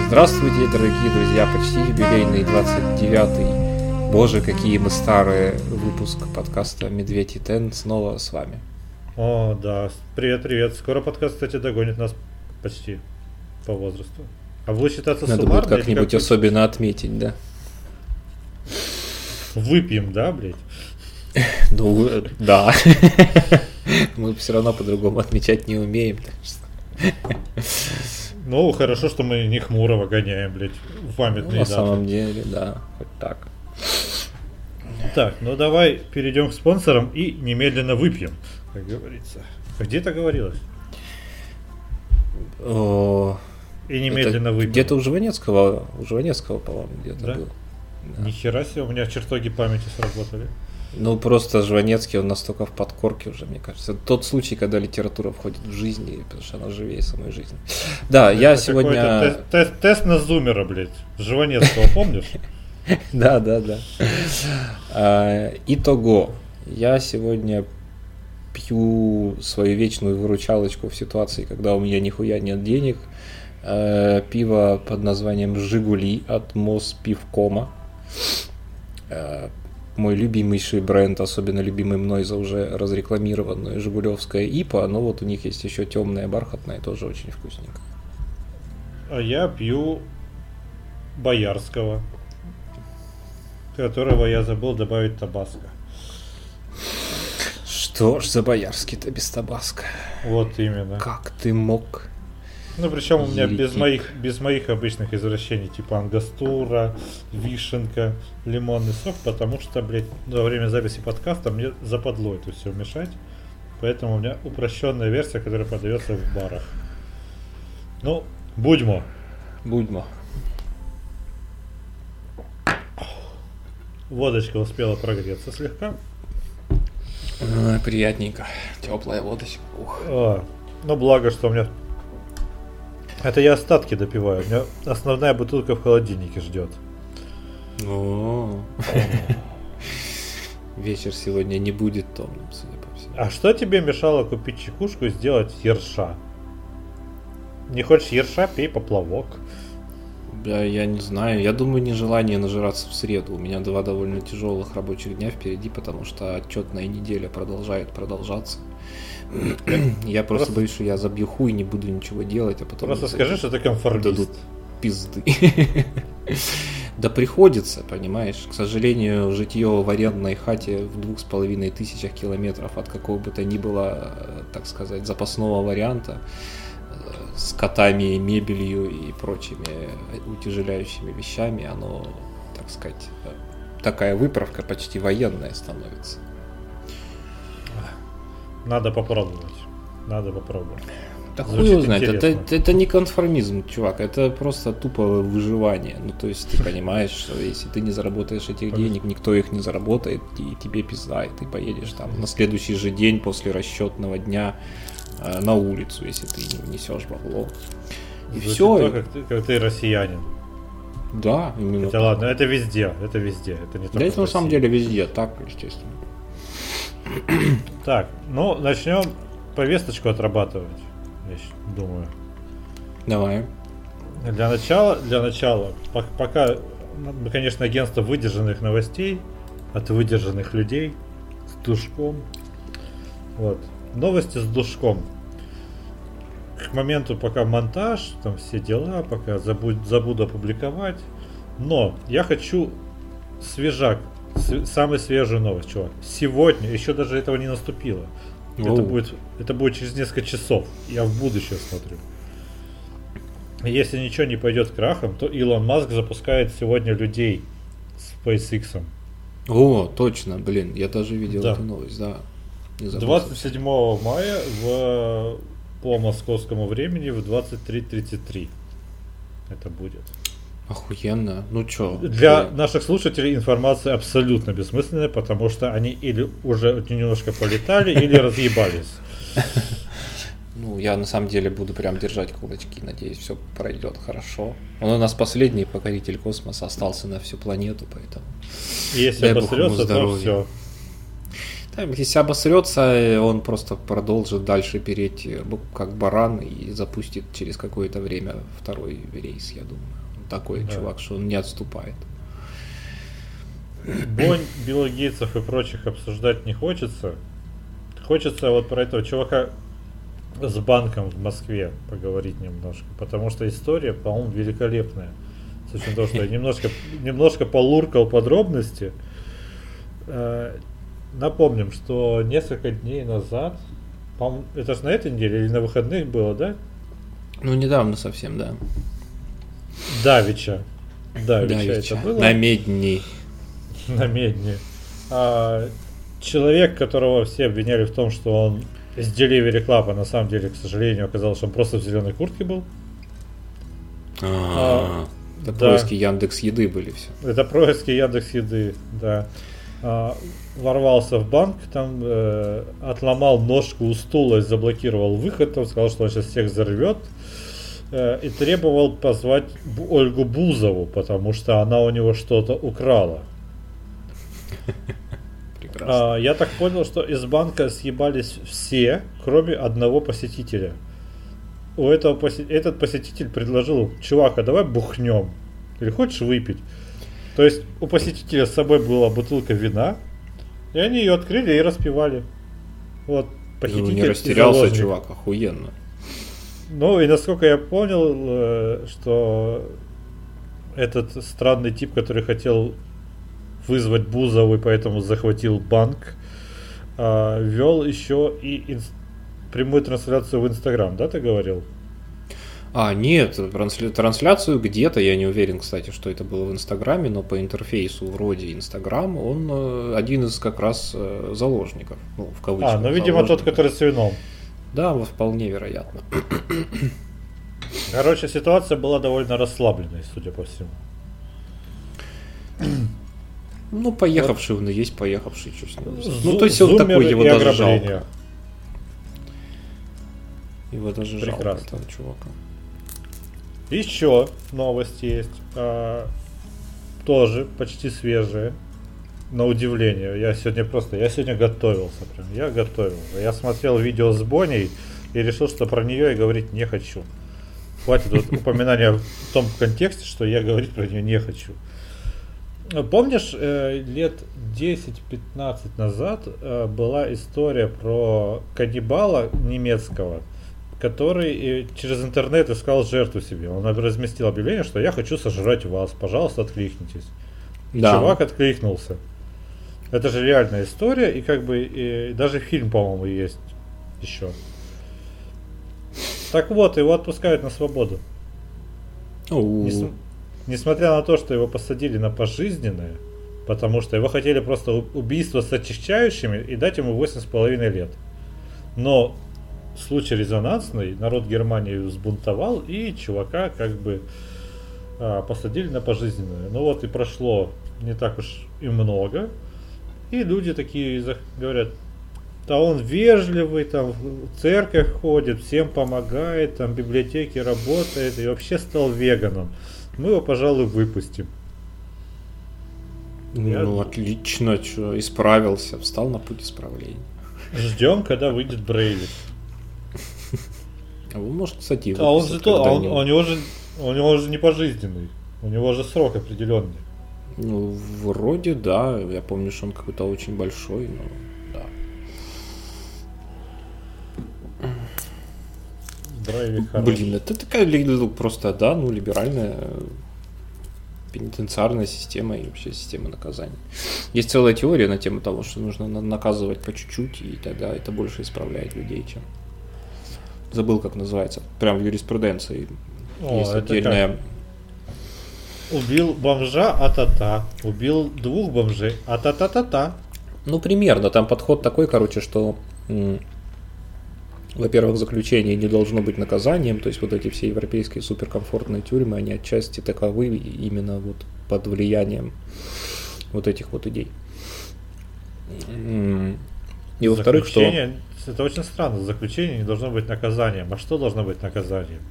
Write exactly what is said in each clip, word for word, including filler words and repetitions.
Здравствуйте, дорогие друзья, почти юбилейный двадцать девятый, боже, какие мы старые, выпуск подкаста «Медведь и Тен» снова с вами. О, да, привет-привет, скоро подкаст, кстати, догонит нас почти по возрасту. А будет считаться Надо суммарно? будет как-нибудь как особенно отметить, да? Выпьем, да, блядь? Ну, да. Мы все равно по-другому отмечать не умеем, так что... Ну, хорошо, что мы не Хмурого гоняем, блядь, в памятные ну, на даты. самом деле, да, хоть так. Так, ну давай перейдем к спонсорам и немедленно выпьем, как говорится. Где это говорилось? О, и немедленно выпьем. Где-то у Жванецкого, у Жванецкого, по-моему, где-то да? был. Да. Нихера себе, у меня чертоги памяти сработали. Ну, просто Жванецкий, он настолько в подкорке уже, мне кажется. Это тот случай, когда литература входит в жизнь, потому что она живее самой жизни. Да, это я сегодня... Тест, тест, тест на зумера, блядь, Жванецкого, помнишь? Да, да, да. Итого, я сегодня пью свою вечную выручалочку в ситуации, когда у меня нихуя нет денег. Пиво под названием «Жигули» от Моспивкома. Мой любимейший бренд, особенно любимый мной за уже разрекламированную жигулевская ипа, но вот у них есть еще темная бархатная, тоже очень вкусненькая. А я пью Боярского, которого я забыл добавить табаско. Что ж за Боярский-то без табаско? Вот именно. Как ты мог? Ну, причем у меня без моих, без моих обычных извращений, типа ангастура, вишенка, лимонный сок, потому что, блядь, во время записи подкаста мне западло это все мешать. Поэтому у меня упрощенная версия, которая продается в барах. Ну, будьмо. Будьмо. Водочка успела прогреться слегка. А, приятненько. Теплая водочка. Ух. А, ну, благо, что у меня... Это я остатки допиваю. У меня основная бутылка в холодильнике ждет. О, вечер сегодня не будет томным, судя по всему. А что тебе мешало купить чекушку и сделать ерша? Не хочешь ерша, пей поплавок. Да, я не знаю. Я думаю, нежелание нажираться в среду. У меня два довольно тяжелых рабочих дня впереди, потому что отчетная неделя продолжает продолжаться. Я просто, просто боюсь, что я забью хуй, не буду ничего делать, а потом... Просто скажи, что ты конформист. Дадут пизды. Да приходится, понимаешь. К сожалению, житье в арендной хате в двух с половиной тысячах километров от какого бы то ни было, так сказать, запасного варианта, с котами, мебелью и прочими утяжеляющими вещами, оно, так сказать, такая выправка почти военная становится. Надо попробовать. Надо попробовать. Да хуй его знает, это, это, это не конформизм, чувак, это просто тупо выживание. Ну, то есть ты понимаешь, что если ты не заработаешь этих денег, никто их не заработает, и тебе пизда, и ты поедешь там на следующий же день после расчетного дня э, на улицу, если ты не несешь бабло. И Звучит все. То, как, ты, как ты россиянин. Да, именно. Хотя так. Ладно, это везде, это везде, это не только. Да, это на самом деле везде, так, естественно. Так, ну начнем повесточку отрабатывать, я думаю. Давай. Для начала, для начала, пока, мы, конечно, агентство выдержанных новостей от выдержанных людей с душком. Вот. Новости с душком. К моменту, пока монтаж, там все дела, пока забудь, забуду опубликовать. Но я хочу свежак. Самая свежая новость, чувак. Сегодня, еще даже этого не наступило. Это будет, это будет через несколько часов. Я в будущее смотрю. Если ничего не пойдет крахом, то Илон Маск запускает сегодня людей с SpaceX. О, точно, блин, я даже видел да. эту новость, да. двадцать седьмого мая в, по московскому времени в двадцать три тридцать три. Это будет. Охуенно. Ну чё? Для блин. наших слушателей информация абсолютно бессмысленная, потому что они или уже немножко полетали, или разъебались. Ну, я на самом деле буду прям держать кулачки, надеюсь, все пройдет хорошо. Он у нас последний покоритель космоса, остался на всю планету, поэтому... Если обосрется, то все. Если обосрется, он просто продолжит дальше переть как баран и запустит через какое-то время второй рейс, я думаю. Он такой да. чувак, что он не отступает. Бонь, Билла Гейтсов и прочих обсуждать не хочется. Хочется вот про этого чувака с банком в Москве поговорить немножко, потому что история, по-моему, великолепная. С учетом того, что я немножко, немножко полуркал подробности. Напомним, что несколько дней назад, по-моему, это же на этой неделе или на выходных было, да? Ну, недавно совсем, да. Давича. Давича, Давича. это было? На медни. На медни. А, человек, которого все обвиняли в том, что он из Delivery Club, а на самом деле, к сожалению, оказалось, что он просто в зеленой куртке был. А, это да. происки Яндекс.Еды были все. Это происки Яндекс.Еды, да. А, ворвался в банк, там э, отломал ножку у стула и заблокировал выход, он сказал, что он сейчас всех взорвет, э, и требовал позвать Ольгу Бузову, потому что она у него что-то украла. А, я так понял, что из банка съебались все, кроме одного посетителя. У этого посе... Этот посетитель предложил: чувак, а давай бухнем, или хочешь выпить? То есть у посетителя с собой была бутылка вина, и они ее открыли и распивали. Вот, посетитель. Ну, не растерялся чувак, охуенно. Ну и насколько я понял, что этот странный тип, который хотел вызвать Бузову и поэтому захватил банк, вел еще и инс... прямую трансляцию в Инстаграм, да, ты говорил? А, нет, трансляцию где-то, я не уверен, кстати, что это было в Инстаграме, но по интерфейсу вроде Инстаграм, он один из как раз заложников, ну, в кавычках. А, ну, видимо, тот, который с вином. Да, вполне вероятно. Короче, ситуация была довольно расслабленной, судя по всему. Ну, поехавший вот. Он и есть поехавший, что с ним. Зу- ну, то есть он такой, его даже жалко. Его даже жалко этого чувака. Еще новости есть. А, тоже почти свежие. На удивление. Я сегодня просто, я сегодня готовился прям. Я готовился. Я смотрел видео с Боней и решил, что про нее я говорить не хочу. Хватит вот упоминания в том контексте, что я говорить про нее не хочу. Помнишь, лет десять-пятнадцать назад была история про каннибала немецкого, который через интернет искал жертву себе. Он разместил объявление, что я хочу сожрать вас, пожалуйста, откликнитесь. Да. Чувак откликнулся. Это же реальная история, и как бы и даже фильм, по-моему, есть еще. Так вот, его отпускают на свободу. Нес... Несмотря на то, что его посадили на пожизненное, потому что его хотели просто убийство с очищающими и дать ему восемь с половиной лет. Но случай резонансный, народ Германии взбунтовал, и чувака как бы а, посадили на пожизненное. Ну вот и прошло не так уж и много, и люди такие говорят: да он вежливый, там в церковь ходит, всем помогает, там в библиотеке работает и вообще стал веганом. Мы его, пожалуй, выпустим. Ну, Я... отлично, что исправился, встал на путь исправления. Ждем, когда выйдет Брейвик. А вы, может, кстати, а он же то, а он, у него же у него же не пожизненный, у него же срок определенный. Ну, вроде да, я помню, что он какой-то очень большой, но да. Брейвик хороший. Блин, это такая просто, да, ну, либеральная пенитенциарная система и вообще система наказаний. Есть целая теория на тему того, что нужно наказывать по чуть-чуть, и тогда это больше исправляет людей, чем... Забыл, как называется. Прям в юриспруденции О, есть отдельная... Как? Убил бомжа, а-та-та. Убил двух бомжей, а-та-та-та-та. Ну, примерно. Там подход такой, короче, что... М- во-первых, заключение не должно быть наказанием, то есть вот эти все европейские суперкомфортные тюрьмы, они отчасти таковы именно вот под влиянием вот этих вот идей. И во-вторых, что... Это очень странно, заключение не должно быть наказанием. А что должно быть наказанием?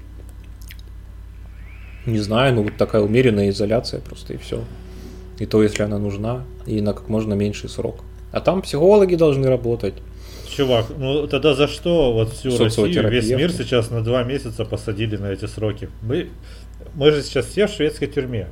Не знаю, ну вот такая умеренная изоляция просто и все. И то, если она нужна, и на как можно меньший срок. А там психологи должны работать. Чувак, ну тогда за что вот всю Россию, Социотерапевты. весь мир сейчас на два месяца посадили на эти сроки? Мы, мы же сейчас все в шведской тюрьме.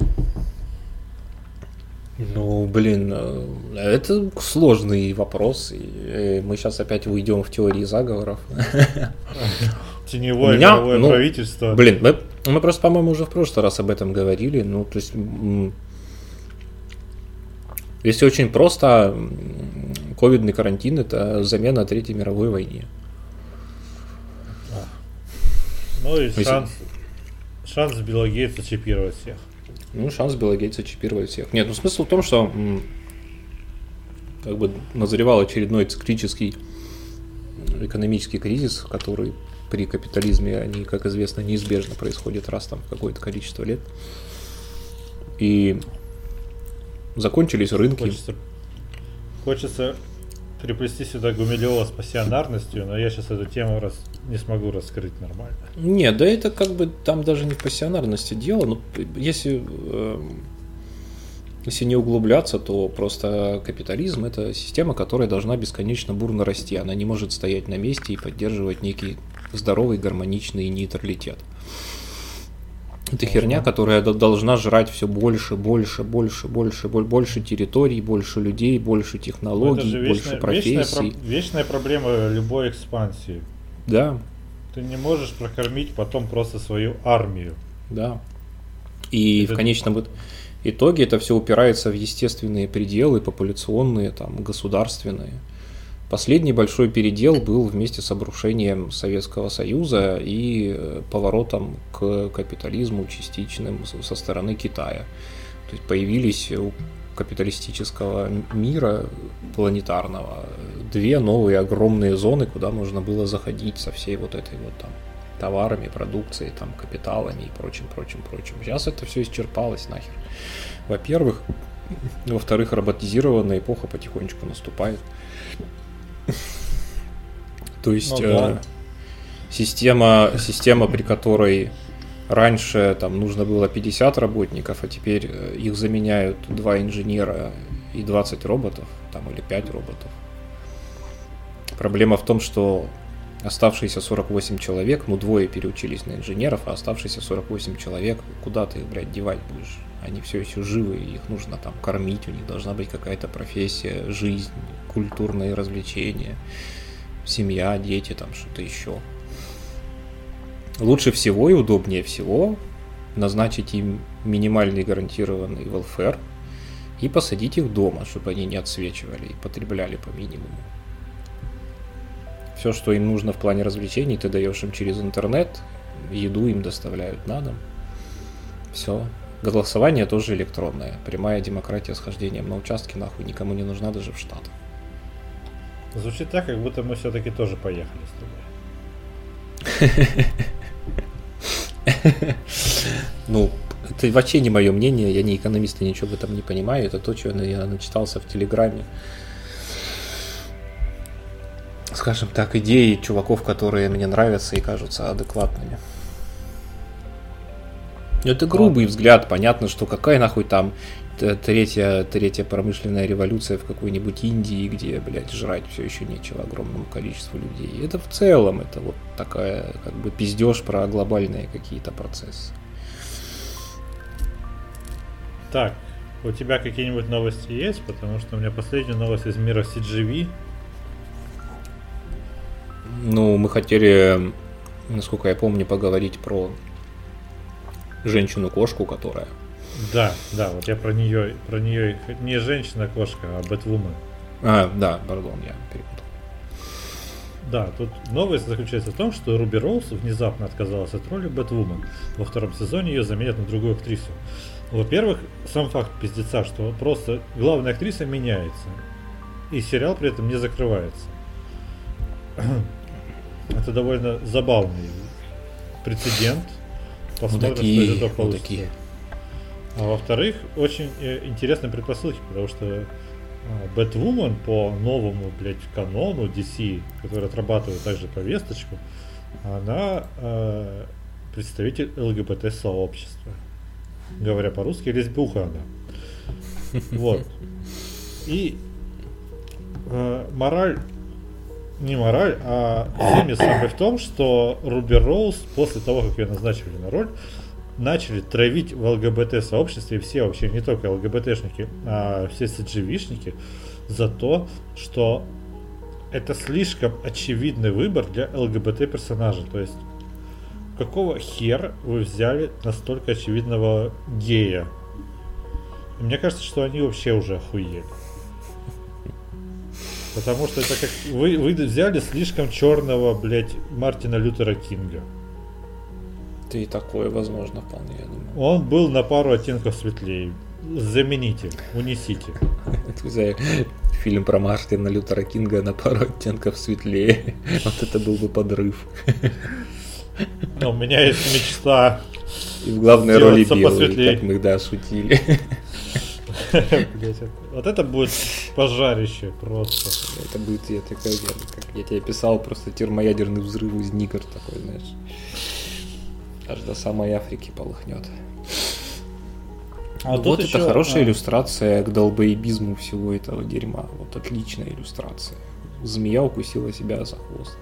Ну, блин, э, это сложный вопрос. И э, мы сейчас опять уйдем в теории заговоров. Теневое меня, мировое ну, правительство. Блин, мы, мы просто, по-моему, уже в прошлый раз об этом говорили. Ну, то есть, м, если очень просто, м, ковидный карантин – это замена Третьей мировой войне. Ну и Если- шанс, шанс Билла Гейтса чипировать всех. Ну, шанс Билла Гейтса чипировать всех. Нет, ну смысл в том, что м, как бы назревал очередной циклический экономический кризис, который при капитализме, они, как известно, неизбежно происходит раз там в какое-то количество лет. И закончились рынки. Хочется, хочется приплести сюда Гумилева с пассионарностью, но я сейчас эту тему раз, не смогу раскрыть нормально. Нет, да это как бы там даже не в пассионарности дело, но если, э, если не углубляться, то просто капитализм – это система, которая должна бесконечно бурно расти, она не может стоять на месте и поддерживать некий здоровый гармоничный нейтралитет. Это херня, которая д- должна жрать все больше, больше, больше, больше, боль- больше территорий, больше людей, больше Это технологий, же больше вечная, вечная, профессий. про- вечная проблема любой экспансии. Да, Ты не можешь прокормить потом просто свою армию. да. И Это- в конечном ит- итоге это все упирается в естественные пределы, популяционные, там, государственные. Последний большой передел был вместе с обрушением Советского Союза и э, поворотом к капитализму частичным с- со стороны Китая. То есть появились у капиталистического м- мира планетарного две новые огромные зоны, куда можно было заходить со всей вот этой вот там товарами, продукцией, там, капиталами и прочим, прочим, прочим. Сейчас это все исчерпалось нахер. Во-первых. Во-вторых, роботизированная эпоха потихонечку наступает. То есть Ну э, да. система, система, при которой раньше там нужно было пятьдесят работников, а теперь э, их заменяют два инженера и двадцать роботов, там, или пять роботов. Проблема в том, что оставшиеся сорок восемь человек, ну двое переучились на инженеров, а оставшиеся сорок восемь человек, куда ты их, блядь, девать будешь? Они все еще живы, их нужно там кормить, у них должна быть какая-то профессия, жизнь, культурные развлечения, семья, дети, там что-то еще. Лучше всего и удобнее всего назначить им минимальный гарантированный welfare и посадить их дома, чтобы они не отсвечивали и потребляли по минимуму. Все, что им нужно в плане развлечений, ты даешь им через интернет, еду им доставляют на дом. Все. Голосование тоже электронное. Прямая демократия с хождением на участке нахуй никому не нужна даже в Штат. Звучит так, как будто мы все-таки тоже поехали с тобой. Ну, это вообще не мое мнение, я не экономист и ничего в этом не понимаю. Это то, что я начитался в Телеграме. Скажем так, идеи чуваков, которые мне нравятся и кажутся адекватными. Это грубый взгляд, понятно, что какая нахуй там т- третья, третья промышленная революция в какой-нибудь Индии, где, блядь, жрать все еще нечего огромному количеству людей. Это в целом, это вот такая, как бы, пиздеж про глобальные какие-то процессы. Так, у тебя какие-нибудь новости есть? Потому что у меня последняя новость из мира си джи ви. Ну, мы хотели, насколько я помню, поговорить про женщину-кошку, которая... Да, да, вот я про нее, про нее, не женщина-кошка, а Бэтвумен. А, да, пардон, я перепутал. Да, тут новость заключается в том, что Руби Роуз внезапно отказалась от роли Бэтвумен. Во втором сезоне ее заменят на другую актрису. Во-первых, сам факт пиздеца, что просто главная актриса меняется, и сериал при этом не закрывается. Это довольно забавный прецедент. Посмотрим, Вот такие, что из этого вот получится. такие. А во-вторых, очень э, интересные предпосылки, потому что Бэтвумен по новому, блядь, канону ди си, который отрабатывает также повесточку, она э, представитель ЛГБТ-сообщества. Говоря по-русски, лесбуха она. Вот. И э, мораль, не мораль, а семьи самый в том, что Руби Роуз после того, как ее назначили на роль, начали травить в ЛГБТ-сообществе, и все вообще, не только ЛГБТшники, а все си джи ви-шники, за то, что это слишком очевидный выбор для ЛГБТ-персонажа. То есть, какого хера вы взяли настолько очевидного гея? И мне кажется, что они вообще уже охуели. Потому что это как... Вы, вы взяли слишком черного, блядь, Мартина Лютера Кинга. Да и такое возможно вполне, я думаю. Он был на пару оттенков светлее. Замените, унесите. Фильм про Мартина Лютера Кинга на пару оттенков светлее. Вот это был бы подрыв. Но у меня есть мечта. И в главной роли белый, как мы, да, шутили. Вот это будет пожарище просто. Это будет, я такой, как я тебе писал, просто термоядерный взрыв из Никар такой, знаешь. Аж до самой Африки полыхнет. А вот это еще... хорошая а... иллюстрация к долбоебизму всего этого дерьма. Вот отличная иллюстрация. Змея укусила себя за хвост.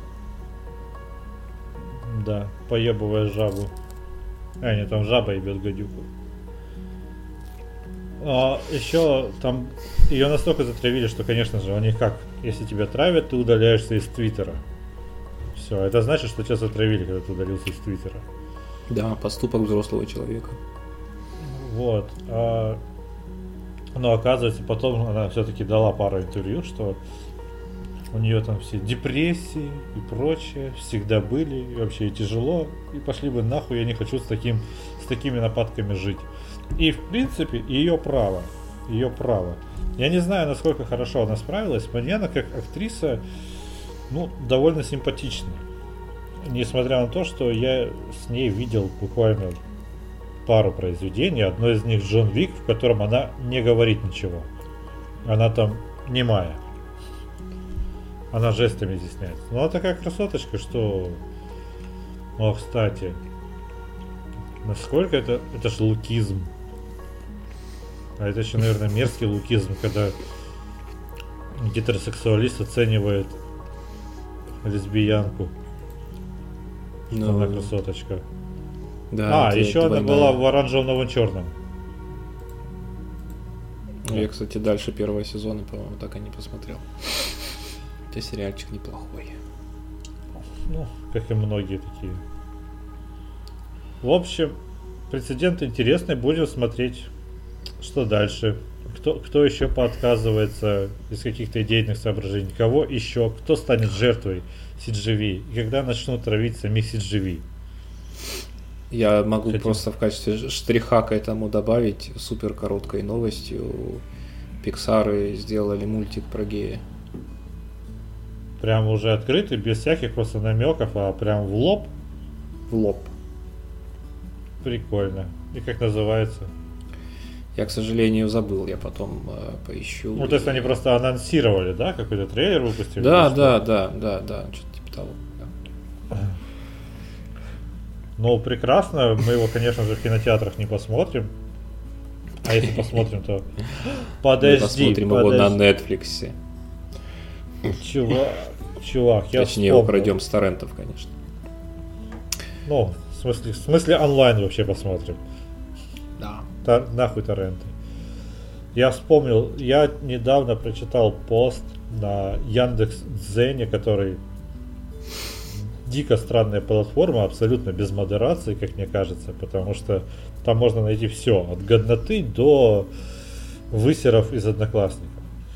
Да, поебывая жабу. А, нет, там жаба ебет гадюку. А, еще там ее настолько затравили, что, конечно же, у них как, если тебя травят, ты удаляешься из Твиттера. Все, это значит, что тебя затравили, когда ты удалился из Твиттера. Да, поступок взрослого человека. Вот. А, но оказывается, потом она все-таки дала пару интервью, что у нее там все депрессии и прочее всегда были, и вообще тяжело, и пошли бы нахуй, я не хочу с таким, с такими нападками жить. И в принципе ее право, ее право. Я не знаю, насколько хорошо она справилась, мне она как актриса, ну, довольно симпатична. Несмотря на то, что я с ней видел буквально пару произведений. Одно из них Джон Уик, в котором она не говорит ничего. Она там немая. Она жестами изъясняется. Но она такая красоточка, что... О, кстати. Насколько это... Это ж лукизм. А это еще, наверное, мерзкий лукизм, когда гетеросексуалист оценивает лесбиянку. Но... Она красоточка. Да, а, еще она была в оранжевом черном. Я, кстати, дальше первого сезона, по-моему, так и не посмотрел. Хотя сериальчик неплохой. Ну, как и многие такие. В общем, прецедент интересный. Будем смотреть, что дальше. Кто, кто еще поотказывается из каких-то идейных соображений. Кого еще? Кто станет жертвой си джи ви? И когда начнут травить самих си джи ви? Я могу Хотим. просто в качестве штриха к этому добавить супер короткой новостью. Пиксары сделали мультик про гея. Прям уже открытый, без всяких просто намеков, а прям в лоб? В лоб. Прикольно. И как называется? Я, к сожалению, забыл, я потом э, поищу. Ну, то есть они просто анонсировали, да? Какой-то трейлер выпустили? Да, да, да, да, да, что-то типа того. Да. Ну, прекрасно. Мы его, конечно же, в кинотеатрах не посмотрим. А если посмотрим, то... Подожди, Мы посмотрим подожди. его на Netflix. Чувак, чувак, я Точнее, его пройдем с торрентов, конечно. Ну, в смысле, в смысле онлайн вообще посмотрим. Да. Тор, нахуй торренты. Я вспомнил, я недавно прочитал пост на Яндекс.Дзене, который... Дико странная платформа, абсолютно без модерации, как мне кажется, потому что там можно найти все, от годноты до высеров из Одноклассников.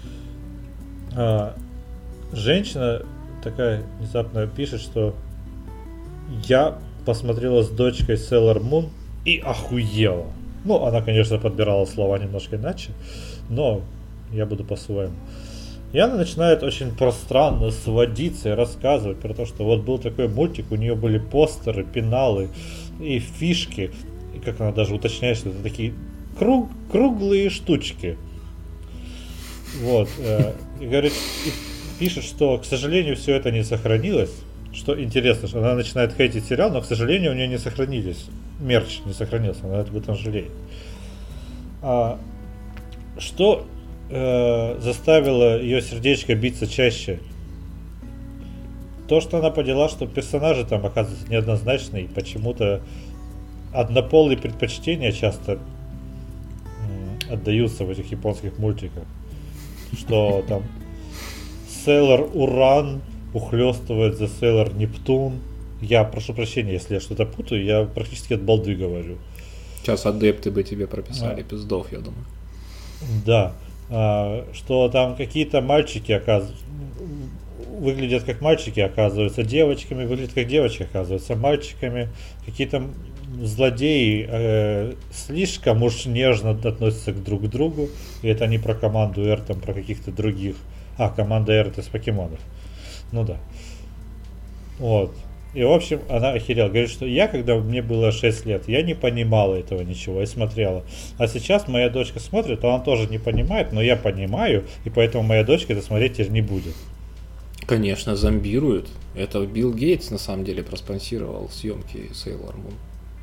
А, женщина такая внезапно пишет, что я посмотрела с дочкой Sailor Moon и охуела. Ну, она, конечно, подбирала слова немножко иначе, но я буду по-своему. И она начинает очень пространно сводиться и рассказывать про то, что вот был такой мультик, у нее были постеры, пеналы и фишки. И как она даже уточняет, что это такие круг, круглые штучки. Вот. И говорит, и пишет, что, к сожалению, все это не сохранилось. Что интересно, что она начинает хейтить сериал, но, к сожалению, у нее не сохранились. Мерч не сохранился, она об этом жалеет. А, что... э, заставило ее сердечко биться чаще? То, что она поняла, что персонажи там оказываются неоднозначные, и почему-то однополые предпочтения часто м, отдаются в этих японских мультиках. Что там Сейлор Уран ухлёстывает за Сейлор Нептун. Я прошу прощения, если я что-то путаю, я практически от балды говорю. Сейчас адепты бы тебе прописали А. пиздов, я думаю. Да. А, что там какие-то мальчики оказываются, выглядят как мальчики, оказываются девочками, выглядят как девочки, оказываются мальчиками. Какие-то злодеи э, слишком уж нежно относятся к друг другу. И это не про команду R, там про каких-то других. А, команда R это с покемонов. Ну да. Вот. И, в общем, она охерела. Говорит, что я, когда мне было шесть лет, я не понимала этого ничего, я смотрела. А сейчас моя дочка смотрит, она тоже не понимает, но я понимаю, и поэтому моя дочка это смотреть теперь не будет. Конечно, зомбируют. Это Билл Гейтс, на самом деле, проспонсировал съемки Sailor Moon.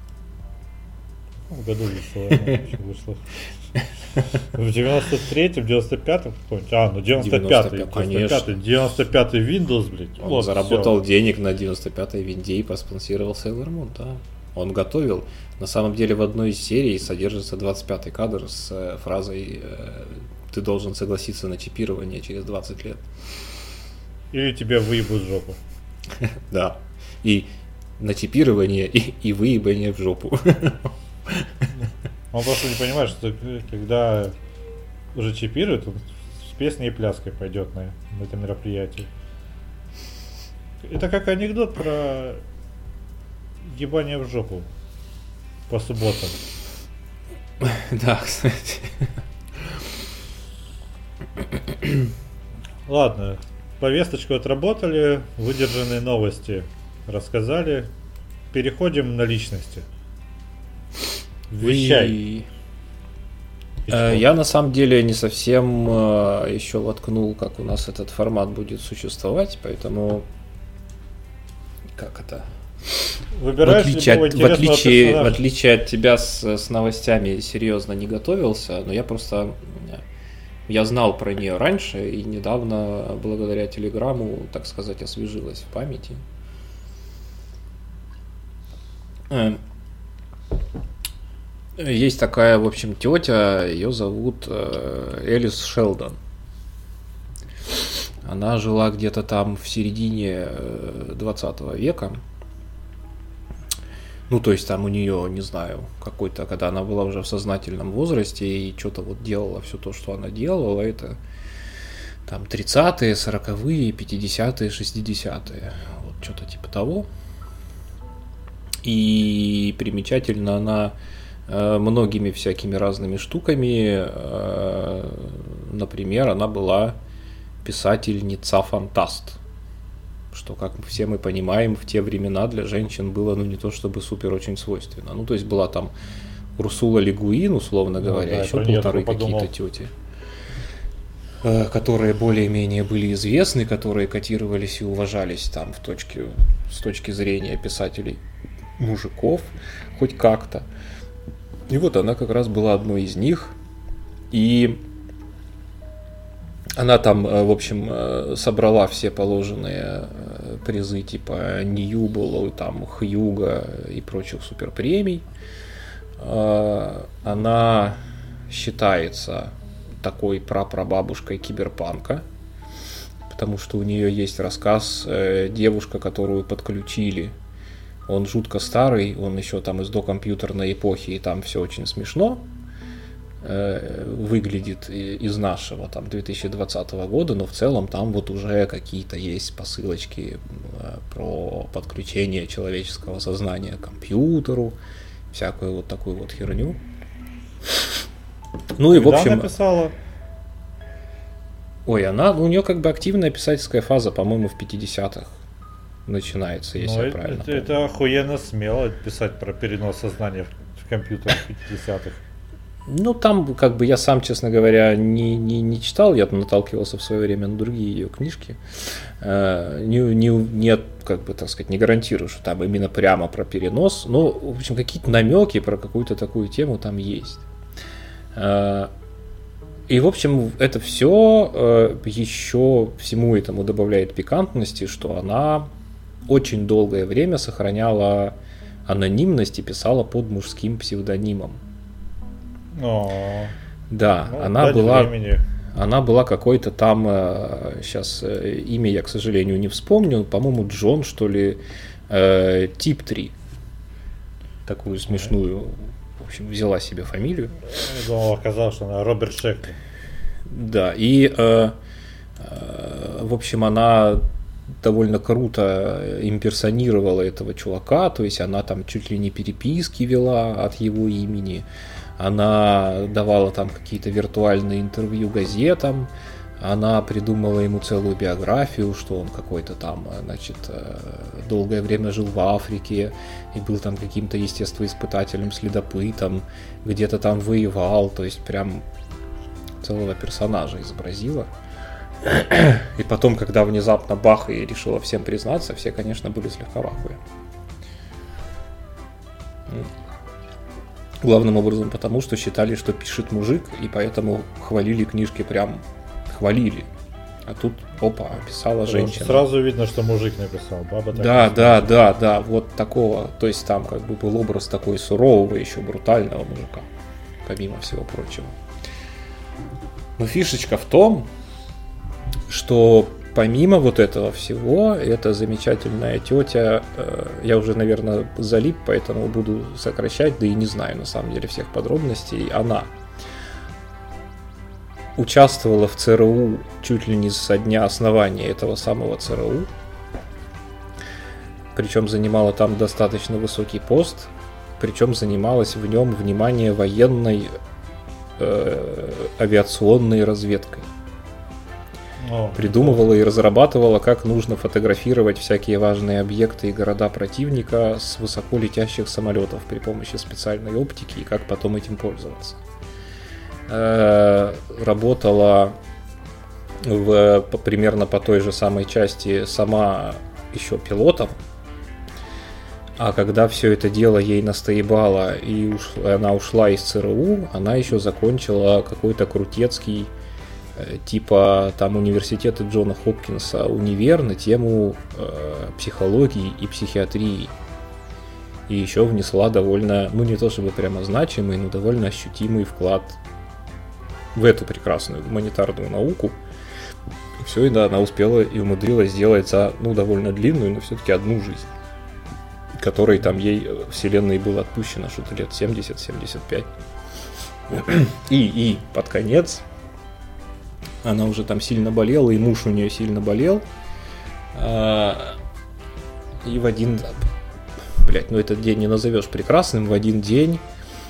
В году вышло. В девяносто третьем, девяносто пятом какой-нибудь. А, ну девяносто пятый, девяносто пятый, девяносто пятый Windows, блядь. Он вот, заработал все. денег на девяносто пятой винде и проспонсировал Sailor Moon, да. Он готовил. На самом деле в одной из серий содержится двадцать пятый кадр с э, фразой э, «Ты должен согласиться на чипирование через двадцать лет». Или тебя выебут в жопу. Да. И на чипирование и, и выебание в жопу. Он просто не понимает, что когда уже чипируют, он с песней и пляской пойдет на, на это мероприятие. Это как анекдот про ебание в жопу по субботам. Да, кстати. Ладно, повесточку отработали, выдержанные новости рассказали. Переходим на личности. Вещай. И... Я на самом деле не совсем э, еще воткнул, как у нас этот формат будет существовать, поэтому как это? Выбираешь в отличие, от, в, отличие, в отличие от тебя с, с новостями серьезно не готовился, но я просто я знал про нее раньше и недавно благодаря Телеграму, так сказать, освежилась в памяти. Есть такая, в общем, тетя, ее зовут э, Элис Шелдон. Она жила где-то там в середине двадцатого века. Ну, то есть там у нее, не знаю, какой-то, когда она была уже в сознательном возрасте и что-то вот делала, все то, что она делала, это там тридцатые, сороковые, пятидесятые, шестидесятые. Вот что-то типа того. И примечательно она многими всякими разными штуками. Например, она была писательница-фантаст, что, как все мы понимаем, в те времена для женщин было, ну, не то чтобы супер очень свойственно. Ну, то есть была там Урсула Ле Гуин, условно говоря, ну, да, еще полторы какие-то тети, которые более-менее были известны, которые котировались и уважались там в точке, с точки зрения писателей мужиков, хоть как-то. И вот она как раз была одной из них, и она там, в общем, собрала все положенные призы типа Ньюбола, там, Хьюга и прочих суперпремий. Она считается такой прапрабабушкой киберпанка, потому что у нее есть рассказ «Девушка, которую подключили». Он жутко старый, он еще там из докомпьютерной эпохи, и там все очень смешно э, выглядит из нашего там две тысячи двадцатого года, но в целом там вот уже какие-то есть посылочки э, про подключение человеческого сознания к компьютеру, всякую вот такую вот херню. Ну и в общем... написала? Ой, она, у нее как бы активная писательская фаза, по-моему, в пятидесятых. Начинается, если Но я правильно это, помню. Это охуенно смело писать про перенос сознания в, в компьютер в пятидесятых. Ну, там, как бы, я сам, честно говоря, не, не, не читал, я наталкивался в свое время на другие ее книжки. Не, не, не, как бы, так сказать, не гарантирую, что там именно прямо про перенос, но, в общем, какие-то намеки про какую-то такую тему там есть. И, в общем, это все э, еще всему этому добавляет пикантности, что она очень долгое время сохраняла анонимность и писала под мужским псевдонимом. О, Да, ну, она была, времени. она была какой-то там, э, сейчас э, имя я, к сожалению, не вспомню, по-моему, Джон, что ли, э, Тип три. Такую смешную, в общем, взяла себе фамилию. Я думал, оказалось, что она Роберт Шекли. Да, и, э, э, в общем, она довольно круто имперсонировала этого чувака, то есть она там чуть ли не переписки вела от его имени, она давала там какие-то виртуальные интервью газетам, она придумала ему целую биографию, что он какой-то там, значит, долгое время жил в Африке и был там каким-то естествоиспытателем, следопытом, где-то там воевал, то есть прям целого персонажа изобразила. И потом, когда внезапно бах и решила всем признаться, все, конечно, были слегка в ахуе. Главным образом потому, что считали, что пишет мужик, и поэтому хвалили книжки, прям хвалили. А тут, опа, писала женщина. Сразу видно, что мужик написал, баба так. Да, да, да, да, вот такого. То есть там как бы был образ такой сурового, еще брутального мужика, помимо всего прочего. Но фишечка в том, что помимо вот этого всего, эта замечательная тетя, э, я уже, наверное, залип, поэтому буду сокращать, да и не знаю на самом деле всех подробностей, она участвовала в ЦРУ чуть ли не со дня основания этого самого ЦРУ, причем занимала там достаточно высокий пост, причем занималась в нем, внимание, военной э, авиационной разведкой. Придумывала и разрабатывала, как нужно фотографировать всякие важные объекты и города противника с высоко летящих самолетов при помощи специальной оптики и как потом этим пользоваться. Работала в, примерно по той же самой части сама еще пилотом, а когда все это дело ей настоебало и уш... она ушла из ЦРУ, она еще закончила какой-то крутецкий типа там университета Джона Хопкинса универ на тему э, психологии и психиатрии. И еще внесла довольно, ну не то чтобы прямо значимый, но довольно ощутимый вклад в эту прекрасную гуманитарную науку. И все, и да, она успела и умудрилась сделать за, ну, довольно длинную, но все-таки одну жизнь, которой там ей вселенной было отпущено что-то лет семьдесят-семьдесят пять. И, и под конец она уже там сильно болела, и муж у нее сильно болел. И в один... Блять, ну этот день не назовешь прекрасным. В один день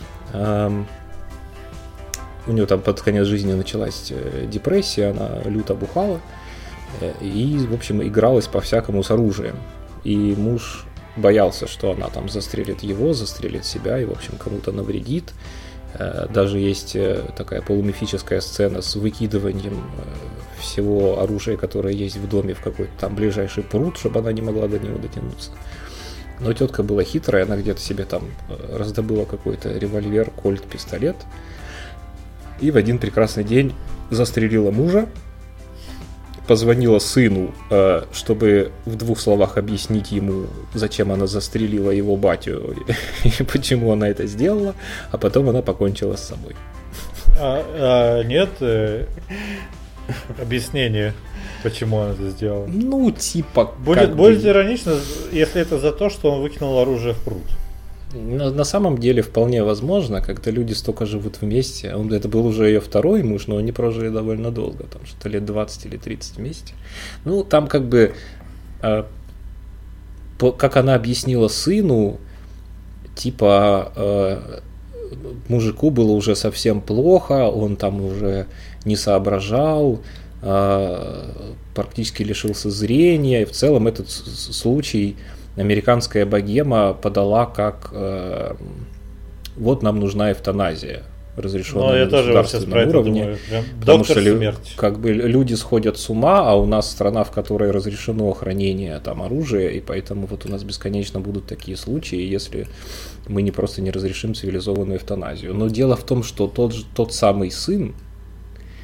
у нее там под конец жизни началась депрессия, она люто бухала. И, в общем, игралась по-всякому с оружием. И муж боялся, что она там застрелит его, застрелит себя и, в общем, кому-то навредит. Даже есть такая полумифическая сцена с выкидыванием всего оружия, которое есть в доме, в какой-то там ближайший пруд, чтобы она не могла до него дотянуться. Но тетка была хитрая, она где-то себе там раздобыла какой-то револьвер, кольт, пистолет. И в один прекрасный день застрелила мужа, позвонила сыну, чтобы в двух словах объяснить ему, зачем она застрелила его батю и почему она это сделала, а потом она покончила с собой. А, а, нет э, объяснения, почему она это сделала? Ну, типа... Будет, будет бы... иронично, если это за то, что он выкинул оружие в пруд. На, на самом деле вполне возможно, когда люди столько живут вместе. Он, это был уже ее второй муж, но они прожили довольно долго, там что-то лет двадцать или тридцать вместе. Ну, там как бы, э, по, как она объяснила сыну, типа э, мужику было уже совсем плохо, он там уже не соображал, э, практически лишился зрения, и в целом этот случай... Американская богема подала как э, вот нам нужна эвтаназия, разрешенная на государственном уровне, потому что смерть. Как бы люди сходят с ума, а у нас страна, в которой разрешено хранение там оружия, и поэтому вот у нас бесконечно будут такие случаи, если мы не просто не разрешим цивилизованную эвтаназию. Но дело в том, что тот, тот самый сын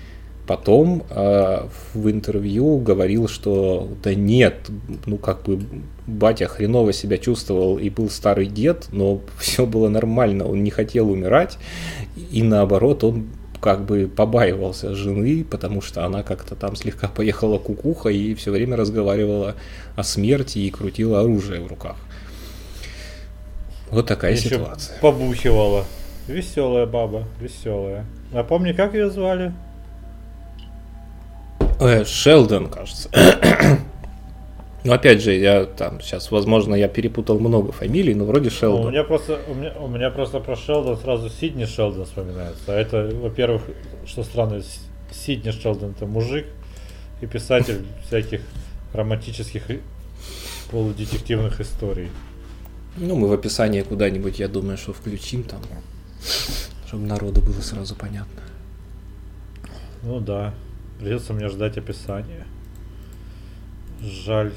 потом э, в интервью говорил, что да нет, ну как бы батя хреново себя чувствовал и был старый дед, но все было нормально, он не хотел умирать, и наоборот он как бы побаивался жены, потому что она как-то там слегка поехала кукуха и все время разговаривала о смерти и крутила оружие в руках. Вот такая Еще ситуация. Побухивала. Веселая баба, веселая. Напомни, как ее звали? Э, Шелдон, кажется. Ну, опять же, я там сейчас, возможно, я перепутал много фамилий, но вроде Шелдон. Ну, у меня просто у меня, у меня просто про Шелдон сразу Сидни Шелдон вспоминается. А это, во-первых, что странно, Сидни Шелдон это мужик и писатель всяких романтических и полудетективных историй. Ну, мы в описании куда-нибудь, я думаю, что включим там, чтобы народу было сразу понятно. Ну да, придется мне ждать описания. Жаль.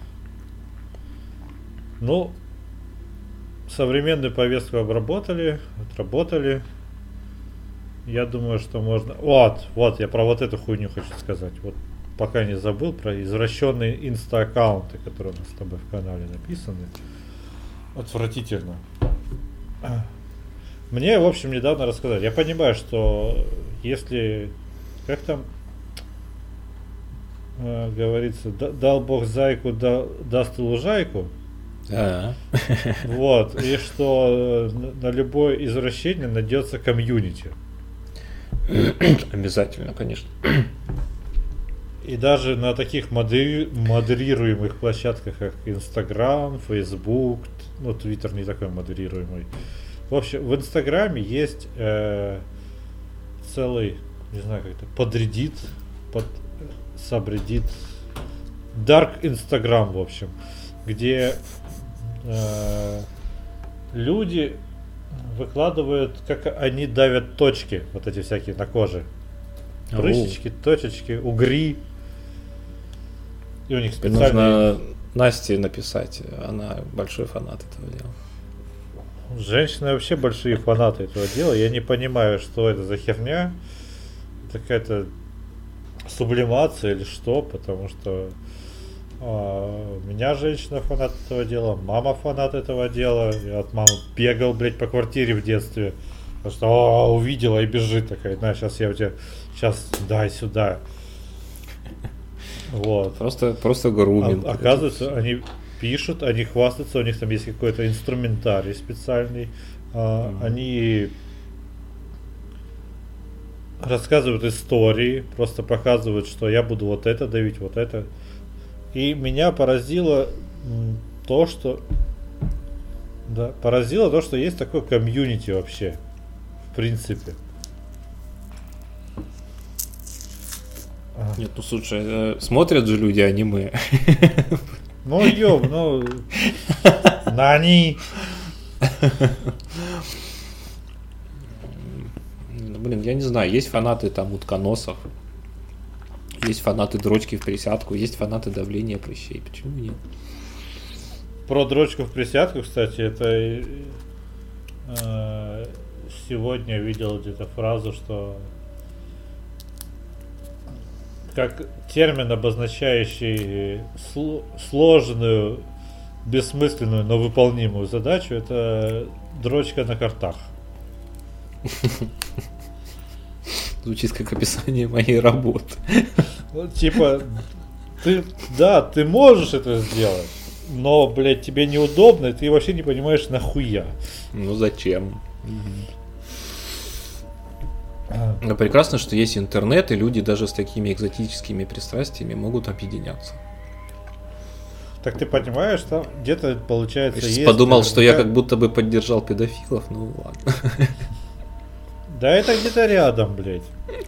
Ну, современную повестку обработали, отработали. Я думаю, что можно... Вот, вот, я про вот эту хуйню хочу сказать. Вот пока не забыл про извращенные инста-аккаунты, которые у нас с тобой в канале написаны. Отвратительно. Мне, в общем, недавно рассказали. Я понимаю, что если... Как там э, говорится, дал Бог зайку, да, даст и лужайку. А. Вот. И что на любое извращение найдется комьюнити. Обязательно, конечно. И даже на таких модери- модерируемых площадках, как Инстаграм, Фейсбук, ну, Твиттер не такой модерируемый. В общем, в Инстаграме есть э, целый, не знаю как это, подредит, под сабредит, Dark Instagram, в общем, где э, люди выкладывают, как они давят точки, вот эти всякие на коже. Прыщички, точечки, угри. И у них специальные... Нужно Насте написать, она большой фанат этого дела. Женщины вообще большие фанаты этого дела. Я не понимаю, что это за херня. Это какая-то сублимация или что, потому что а, у меня женщина фанат этого дела, мама фанат этого дела. Я от мамы бегал, блядь, по квартире в детстве. Потому что о, увидела и бежит такая. На, сейчас я у тебя, сейчас дай сюда. Вот. Просто, просто груминг. А, оказывается, они пишут, они хвастаются, у них там есть какой-то инструментарий специальный. А, mm-hmm. Они рассказывают истории, просто показывают, что я буду вот это давить, вот это. И меня поразило м, то, что да, поразило то, что есть такое комьюнити вообще, в принципе. Нет, ну слушай, э, смотрят же люди аниме. Ну ёб, ну... Нани! Ну, блин, я не знаю, есть фанаты там утконосов, есть фанаты дрочки в присядку, есть фанаты давления прыщей, почему нет? Про дрочку в присядку, кстати, это... Э, сегодня видел где-то фразу, что... Как термин, обозначающий сло- сложную, бессмысленную, но выполнимую задачу, это дрочка на картах. Звучит как описание моей работы. Ну, типа, ты, да, ты можешь это сделать, но, блядь, тебе неудобно, и ты вообще не понимаешь, нахуя. Ну зачем? Но прекрасно, что есть интернет, и люди даже с такими экзотическими пристрастиями могут объединяться. Так ты понимаешь, что где-то получается я есть... подумал, что я как будто бы поддержал педофилов, ну ладно. Да это где-то рядом, блядь.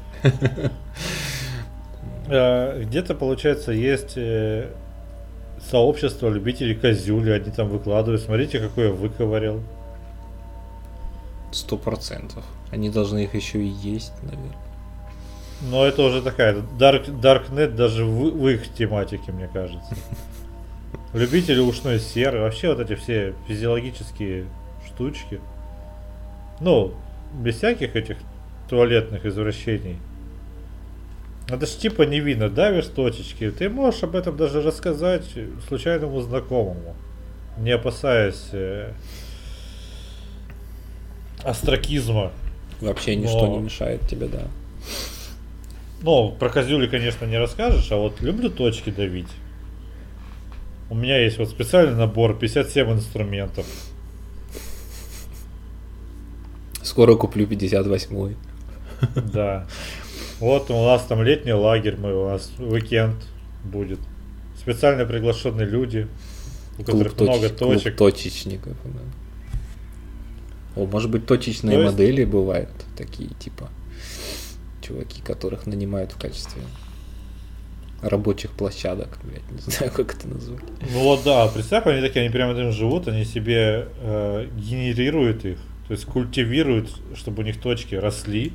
Где-то, получается, есть сообщество любителей козюли, они там выкладывают. Смотрите, какой я выковырял. Сто процентов. Они должны их еще и есть, наверное. Но это уже такая Dark, Darknet даже в, в их тематике, мне кажется. Любители ушной серы, вообще вот эти все физиологические штучки. Ну, без всяких этих туалетных извращений. Это ж типа невинно, давишь точечки. Ты можешь об этом даже рассказать случайному знакомому, не опасаясь э, остракизма. Вообще ничто Но... не мешает тебе, да. Ну, про козюли, конечно, не расскажешь, а вот люблю точки давить. У меня есть вот специальный набор, пятьдесят семь инструментов. Скоро куплю пятьдесят восьмой. Да. Вот у нас там летний лагерь, мы, у нас уикенд будет. Специально приглашенные люди, у которых Клуб много точ... точек. Клуб точечников, да. О, может быть, точечные То есть... модели бывают такие, типа, чуваки, которых нанимают в качестве рабочих площадок, блядь, не знаю, как это назвать. Ну вот да, представь, они такие, они прямо там живут, они себе э, генерируют их, то есть культивируют, чтобы у них точки росли.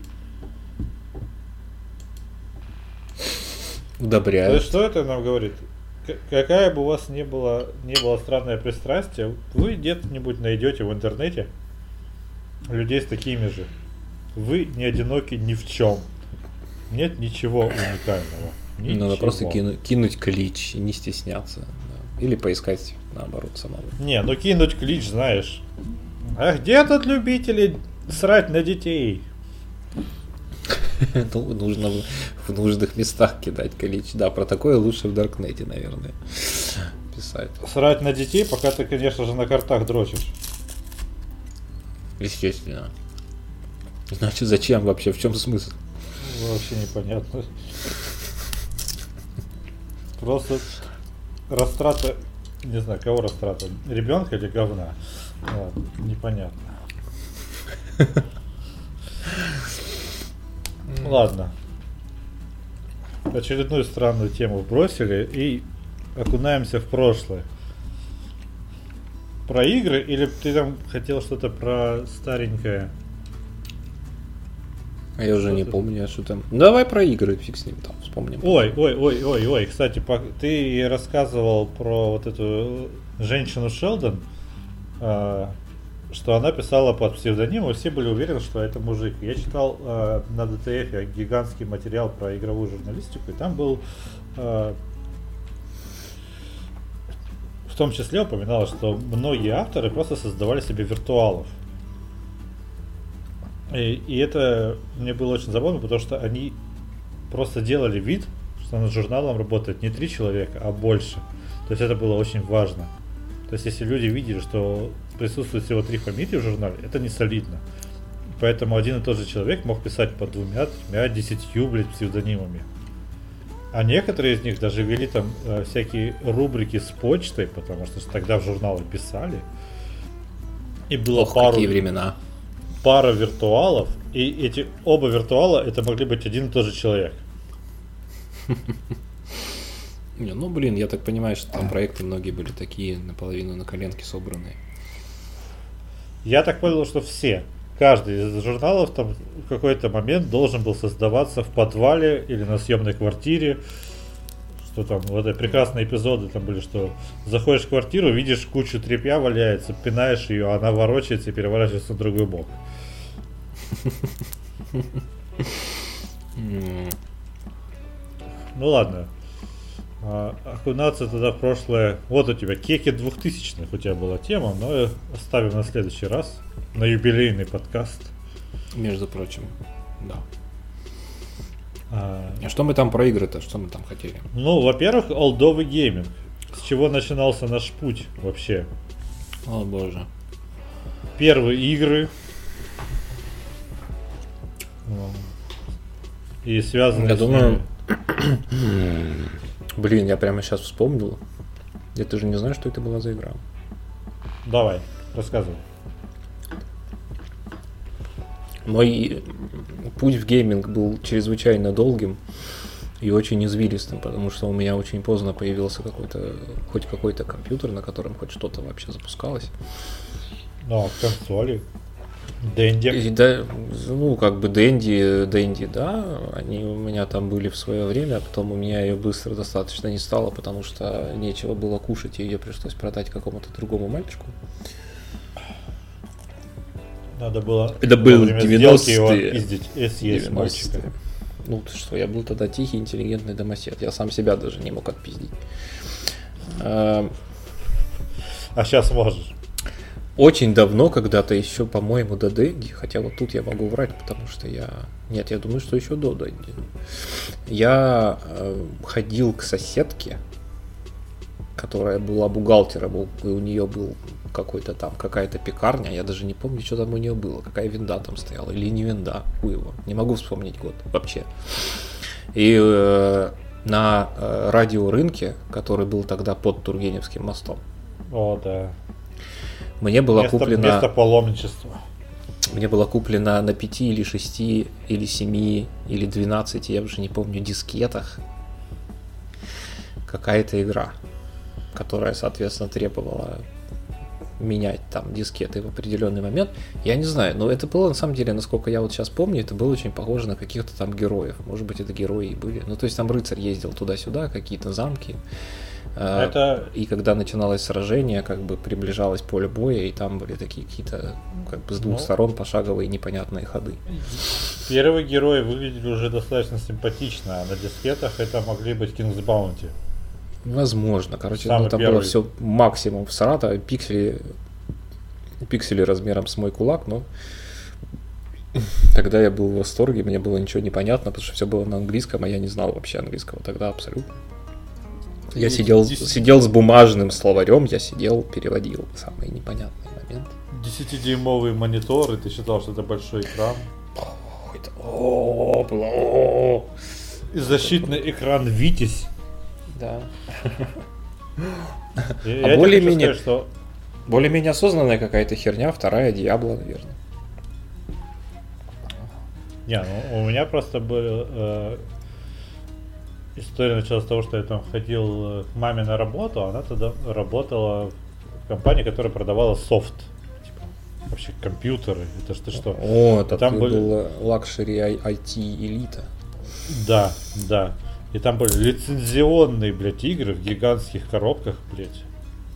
Удобряют. То есть что это нам говорит? К- какая бы у вас ни было, ни было странное пристрастие, вы где-нибудь найдете в интернете людей с такими же. Вы не одиноки ни в чем. Нет ничего уникального. Ничего. Надо просто кину, кинуть клич и не стесняться. Да. Или поискать наоборот самому. Не, ну кинуть клич, знаешь. А где тут любители срать на детей? Ну, нужно в нужных местах кидать клич. Да, про такое лучше в Даркнете, наверное, писать. Срать на детей, пока ты, конечно же, на картах дрочишь. Естественно. Значит, зачем вообще? В чем смысл? Вообще непонятно. Просто растрата, не знаю, кого растрата, ребенка или говна. Ладно, непонятно. Ладно. Очередную странную тему вбросили и окунаемся в прошлое. Про игры или ты там хотел что-то про старенькое? А я уже что не ты... помню, что там. Давай про игры, фиг с ним там, вспомним. Ой, ой, ой, ой, ой, кстати, по... ты рассказывал про вот эту женщину Шелдон, э, что она писала под псевдонимом, все были уверены, что это мужик. Я читал э, на ди ти эф гигантский материал про игровую журналистику, и там был э, в том числе упоминалось, что многие авторы просто создавали себе виртуалов. И, и это мне было очень забавно, потому что они просто делали вид, что над журналом работает не три человека, а больше. То есть это было очень важно. То есть если люди видели, что присутствует всего три фамилии в журнале, это не солидно. Поэтому один и тот же человек мог писать по двумя, тремя, десятью, блядь, псевдонимами. А некоторые из них даже вели там э, всякие рубрики с почтой, потому что тогда в журналы писали. И было Ох, пару... какие времена. Пара виртуалов, и эти оба виртуала это могли быть один и тот же человек. Не, ну блин, я так понимаю, что там проекты многие были такие, наполовину на коленке собранные. Я так понял, что все. Каждый из журналов там в какой-то момент должен был создаваться в подвале или на съемной квартире. Что там, вот эти прекрасные эпизоды там были, что заходишь в квартиру, видишь кучу тряпья валяется, пинаешь ее, она ворочается и переворачивается на другой бок. Ну ладно. А, окунаться тогда в прошлое. Вот у тебя кеки двухтысячных у тебя была тема, но оставим на следующий раз. На юбилейный подкаст. Между прочим, да. А, а что мы там про игры-то? Что мы там хотели? Ну, во-первых, олдовый гейминг. С чего начинался наш путь вообще? О боже. Первые игры. И связанные я с думаю... Блин, я прямо сейчас вспомнил. Я ты же не знаешь, что это была за игра. Давай, рассказывай. Мой путь в гейминг был чрезвычайно долгим и очень извилистым, потому что у меня очень поздно появился какой-то, хоть какой-то компьютер, на котором хоть что-то вообще запускалось. Ну, а консоли? Денди? И, да, ну, как бы Денди, Денди, да, они у меня там были в свое время, а потом у меня ее быстро достаточно не стало, потому что нечего было кушать, и ее пришлось продать какому-то другому мальчику. Надо было это было девяностые. Его пиздить и съесть мальчика. Ну ты что, я был тогда тихий, интеллигентный домосед. Я сам себя даже не мог отпиздить. А сейчас можешь. Очень давно, когда-то еще, по-моему, до Денди, хотя вот тут я могу врать, потому что я... Нет, я думаю, что еще до Денди. Я э, ходил к соседке, которая была бухгалтером, и у нее был какой-то там, какая-то пекарня, я даже не помню, что там у нее было, какая винда там стояла, или не винда, хуй его, не могу вспомнить год вообще. И э, на э, радиорынке, который был тогда под Тургеневским мостом, о, да. Мне было место, куплено... Место паломничества. Мне было куплено на пяти или шести, или семи, или двенадцати, я уже не помню, дискетах какая-то игра, которая, соответственно, требовала менять там дискеты в определенный момент. Я не знаю, но это было на самом деле, насколько я вот сейчас помню, это было очень похоже на каких-то там героев. Может быть, это герои и были. Ну, то есть там рыцарь ездил туда-сюда, какие-то замки. Это... И когда начиналось сражение, как бы приближалось поле боя, и там были такие какие-то как бы с двух ну, сторон пошаговые непонятные ходы. Первые герои выглядели уже достаточно симпатично, а на дискетах это могли быть King's Bounty. Возможно, короче, ну, там первый. Было все максимум в Саратове, пиксели, пиксели размером с мой кулак, но тогда я был в восторге, мне было ничего не понятно, потому что все было на английском, а я не знал вообще английского тогда абсолютно. Я сидел, сидел с бумажным словарем, я сидел, переводил самые непонятные моменты. десятидюймовый монитор, и ты считал, что это большой экран. И защитный экран Витязь. Да. Я а более-менее что... более-менее осознанная какая-то херня, вторая Диабло, наверное. Не, ну у меня просто был... Э, история началась с того, что я там ходил к маме на работу, она тогда работала в компании, которая продавала софт. Типа, вообще компьютеры. Это что что? О, это там был были... лакшери ай ти элита. Да, да. И там были лицензионные, блядь, игры в гигантских коробках, блядь.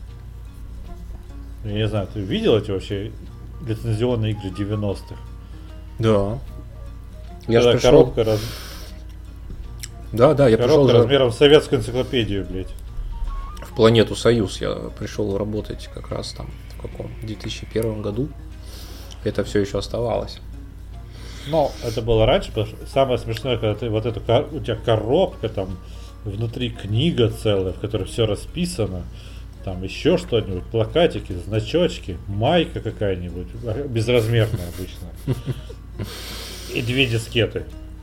Я не знаю, ты видел эти вообще лицензионные игры девяностых? Да. Я же пришел... коробка раз... Да, да, я коробка пришел... размером в советскую энциклопедию, блядь. В Планету Союз я пришел работать как раз там в каком? две тысячи первом году. Это все еще оставалось. Но это было раньше, потому что самое смешное, когда ты вот эту у тебя коробка, там внутри книга целая, в которой все расписано, там еще что-нибудь, плакатики, значочки, майка какая-нибудь, безразмерная обычно, и две дискеты.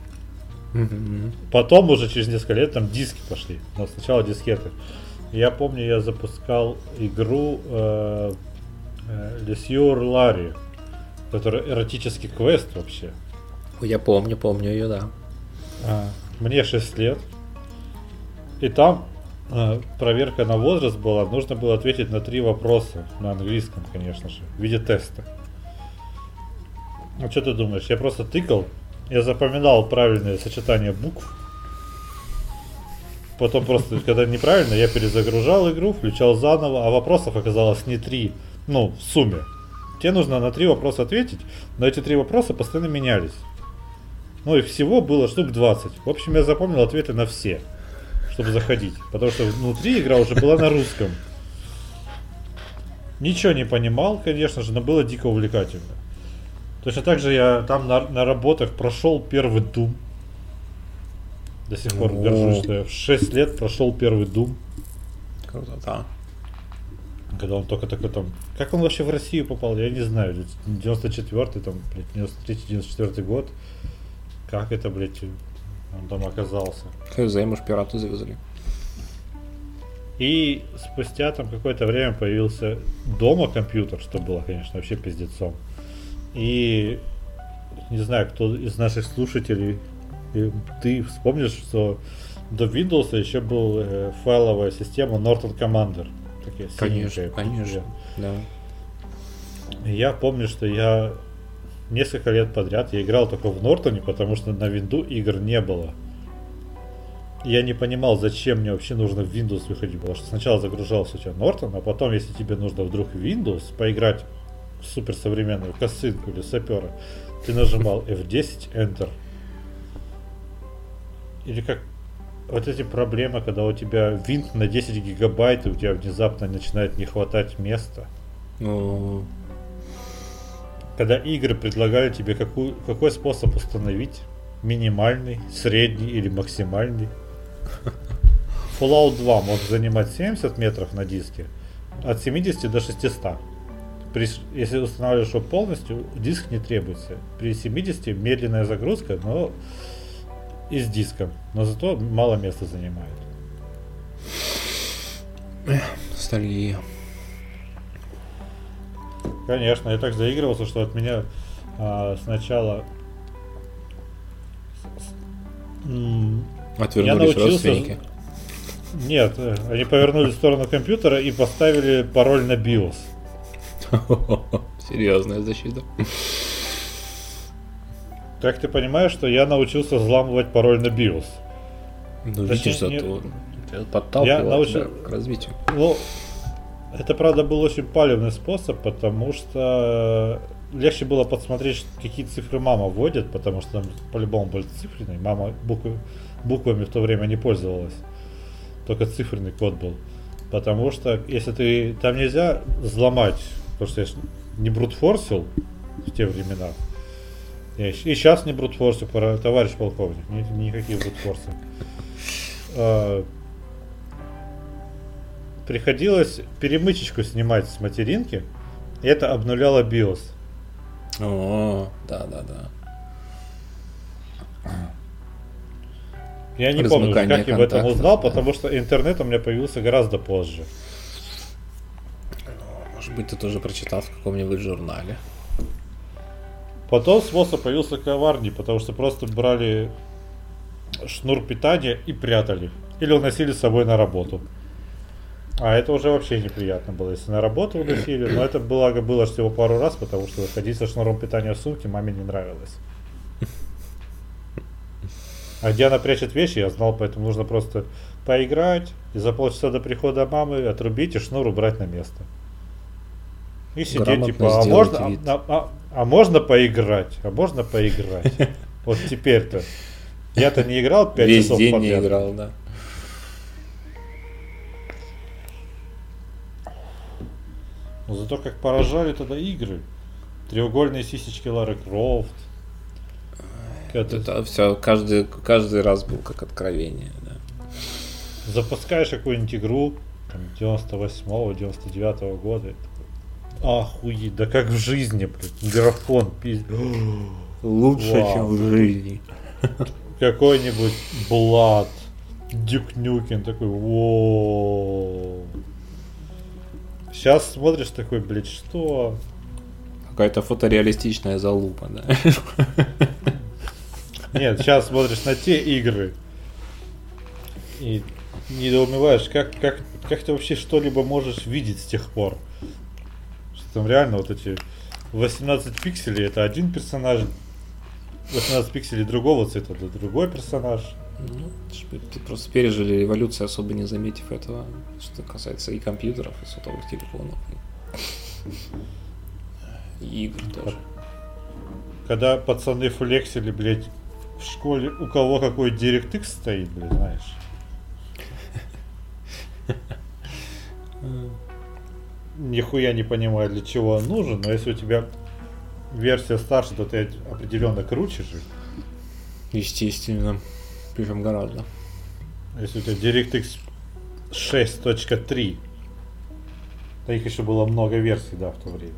Потом уже через несколько лет там диски пошли, но сначала дискеты. Я помню, я запускал игру э, э, Лесьюр Ларри, который эротический квест вообще. Я помню, помню ее, да. А, мне шесть лет. И там а, проверка на возраст была. Нужно было ответить на три вопроса. На английском, конечно же. В виде теста. Ну что ты думаешь? Я просто тыкал. Я запоминал правильное сочетание букв. Потом просто, когда неправильно, я перезагружал игру, включал заново. А вопросов оказалось не три. Ну, в сумме. Тебе нужно на три вопроса ответить. Но эти три вопроса постоянно менялись. Ну, их всего было штук двадцать. В общем, я запомнил ответы на все, чтобы заходить. Потому что внутри игра уже была на русском. Ничего не понимал, конечно же, но было дико увлекательно. Точно так же я там на, на работах прошел первый Doom. До сих пор горжусь, что я в шесть лет прошел первый Doom. Красота. Когда он только такой там... Как он вообще в Россию попал, я не знаю. девяносто четвёртый, там, блядь, девяносто третий девяносто четвёртый год. Как это, блядь, он там оказался? Хз, может, пираты завезли. И спустя там какое-то время появился дома компьютер, что было, конечно, вообще пиздецом. И не знаю, кто из наших слушателей, ты вспомнишь, что до Windows еще была э, файловая система Norton Commander. Такие конечно, конечно, да. Я помню, что я несколько лет подряд я играл только в Нортоне, потому что на винду игр не было. Я не понимал, зачем мне вообще нужно в Windows выходить, потому что сначала загружался у тебя Нортон, а потом, если тебе нужно вдруг в Windows поиграть в суперсовременную косынку или сапера, ты нажимал эф десять Enter. Или как вот эти проблемы, когда у тебя винт на десять гигабайт, и у тебя внезапно начинает не хватать места. Ну, Когда игры предлагают тебе какую, какой способ установить. Минимальный, средний или максимальный. Fallout два может занимать семьдесят метров на диске. От семидесяти до шестисот. При, если устанавливаешь его полностью, диск не требуется. При семидесяти медленная загрузка, но и с диском. Но зато мало места занимает. ностальгия. Конечно, я так заигрывался, что от меня а, сначала м, я Отвернулись научился. родственники. Нет, э, они повернули в сторону компьютера и поставили пароль на биос. Серьезная защита. Как ты понимаешь, что я научился взламывать пароль на биос? Ну, Точнее, видишь, не- зато Я подталкивало научил- тебя к развитию. Ну, это правда был очень палевный способ, потому что легче было подсмотреть, ш- какие цифры мама вводит, потому что там по-любому были цифренные. Мама буквы- буквами в то время не пользовалась. Только циферный код был. Потому что если ты там нельзя взломать, потому что я ж не брутфорсил в те времена. Я щ- и сейчас не брутфорсю, пора- товарищ полковник, ни- никакие брутфорсы. А, Приходилось перемычечку снимать с материнки, и это обнуляло биос. О, да, да, да. Я не помню, уже, Размыкание как я об этом контактов, узнал, да. потому что интернет у меня появился гораздо позже. Может быть, ты тоже прочитал в каком-нибудь журнале. Потом способ появился коварней, потому что просто брали шнур питания и прятали. Или уносили с собой на работу. А это уже вообще неприятно было, если на работу уносили. Но это благо было всего пару раз, потому что ходить со шнуром питания в сумке маме не нравилось. А где она прячет вещи, я знал, поэтому нужно просто поиграть и за полчаса до прихода мамы отрубить и шнур убрать на место. И сидеть Грамотно типа, а сделать можно, вид. а, а- а можно поиграть? А можно поиграть? Вот теперь-то. Я-то не играл пять Весь часов день не подряд. играл, да. Но зато как поражали тогда игры. Треугольные сисечки Лары Крофт. Это Это все, каждый, каждый раз был как откровение, да. запускаешь какую-нибудь игру там, девяносто восьмого девяносто девятого года. и такой, охуеть, да как в жизни, блядь. Графон, пиздец. Лучше, Вау. чем в жизни. Какой-нибудь Блад, Дюк Нюкем, такой, воу. Сейчас смотришь такой, блядь, что? Какая-то фотореалистичная залупа, да. Нет, сейчас смотришь на те игры и недоумеваешь, как, как, как ты вообще что-либо можешь видеть с тех пор. Что там реально вот эти восемнадцать пикселей это один персонаж, восемнадцать пикселей другого цвета это другой персонаж. Ну, ш- ты просто пережили революцию, особо не заметив этого, что касается и компьютеров, и сотовых телефонов, и, и игр тоже. Когда пацаны флексили, блядь, в школе, у кого какой DirectX стоит, блядь, знаешь. Нихуя не понимаю, для чего он нужен, но если у тебя версия старше, то ты определенно круче же. Естественно, причем гораздо. Если у тебя DirectX шесть точка три, да их еще было много версий, да, в то время.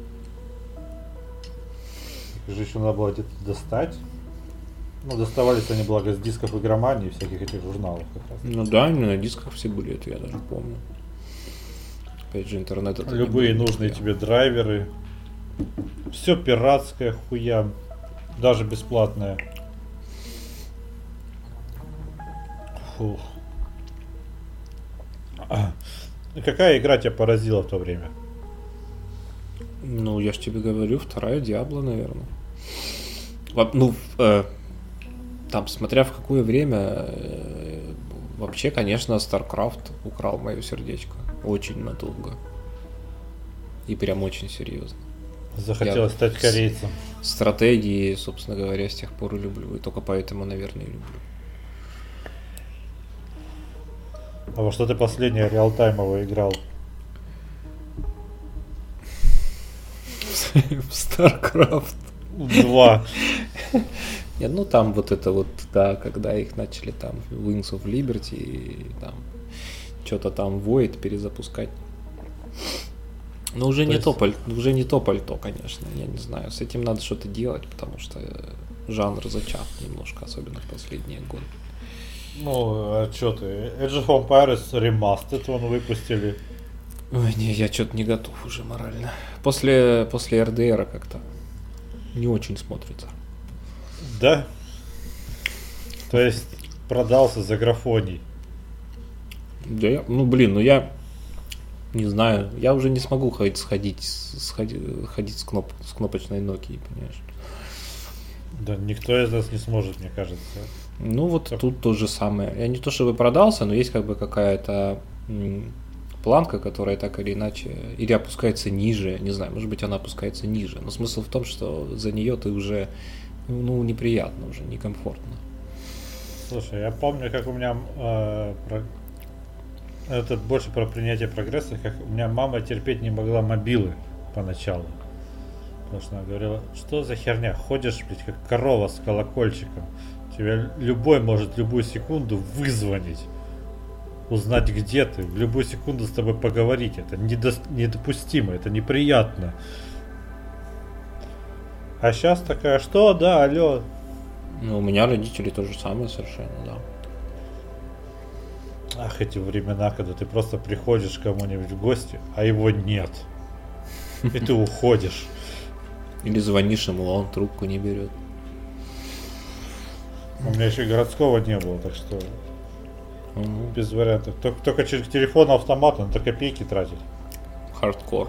Их же еще надо было где-то достать. Ну, доставались они, благо, с дисков игромании и всяких этих журналов как раз. Ну да, именно на дисках все были, это я даже помню. Опять же, интернет это не Любые был, нужные я- тебе драйверы. Все пиратское хуя. Даже бесплатное. Фух. А, какая игра тебя поразила в то время? Ну, я ж тебе говорю, вторая Диабло, наверное. Во- Ну, э, там, смотря в какое время, э, вообще, конечно, StarCraft украл мое сердечко. Очень надолго. И прям очень серьезно. Захотелось Я- стать корейцем. Стратегии, собственно говоря, с тех пор и люблю. И только поэтому, наверное, и люблю. А во что ты последнее реалтаймово играл? В StarCraft Два. Не, ну там вот это вот, да, когда их начали там Wings of Liberty, и там что-то там Void перезапускать. Но уже То не есть- то паль- уже не то пальто, конечно, я не знаю. С этим надо что-то делать, потому что жанр зачах немножко, особенно в последние годы. Ну, а чё ты? Age of Empires Remastered вон выпустили. Ой, не, я что-то не готов уже морально. После, после эр дэ эр как-то не очень смотрится. Да? То есть продался за графоний. Да, я, ну блин, ну я не знаю, я уже не смогу ходить, сходить, сходи- ходить с, кноп, с кнопочной Nokia, понимаешь? Да никто из нас не сможет, мне кажется. Ну вот Так. тут то же самое. Я не то чтобы продался, но есть как бы какая-то м, планка, которая так или иначе или опускается ниже, не знаю, может быть она опускается ниже. Но смысл в том, что за нее ты уже, ну, неприятно, уже некомфортно. Слушай, я помню, как у меня э, про- это больше про принятие прогресса, как у меня мама терпеть не могла мобилы поначалу. Потому что она говорила, что за херня, ходишь, блядь, как корова с колокольчиком. Тебя любой может любую секунду вызвонить, узнать, где ты, в любую секунду с тобой поговорить. Это недос- недопустимо, это неприятно. А сейчас такая, что, да, алло. Ну, у меня родители то же самое совершенно, да. Ах, эти времена, когда ты просто приходишь к кому-нибудь в гости, а его нет. И ты уходишь. Или звонишь ему, а он трубку не берет. У меня еще и городского не было, так что Мгм. без вариантов. Только, только через телефон автомат, он-то копейки тратит. Хардкор.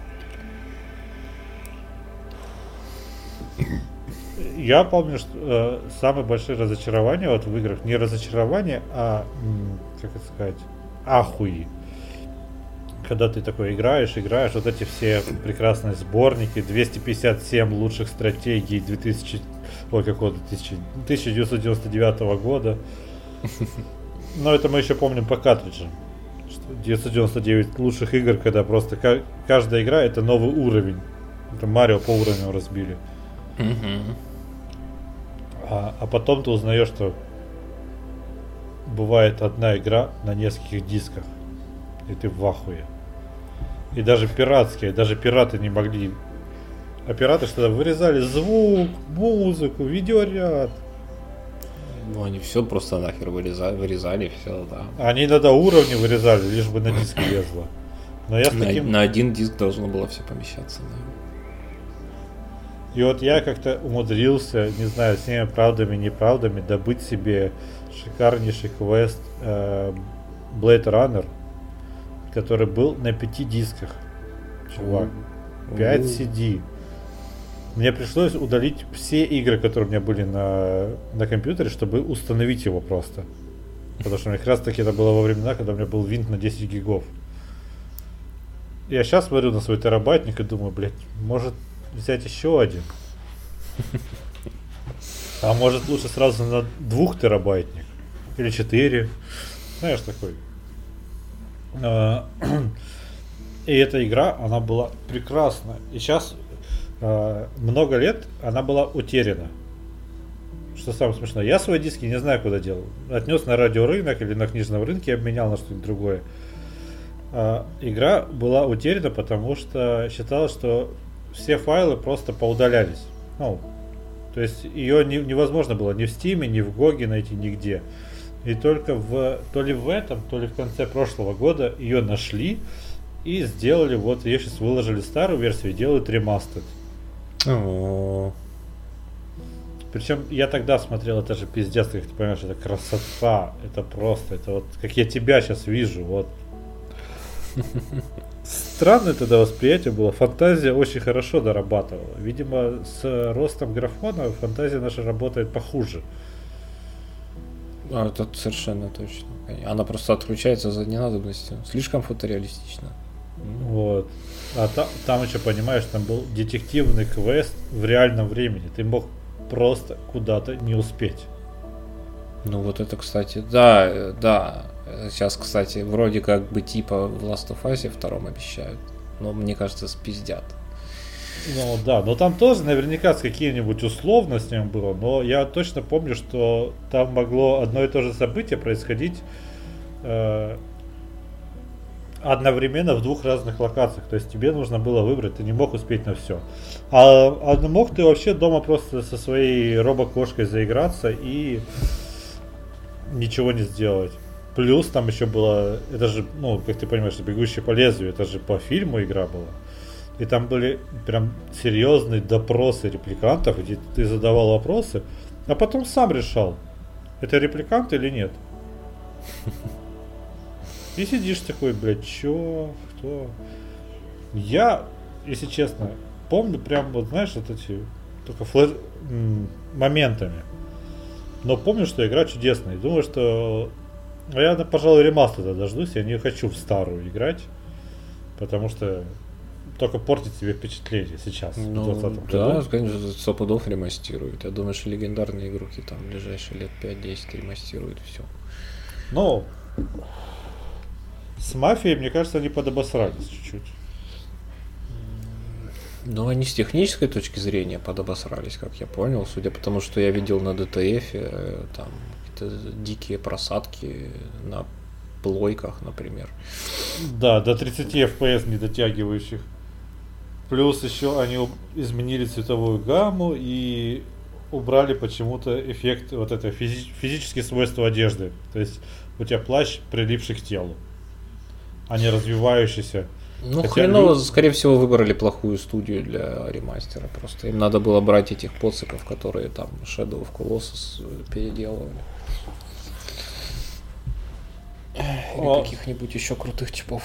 Я помню, что э, самые большие разочарования вот в играх, не разочарование, а, м, как это сказать, ахуи. Когда ты такой играешь, играешь, вот эти все прекрасные сборники, двести пятьдесят семь лучших стратегий две тысячи, ой, какого-то тысяча девятьсот девяносто девятого года. Но это мы еще помним по картриджам. Что девятьсот девяносто девять лучших игр, когда просто ка- каждая игра это новый уровень. Это Марио по уровню разбили. Мгм. А, а потом ты узнаешь, что бывает одна игра на нескольких дисках. И ты в ахуе. И даже пиратские, даже пираты не могли. А пираты что-то вырезали звук, музыку, видеоряд. Ну, они все просто нахер вырезали, вырезали все, да. Они иногда уровни вырезали, лишь бы на диск лезло. Но я с На, таким... на один диск должно было все помещаться, да. И вот я как-то умудрился, не знаю, всеми правдами, неправдами, добыть себе шикарнейший квест э, Blade Runner, который был на пяти дисках. Чувак, пять Ну, си ди. Мне пришлось удалить все игры, которые у меня были на, на компьютере, чтобы установить его просто. Потому что как раз таки это было во времена, когда у меня был винт на десять гигов. Я сейчас смотрю на свой терабайтник и думаю, блядь, может взять еще один. А может лучше сразу на двух терабайтник. Или четыре. Знаешь, такой. А, И эта игра, она была прекрасна. И сейчас а, много лет она была утеряна. Что самое смешное. Я свои диски не знаю, куда делал. Отнес на радиорынок или на книжном рынке, обменял на что-нибудь другое. А, игра была утеряна, потому что считалось, что все файлы просто поудалялись. Ну, то есть ее не- невозможно было ни в Steam, ни в Гоге найти нигде. И только в то ли в этом, то ли в конце прошлого года ее нашли и сделали, вот ее сейчас выложили старую версию и делают ремастер. О, Причем я тогда смотрел, это же пиздец, как ты понимаешь, это красота, это просто, это вот как я тебя сейчас вижу, вот. Странное тогда восприятие было, фантазия очень хорошо дорабатывала. Видимо, с ростом графона фантазия наша работает похуже. а, это совершенно точно. Она просто отключается за ненадобностью. Слишком фотореалистично. М. Вот. А та- там еще, понимаешь, там был детективный квест в реальном времени. Ты мог просто куда-то не успеть. Ну вот это, кстати, да, э, да. Сейчас, кстати, вроде как бы типа в Last of Us втором обещают. Но мне кажется, спиздят. Ну да, но там тоже наверняка с какими-нибудь условностями было. Но я точно помню, что там могло одно и то же событие происходить э, одновременно в двух разных локациях. То есть тебе нужно было выбрать, ты не мог успеть на все. А, а мог ты вообще дома просто со своей робокошкой заиграться и ничего не сделать. Плюс там еще было, это же, ну, как ты понимаешь, «Бегущий по лезвию», это же по фильму игра была. И там были прям серьезные допросы репликантов, где ты задавал вопросы, а потом сам решал, это репликант или нет. И сидишь такой, блядь, чё, кто? Я, если честно, помню прям, вот знаешь, вот эти, только флэш, м- моментами. Но помню, что игра чудесная. И думаю, что я, пожалуй, ремастера дождусь. Я не хочу в старую играть. Потому что только портит себе впечатление сейчас. Ну, в двадцатом да, году. конечно, сто пудов ремастируют. Я думаю, что легендарные игрухи там в ближайшие лет пять-десять ремастируют все. Но с мафией, мне кажется, они подобосрались чуть-чуть. Ну, они с технической точки зрения подобосрались, как я понял, судя по тому, что я видел на ди ти эф, там какие-то дикие просадки на плойках, например. Да, до тридцать эф пи эс не дотягивающих. Плюс еще они изменили цветовую гамму и убрали почему-то эффект, вот это физи- физические свойства одежды. То есть у тебя плащ, прилипший к телу, а не развивающийся. Ну, Хотя хреново, лю- скорее всего, выбрали плохую студию для ремастера. Просто им надо было брать этих поциков, которые там Shadow of Colossus переделывали. Или О. каких-нибудь еще крутых типов.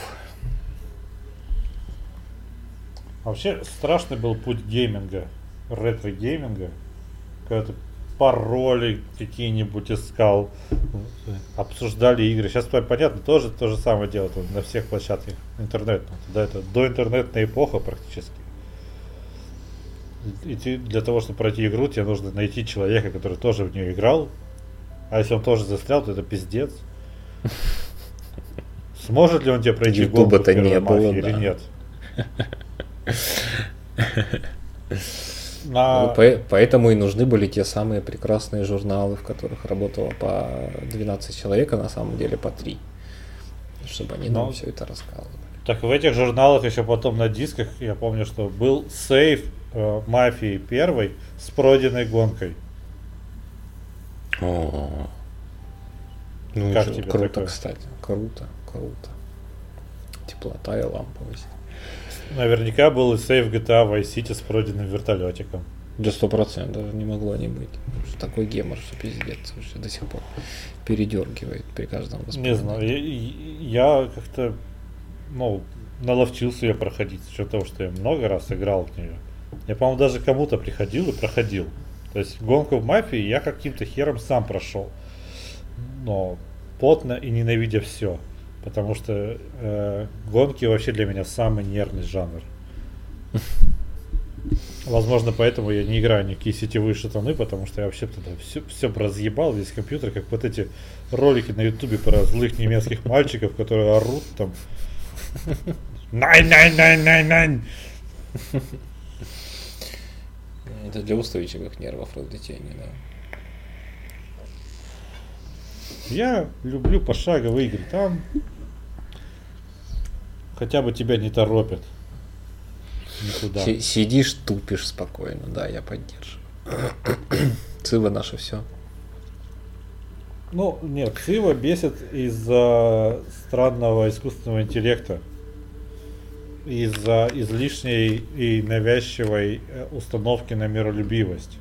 Вообще страшный был путь гейминга, ретро-гейминга, когда ты пароли какие-нибудь искал, обсуждали игры. Сейчас понятно, тоже то же самое делают на всех площадках интернета. Да, это доинтернетная эпоха практически. И ты, для того, чтобы пройти игру, тебе нужно найти человека, который тоже в нее играл. А если он тоже застрял, то это пиздец. Сможет ли он тебе пройти гонку в Ютуба-то первой не было, мафии да. или нет? Ну, На... по- поэтому и нужны были те самые прекрасные журналы, в которых работало по двенадцать человек, а на самом деле по три. Чтобы они нам Но- все это рассказывали. Так в этих журналах еще потом на дисках, я помню, что был сейф э, мафии первой с пройденной гонкой. О, ну, Как это тебе круто, такое? кстати. Круто, круто. Теплота и ламповость. Наверняка был и сейф джи ти эй Vice City с пройденным вертолетиком. Да сто процентов не могло не быть. Потому что такой гемор, что пиздец, уже до сих пор передергивает при каждом Не воспоминании. знаю, я, я как-то, ну, наловчился ее проходить, с учетом того, что я много раз играл в нее. Я, по-моему, даже кому-то приходил и проходил. То есть гонку в мафии я каким-то хером сам прошел. Но потно и ненавидя все. Потому что э, гонки вообще для меня самый нервный жанр. Возможно, поэтому я не играю ни в какие сетевые шатаны, потому что я вообще туда все, все разъебал, весь компьютер, как вот эти ролики на ютубе про злых немецких мальчиков, которые орут там. Найн, найн, найн, найн, найн. Это для устойчивых нервов развлечений, да. Я люблю пошаговые игры. Там хотя бы тебя не торопят. Никуда. Си- Сидишь, тупишь спокойно, да, я поддерживаю. Цива наше все. Ну, нет, Цива бесит из-за странного искусственного интеллекта. Из-за излишней и навязчивой э, установки на миролюбивость.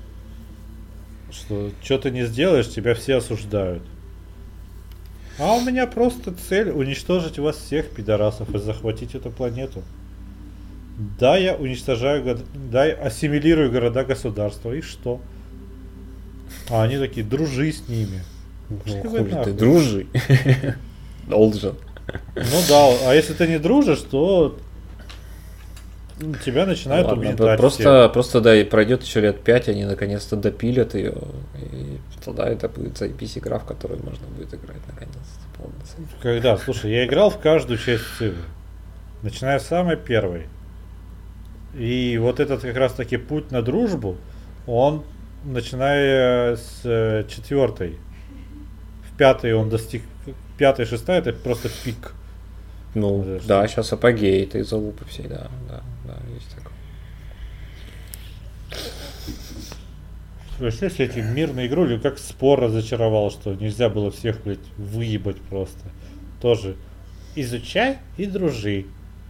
Что что ты не сделаешь, тебя все осуждают. А у меня просто цель уничтожить вас всех, пидорасов, и захватить эту планету. Да, я уничтожаю, го- да, я ассимилирую города-государства, и что? А они такие, дружи с ними. Ну, Пошли вы хули ты, нахуй. дружи. Должен. Ну да, а если ты не дружишь, то ну, тебя начинают Ладно, угнетать просто, просто да, и пройдет еще лет пять, они наконец-то допилят ее, и тогда это будет заебись игра, в которую можно будет играть наконец-то. полностью. Когда? Слушай, я играл в каждую часть Цивы. Начиная с самой первой. И вот этот как раз таки путь на дружбу, он, начиная с э, четвертой, в пятой он достиг, пятая, шестая, это просто пик. Ну, Вот это да, что. сейчас апогей этой залупы всей, да, да, да, есть такое. Вообще, с этим мирной игрой, как спор разочаровал, что нельзя было всех, блядь, выебать просто. Тоже изучай и дружи.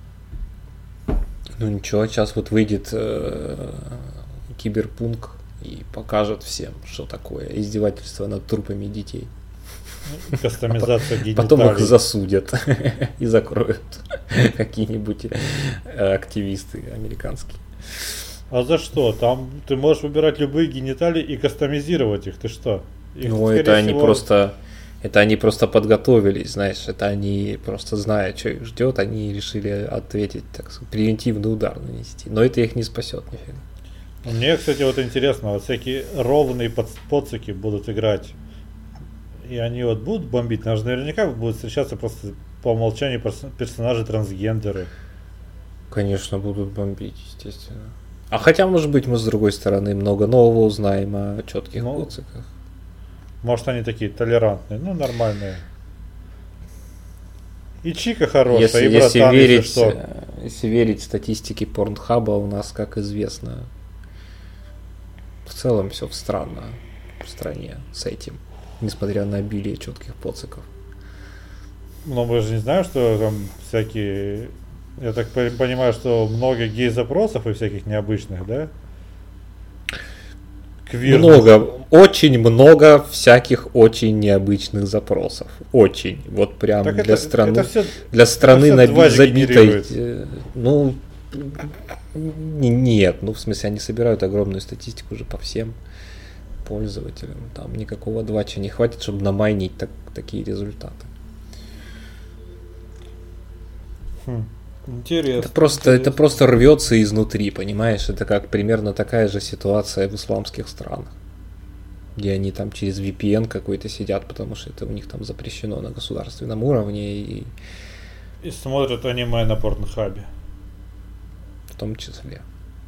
Ну ничего, сейчас вот выйдет э, киберпунк и покажет всем, что такое издевательство над трупами детей. Кастомизация гениталий. Потом их засудят и закроют какие-нибудь активисты американские. А за что? Там ты можешь выбирать любые гениталии и кастомизировать их. Ты что? Их, Ну скорее это они всего, просто... Это они просто подготовились, знаешь, это они просто зная, что их ждет, они решили ответить, так сказать, превентивный удар нанести. Но это их не спасет нифига. Мне, кстати, вот интересно, вот всякие ровные подс- подсыки будут играть. И они вот будут бомбить. Нам же наверняка будут встречаться просто по умолчанию перс- персонажи трансгендеры. Конечно, будут бомбить, естественно. А хотя, может быть, мы с другой стороны много нового узнаем о четких Ну, подсыках. Может, они такие толерантные, ну, нормальные. И Чика хорошая, Если, и если, братан, верить, если что. э, если верить статистике Порнхаба, у нас, как известно, в целом все странно в стране с этим, несмотря на обилие четких подсыков. Но мы же не знаем, что там всякие... Я так по- понимаю, что много гей-запросов и всяких необычных, да? Квирных. Много, очень много всяких очень необычных запросов. Очень. Вот прям Так для это- страны. это всё- для страны это всё наби- два забитой. генерирует. э, Ну, н- нет. Ну, в смысле, они собирают огромную статистику уже по всем пользователям. Там никакого двача не хватит, чтобы намайнить так, такие результаты. Хм. Интересно. Это просто, это интересно. просто рвется изнутри, понимаешь? Это как примерно такая же ситуация в исламских странах, где они там через ви пи эн какой-то сидят, потому что это у них там запрещено на государственном уровне, и И смотрят аниме на Порнхабе. в том числе.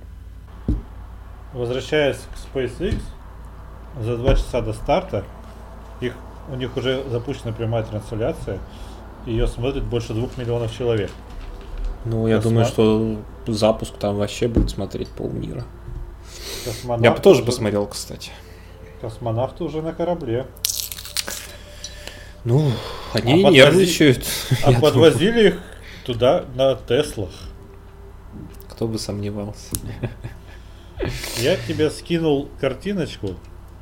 Возвращаясь к SpaceX, за два часа до старта их, у них уже запущена прямая трансляция, ее смотрит больше двух миллионов человек. Ну, я Космо- думаю, что запуск там вообще будет смотреть полмира. Космонавты Я бы тоже уже- посмотрел, кстати. Космонавты уже на корабле. Ну, они А подвози- нервничают. А я подвозили их туда на Теслах. думаю. Кто бы сомневался. Я тебе скинул картиночку.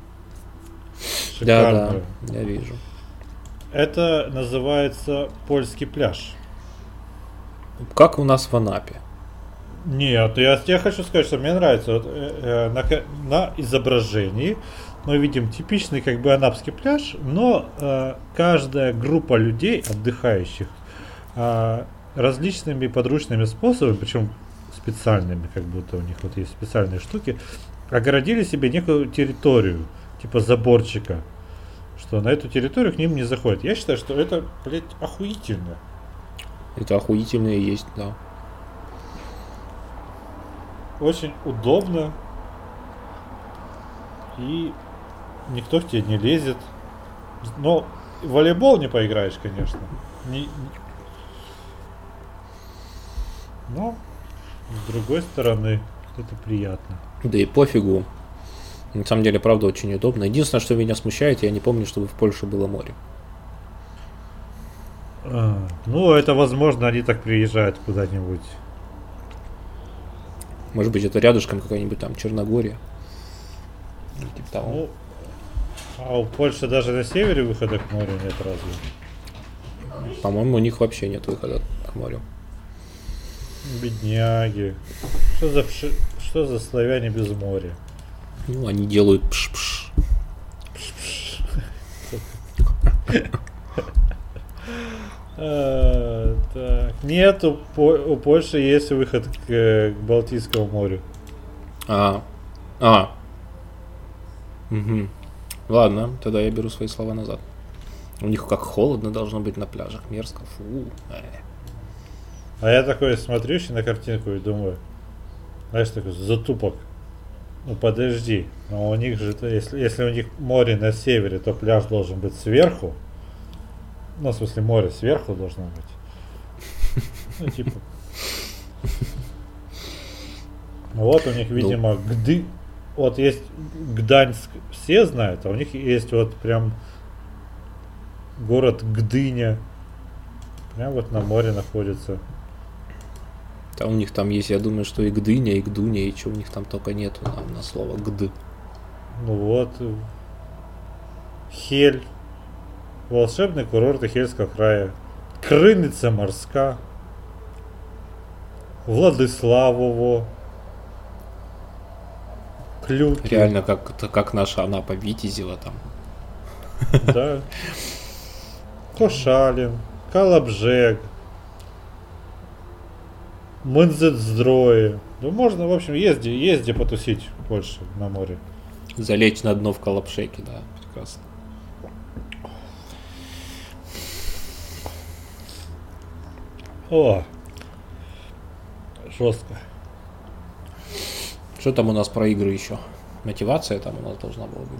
Да, Шикарную. да, я вижу. Это называется польский пляж. Как у нас в Анапе. Нет, я тебе хочу сказать, что мне нравится. Вот, э, э, на, ка- на изображении мы видим типичный как бы анапский пляж, но э, каждая группа людей, отдыхающих, э, различными подручными способами, причем специальными, как будто у них вот есть специальные штуки, огородили себе некую территорию, типа заборчика, что на эту территорию к ним не заходит. Я считаю, что это, блядь, охуительно. Это охуительно и есть, да. Очень удобно. И никто к тебе не лезет. Но в волейбол не поиграешь, конечно. Не- не- Но, с другой стороны, это приятно. Да и пофигу. На самом деле, правда, очень удобно. Единственное, что меня смущает, я не помню, чтобы в Польше было море. А, ну, это возможно, они так приезжают куда-нибудь. Может быть, это рядышком какая-нибудь там Черногория. Или типа того. Ну, а у Польши даже на севере выхода к морю нет разве? По-моему, у них вообще нет выхода к морю. Бедняги. Что за, пши- что за славяне без моря? Ну, они делают пш-пш. А, так. Нет, у, По- у Польши есть выход к, э, к Балтийскому морю. А. А. Угу. Ладно, тогда я беру свои слова назад. У них как холодно должно быть на пляжах, мерзко. Фу. Э. А я такой смотрю еще на картинку и думаю, знаешь, такой затупок. Ну подожди, но у них же, если, если у них море на севере, то пляж должен быть сверху. Ну, в смысле, море сверху должно быть. Ну, типа. Вот у них, видимо, ну. Гды. Вот есть Гданьск, все знают, а у них есть вот прям город Гдыня. Прям вот на море находится. Там у них там есть, я думаю, что и Гдыня, и Гдуня, и что у них там только нету на, на слово Гд. Ну вот. Хель. Волшебный курорт Хельского края. Крыница морска. Владиславово. Клюки. Реально, как, как наша Анапа Витязева там. Да. Кошалин. Калабжег. Мынзецдрои. Ну можно, в общем, езди, езди потусить больше на море. Залечь на дно в Калабшеке, да, прекрасно. О, жестко. Что там у нас про игры еще? Мотивация там у нас должна была быть,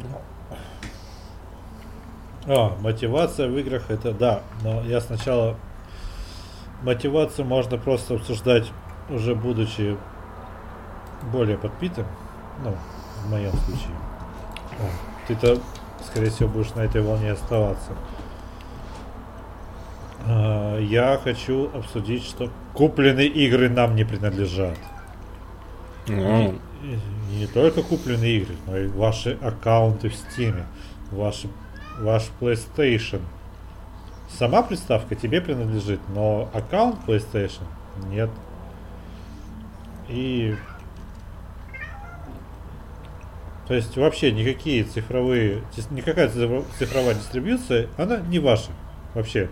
да? А, мотивация в играх это да, но я сначала мотивацию можно просто обсуждать уже будучи более подпитым, ну, в моем случае. Ты-то, скорее всего, будешь на этой волне оставаться. Я хочу обсудить, что купленные игры нам не принадлежат. Mm. Не, не только купленные игры, но и ваши аккаунты в Steam, ваши, ваш PlayStation. Сама приставка тебе принадлежит, но аккаунт PlayStation нет. И то есть вообще никакие цифровые, никакая цифровая дистрибьюция, она не ваша вообще.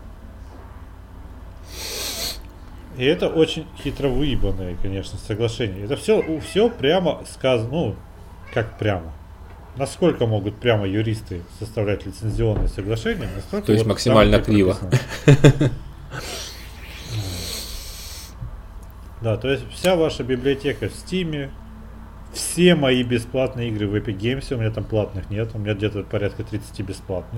И это очень хитро выебанное, конечно, соглашение. Это все, все прямо сказано, ну, как прямо. Насколько могут прямо юристы составлять лицензионные соглашения, настолько то есть вот максимально криво. Да, то есть вся ваша библиотека в Steam, все мои бесплатные игры в Epic Games, у меня там платных нет, у меня где-то порядка тридцать бесплатных.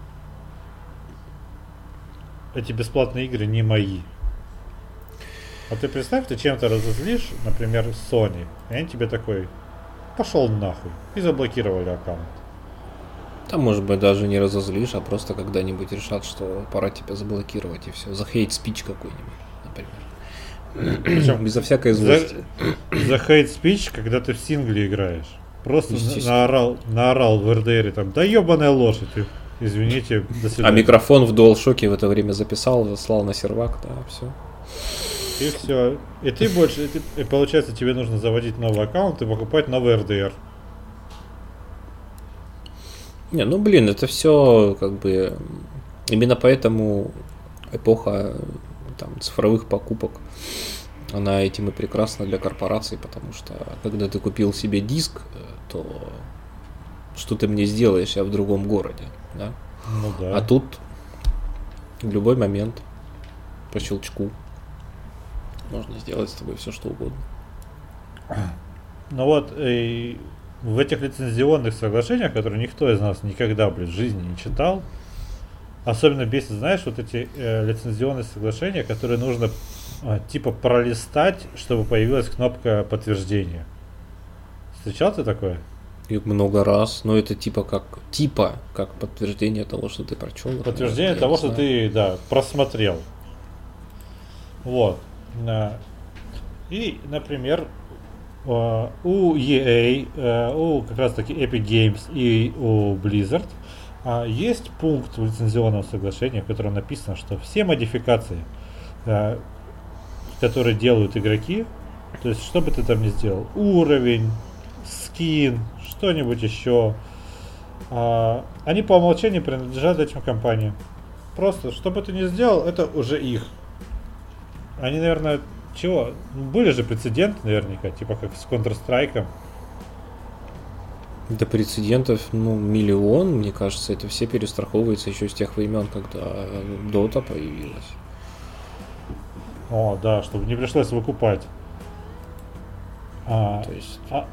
Эти бесплатные игры не мои. А ты представь, ты чем-то разозлишь, например, Sony, и они тебе такой, пошел нахуй, и заблокировали аккаунт. Там, может быть, даже не разозлишь, а просто когда-нибудь решат, что пора тебя заблокировать, и все. За хейт-спич какой-нибудь, например. Причем безо всякой злости. За, за хейт-спич, когда ты в сингле играешь. Просто наорал, наорал в эр дэ эр, там, да ебаная лошадь, извините, до свидания. А микрофон в DualShock в это время записал, заслал на сервак, да, все. И все. И ты больше, и, ты, и получается, тебе нужно заводить новый аккаунт и покупать новый эр дэ эр. Не, ну блин, это все как бы именно поэтому эпоха там, цифровых покупок, она этим и прекрасна для корпораций, потому что когда ты купил себе диск, то что ты мне сделаешь, я в другом городе, да? Ну да. А тут в любой момент по щелчку можно сделать с тобой все, что угодно. Ну вот, и в этих лицензионных соглашениях, которые никто из нас никогда, блин, в жизни не читал, особенно бесит, знаешь, вот эти э, лицензионные соглашения, которые нужно э, типа пролистать, чтобы появилась кнопка подтверждения. Встречал ты такое? И много раз, но это типа как типа как подтверждение того, что ты прочел. Подтверждение я того, что ты, да, просмотрел. Вот. И, например, у и эй, у как раз таки Epic Games и у Blizzard есть пункт в лицензионном соглашении, в котором написано, что все модификации, которые делают игроки, то есть что бы ты там ни сделал, уровень, скин, что-нибудь еще, они по умолчанию принадлежат этим компаниям. Просто, что бы ты ни сделал, это уже их. Они, наверное, чего? Были же прецеденты наверняка, типа как с Counter-Strike. Да прецедентов, ну, миллион, мне кажется, это все перестраховывается еще с тех времен, когда Дота появилась. О, да, чтобы не пришлось выкупать. А, То есть... а,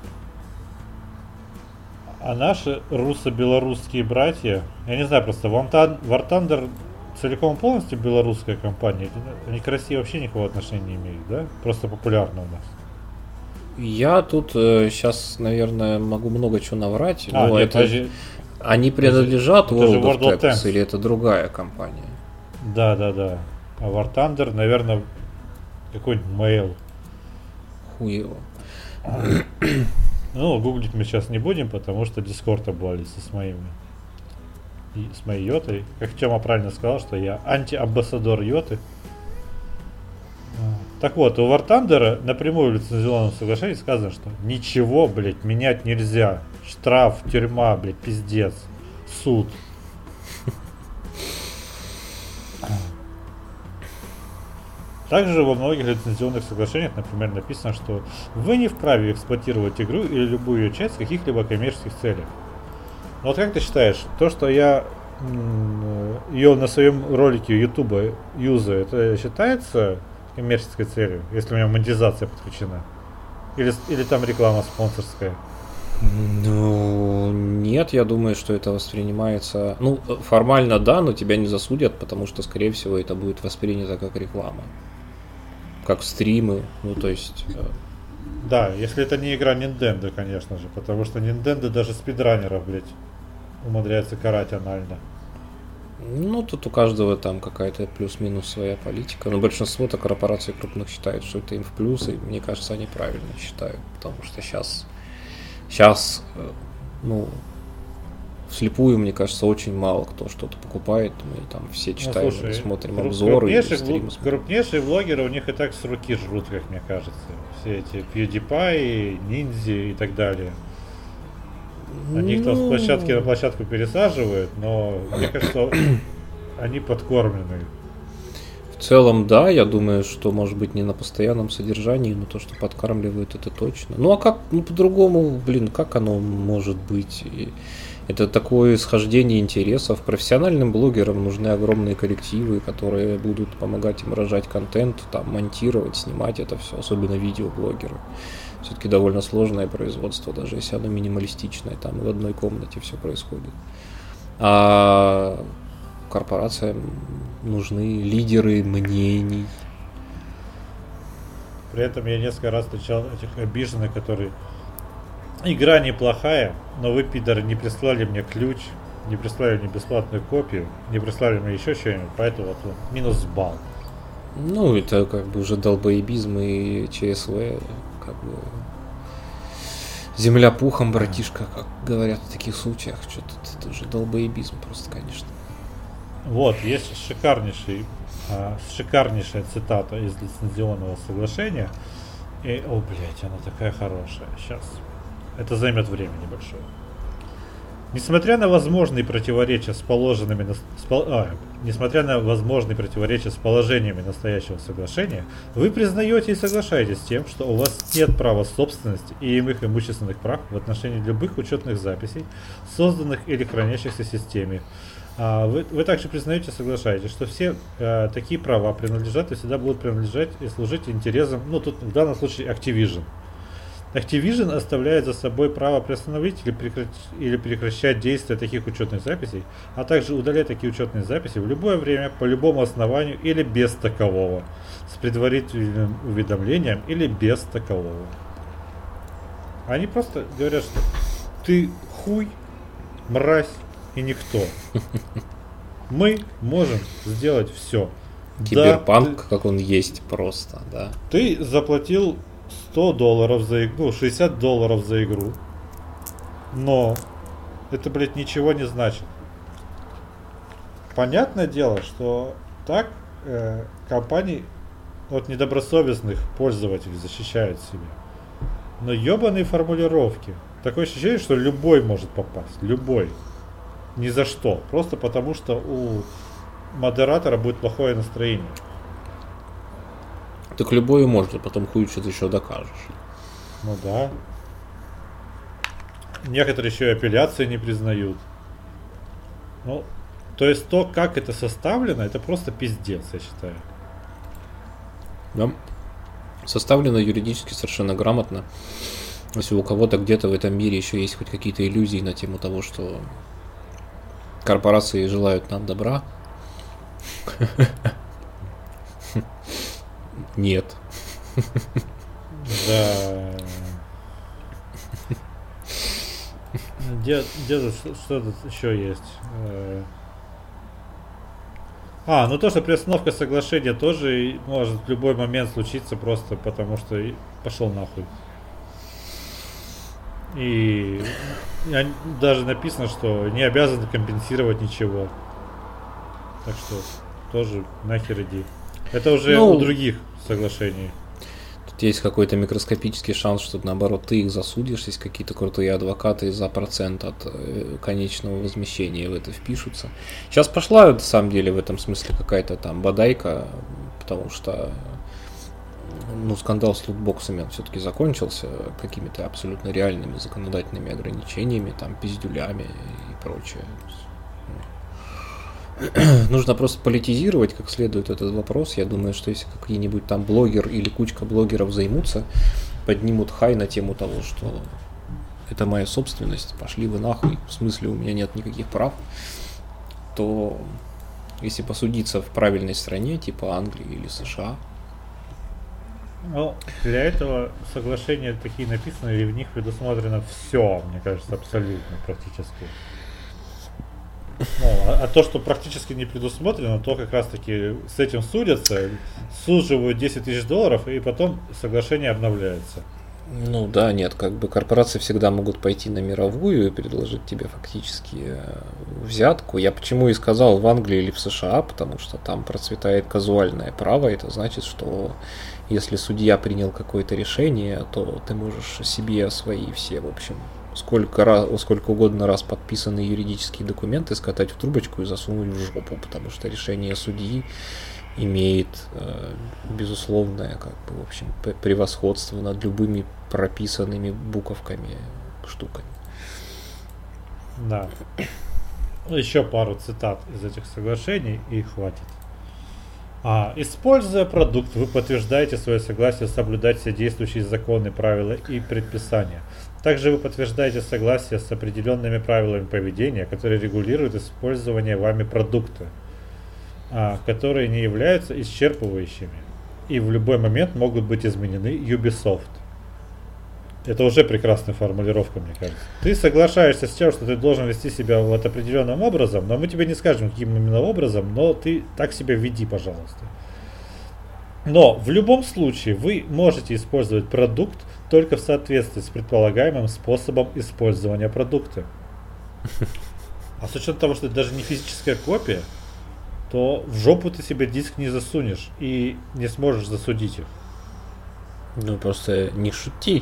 а наши руссо-белорусские братья, я не знаю, просто War Thunder целиком полностью белорусская компания, они к России вообще никакого отношения не имеют, да? Просто популярны у нас. Я тут э, сейчас, наверное, могу много чего наврать, А, но нет, это... подожди. Они принадлежат Это World, же of World of Tanks, Tanks. или это другая компания? Да, да, да. А War Thunder, наверное, какой-нибудь Mail. Хуй его. Ну, гуглить мы сейчас не будем, потому что Discord обвалится с моими. И с моей йотой. Как Тёма правильно сказал, что я анти-амбассадор йоты. Так вот, у War Thunder напрямую в лицензионном соглашении сказано, что ничего, блядь, менять нельзя. Штраф, тюрьма, блядь, пиздец. Суд. Также во многих лицензионных соглашениях, например, написано, что вы не вправе эксплуатировать игру или любую ее часть в каких-либо коммерческих целях. Но вот как ты считаешь, то, что я ее на своем ролике YouTube юзаю, это считается коммерческой целью, если у меня монетизация подключена? Или, или там реклама спонсорская? Ну, нет, я думаю, что это воспринимается... Ну, формально да, но тебя не засудят, потому что, скорее всего, это будет воспринято как реклама. Как стримы, ну, то есть... Да, если это не игра Nintendo, конечно же, потому что Nintendo даже спидранеров, блядь, умудряется карать анально. Ну, тут у каждого там какая-то плюс-минус своя политика. Но большинство-то корпораций крупных считают, что это им в плюс, и мне кажется, они правильно считают, потому что сейчас... Сейчас, ну, вслепую, мне кажется, очень мало кто что-то покупает. Мы там все читаем, ну, слушай, смотрим кру- обзоры и стримы. Крупнейшие блогеры у них и так с руки жрут, как мне кажется. Все эти PewDiePie, Ниндзи и так далее. Они их там с площадки на площадку пересаживают, но мне кажется, они подкормлены. В целом, да, я думаю, что может быть не на постоянном содержании, но то, что подкармливают, это точно. Ну а как, ну по-другому, блин, как оно может быть? И это такое схождение интересов. Профессиональным блогерам нужны огромные коллективы, которые будут помогать им рожать контент, там, монтировать, снимать это все, особенно видеоблогеры. Все-таки довольно сложное производство, даже если оно минималистичное, там в одной комнате все происходит. А корпорациям нужны лидеры мнений. При этом я несколько раз встречал этих обиженных, которые... Игра неплохая, но вы, пидоры, не прислали мне ключ, не прислали мне бесплатную копию, не прислали мне еще что-нибудь, поэтому вот минус балл. Ну, это как бы уже долбоебизм и ЧСВ, как бы... Земля пухом, братишка, как говорят в таких случаях. Что-то это уже долбоебизм просто, конечно. Вот, есть шикарнейший, а, шикарнейшая цитата из лицензионного соглашения. И, о, блядь, она такая хорошая. Сейчас. Это займет время небольшое. Несмотря на возможные противоречия с положенными... С, а, несмотря на возможные противоречия с положениями настоящего соглашения, вы признаете и соглашаетесь с тем, что у вас нет права собственности и иных имущественных прав в отношении любых учетных записей, созданных или хранящихся в системе. А вы, вы также признаете и соглашаетесь, что все э, такие права принадлежат и всегда будут принадлежать и служить интересам, ну тут в данном случае Activision. Activision оставляет за собой право приостановить или, прекрат... или прекращать действие таких учетных записей, а также удалять такие учетные записи в любое время, по любому основанию или без такового, с предварительным уведомлением или без такового. Они просто говорят, что ты хуй, мразь и никто. Мы можем сделать все. Киберпанк, да, как он есть просто, да. Ты заплатил сто долларов за игру, шестьдесят долларов за игру. Но это, блядь, ничего не значит. Понятное дело, что так э, компании от недобросовестных пользователей защищают себя. Но ебаные формулировки. Такое ощущение, что любой может попасть. Любой. Ни за что. Просто потому, что у модератора будет плохое настроение. Так любой может, потом хуй что-то еще докажешь. Ну да. некоторые еще и апелляции не признают. Ну, то есть то, как это составлено, это просто пиздец, я считаю. Да. Составлено юридически совершенно грамотно. Если у кого-то где-то в этом мире еще есть хоть какие-то иллюзии на тему того, что корпорации желают нам добра, нет. Да. Где, где что тут еще есть? А, ну то, что приостановка соглашения тоже может в любой момент случиться просто потому, что пошел нахуй. И даже написано, что не обязаны компенсировать ничего. Так что тоже нахер иди. Это уже ну, у других соглашений. Тут есть какой-то микроскопический шанс, что наоборот ты их засудишь, есть какие-то крутые адвокаты за процент от конечного возмещения в это впишутся. Сейчас пошла, на самом деле, в этом смысле какая-то там бодайка, потому что ну, скандал с лутбоксами все-таки закончился какими-то абсолютно реальными законодательными ограничениями, там, пиздюлями и прочее. Нужно просто политизировать как следует этот вопрос. Я думаю, что если какие-нибудь там блогер или кучка блогеров займутся, поднимут хай на тему того, что это моя собственность, пошли вы нахуй, в смысле у меня нет никаких прав, то если посудиться в правильной стране, типа Англии или США. Ну, для этого соглашения такие написаны, и в них предусмотрено все, мне кажется, абсолютно практически. Ну, а, а то, что практически не предусмотрено, то как раз таки с этим судятся, суживают десять тысяч долларов, и потом соглашение обновляется. Ну да, нет, как бы корпорации всегда могут пойти на мировую и предложить тебе фактически взятку. Я почему и сказал в Англии или в США, потому что там процветает казуальное право, это значит, что если судья принял какое-то решение, то ты можешь себе свои все, в общем, сколько раз, сколько угодно раз подписанные юридические документы скатать в трубочку и засунуть в жопу, потому что решение судьи имеет э, безусловное, как бы, в общем, превосходство над любыми прописанными буковками, штуками. Да. Еще пару цитат из этих соглашений и хватит. А, используя продукт, вы подтверждаете свое согласие соблюдать все действующие законы, правила и предписания. Также вы подтверждаете согласие с определенными правилами поведения, которые регулируют использование вами продукта, а, которые не являются исчерпывающими и в любой момент могут быть изменены Ubisoft. Это уже прекрасная формулировка, мне кажется. Ты соглашаешься с тем, что ты должен вести себя вот определенным образом, но мы тебе не скажем, каким именно образом, но ты так себя веди, пожалуйста. Но в любом случае вы можете использовать продукт только в соответствии с предполагаемым способом использования продукта. А с учетом того, что это даже не физическая копия, то в жопу ты себе диск не засунешь и не сможешь засудить их. Ну просто не шути.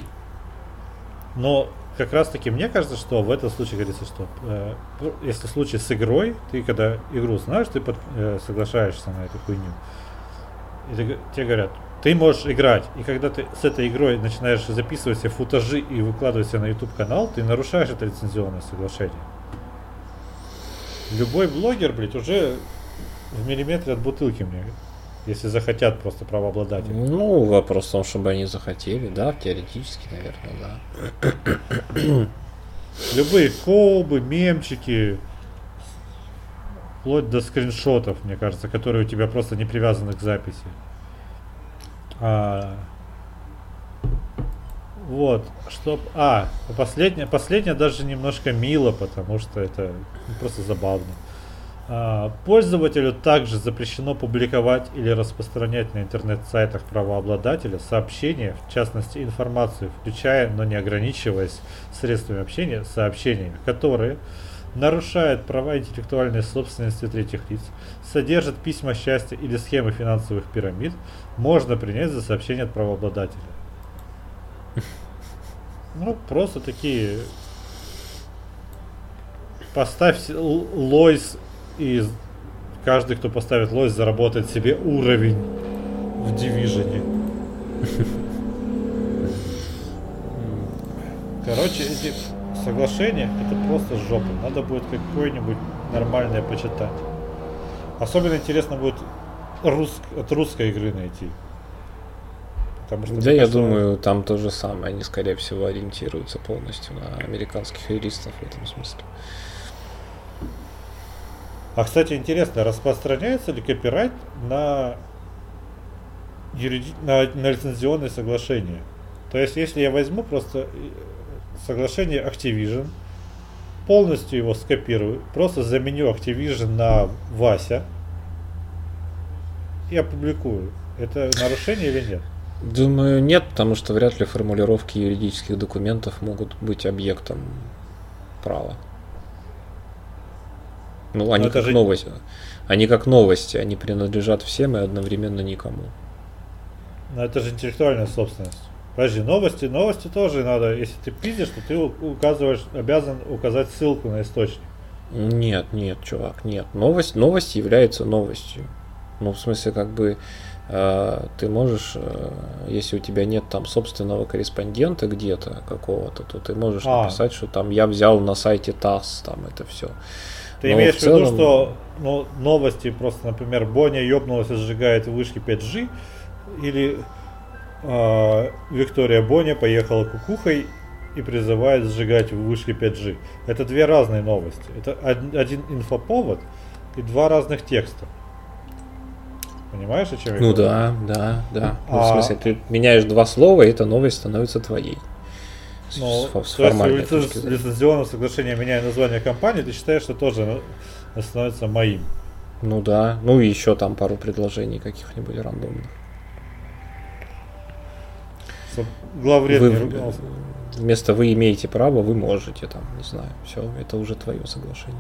Но как раз таки мне кажется, что в этом случае говорится, что э, если в случае с игрой, ты когда игру знаешь, ты под, э, соглашаешься на эту хуйню. И ты, тебе говорят, ты можешь играть. И когда ты с этой игрой начинаешь записывать все футажи и выкладывать себе на YouTube канал, ты нарушаешь это лицензионное соглашение. Любой блогер, блядь, уже в миллиметре от бутылки мне. Если захотят просто правообладатели. Ну, вопрос в том, чтобы они захотели, да, теоретически, наверное, да. Любые колбы, мемчики, вплоть до скриншотов, мне кажется, которые у тебя просто не привязаны к записи. А, вот, чтоб... А, последнее, последнее даже немножко мило, потому что это просто забавно. Пользователю также запрещено публиковать или распространять на интернет-сайтах правообладателя сообщения, в частности информацию, включая, но не ограничиваясь средствами общения, сообщениями, которые нарушают права интеллектуальной собственности третьих лиц, содержат письма счастья или схемы финансовых пирамид, можно принять за сообщение от правообладателя. Ну, просто такие... Поставь лойс, и каждый, кто поставит лось, заработает себе уровень в Division. Короче, эти соглашение это просто жопа. Надо будет какое-нибудь нормальное почитать. Особенно интересно будет рус... от русской игры найти. Потому что, да, я кажется, думаю, там то же самое. Они, скорее всего, ориентируются полностью на американских юристов в этом смысле. А, кстати, интересно, распространяется ли копирайт на, юриди... на, на лицензионные соглашения? То есть, если я возьму просто соглашение Activision, полностью его скопирую, просто заменю Activision на Вася и опубликую, это нарушение или нет? Думаю, нет, потому что вряд ли формулировки юридических документов могут быть объектом права. Ну, они как же... новости. Они как новости, они принадлежат всем и одновременно никому. Но это же интеллектуальная собственность. Подожди, новости, новости тоже надо, если ты пиздишь, то ты указываешь, обязан указать ссылку на источник. Нет, нет, чувак, нет. Новость, новость является новостью. Ну, в смысле, как бы э, ты можешь, э, если у тебя нет там собственного корреспондента где-то какого-то, то ты можешь а. написать, что там я взял на сайте ТАСС, там это все. Ты Но имеешь в целом... виду, что ну, новости просто, например, Боня ёбнулась и сжигает вышки пять джи, или э, Виктория Боня поехала кукухой и призывает сжигать вышки пять джи. Это две разные новости. Это один инфоповод и два разных текста. Понимаешь, о чем я ну, говорю? Ну да, да, да. А... Ну, в смысле, ты меняешь два слова, и эта новость становится твоей. Ну, с, с то есть лиценз, лицензионное соглашение меняя название компании, ты считаешь, что тоже становится моим? Ну да, ну и еще там пару предложений каких-нибудь рандомных. Главред вы, не ругался. Вместо вы имеете право, вы можете там, не знаю, все, это уже твое соглашение.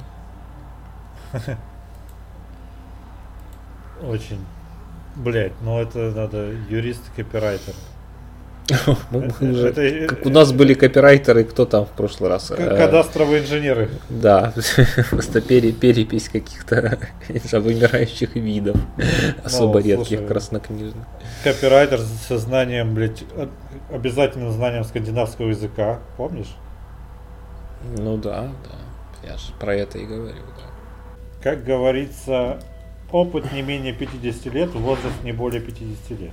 Очень. Блять, ну это надо юрист-копирайтер. Уже, это, как у нас были копирайтеры, кто там в прошлый раз? Кадастровые инженеры. Да, просто перепись каких-то вымирающих видов, особо О, редких слушай, краснокнижных. Копирайтер со знанием, блядь, обязательным знанием скандинавского языка, помнишь? Ну да, да, я же про это и говорю, да. Как говорится, опыт не менее пятидесяти лет, возраст не более пятидесяти лет.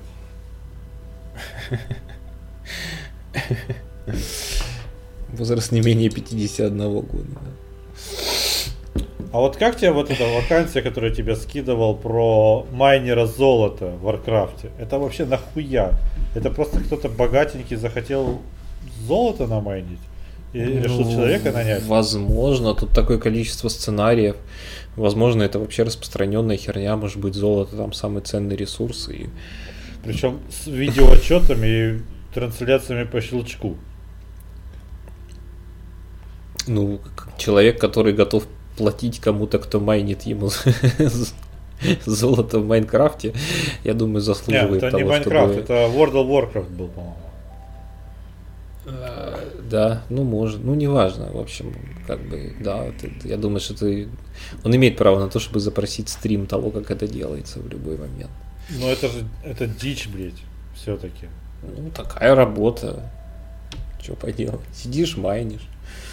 Возраст не менее пятидесяти одного года. Да. А вот как тебе вот эта вакансия, которую я тебе скидывал про майнера золота в Варкрафте? Это вообще нахуя? Это просто кто-то богатенький захотел золото намайнить? И ну, решил человека нанять? Возможно, тут такое количество сценариев. Возможно, это вообще распространенная херня. Может быть, золото там самый ценный ресурс. И... Причем с видеоотчетами и трансляциями по щелчку. Ну, человек, который готов платить кому-то, кто майнит ему золото в Майнкрафте, я думаю, заслуживает Нет, это того, не Майнкрафт, чтобы... это World of Warcraft был, по-моему. Да, ну может, ну неважно, в общем, как бы, да, ты, я думаю, что ты, он имеет право на то, чтобы запросить стрим того, как это делается в любой момент. Ну это же, это дичь, блядь, все-таки. Ну такая работа, что поделать, сидишь, майнишь.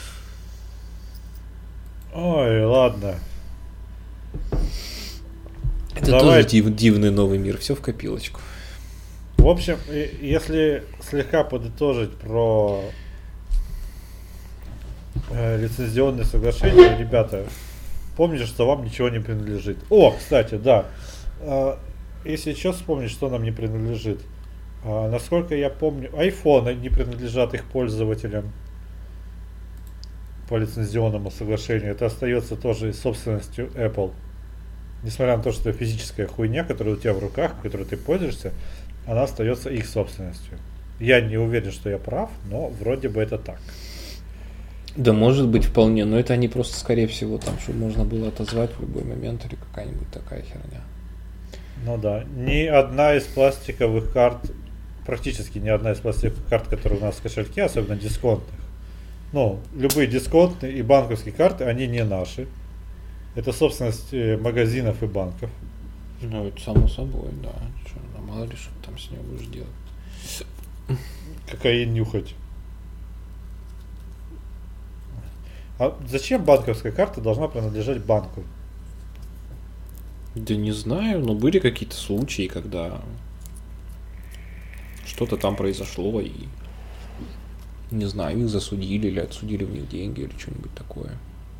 Ой, ладно. Это Давай. Тоже див, дивный новый мир, все в копилочку. В общем, если слегка подытожить про э, лицензионные соглашения, ребята, помните, что вам ничего не принадлежит. О, кстати, да. Э, если что, вспомнить, что нам не принадлежит. Э, насколько я помню, айфоны не принадлежат их пользователям по лицензионному соглашению. Это остается тоже собственностью Apple. Несмотря на то, что это физическая хуйня, которая у тебя в руках, которой ты пользуешься, она остается их собственностью. Я не уверен, что я прав, но вроде бы это так. Да, может быть, вполне, но это они просто, скорее всего, там, чтобы можно было отозвать в любой момент или какая-нибудь такая херня. Ну да, ни одна из пластиковых карт, практически ни одна из пластиковых карт, которые у нас в кошельке, особенно дисконтных, ну, любые дисконтные и банковские карты, они не наши. Это собственность магазинов и банков. Ну, это само собой, да. Что, ну, мало ли, что там с ней будешь делать. Кокаин нюхать. А зачем банковская карта должна принадлежать банку? Да не знаю, но были какие-то случаи, когда что-то там произошло, и, не знаю, их засудили или отсудили в них деньги, или что-нибудь такое.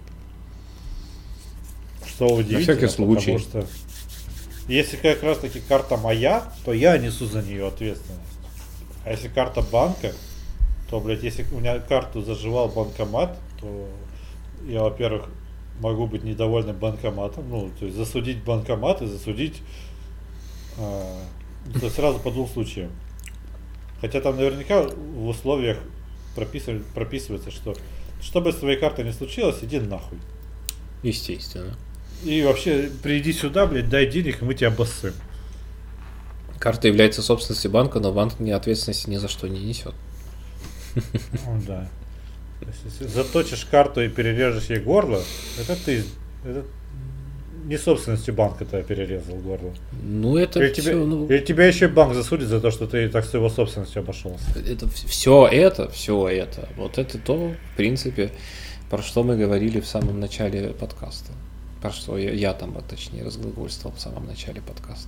Что удивительно, на всякий случай. Потому что если как раз таки карта моя, то я несу за нее ответственность. А если карта банка, то, блядь, если у меня карту заживал банкомат, то я, во-первых, могу быть недовольным банкоматом, ну, то есть засудить банкомат и засудить э, то сразу по двум случаям. Хотя там наверняка в условиях прописывается, прописывается, что чтобы с твоей картой не случилось, иди нахуй. Естественно. И вообще, приди сюда, блядь, дай денег, и мы тебя обоссым. Карта является собственностью банка, но банк ни ответственности ни за что не несет. Ну да. Если заточишь карту и перережешь ей горло, это ты. Это не собственностью банка ты перерезал горло. Ну это или все. Тебя, ну... Или тебя еще банк засудит за то, что ты так с его собственностью обошелся. Это все это, все это. Вот это то, в принципе, про что мы говорили в самом начале подкаста. Про что я, я там, точнее, разглагольствовал в самом начале подкаста.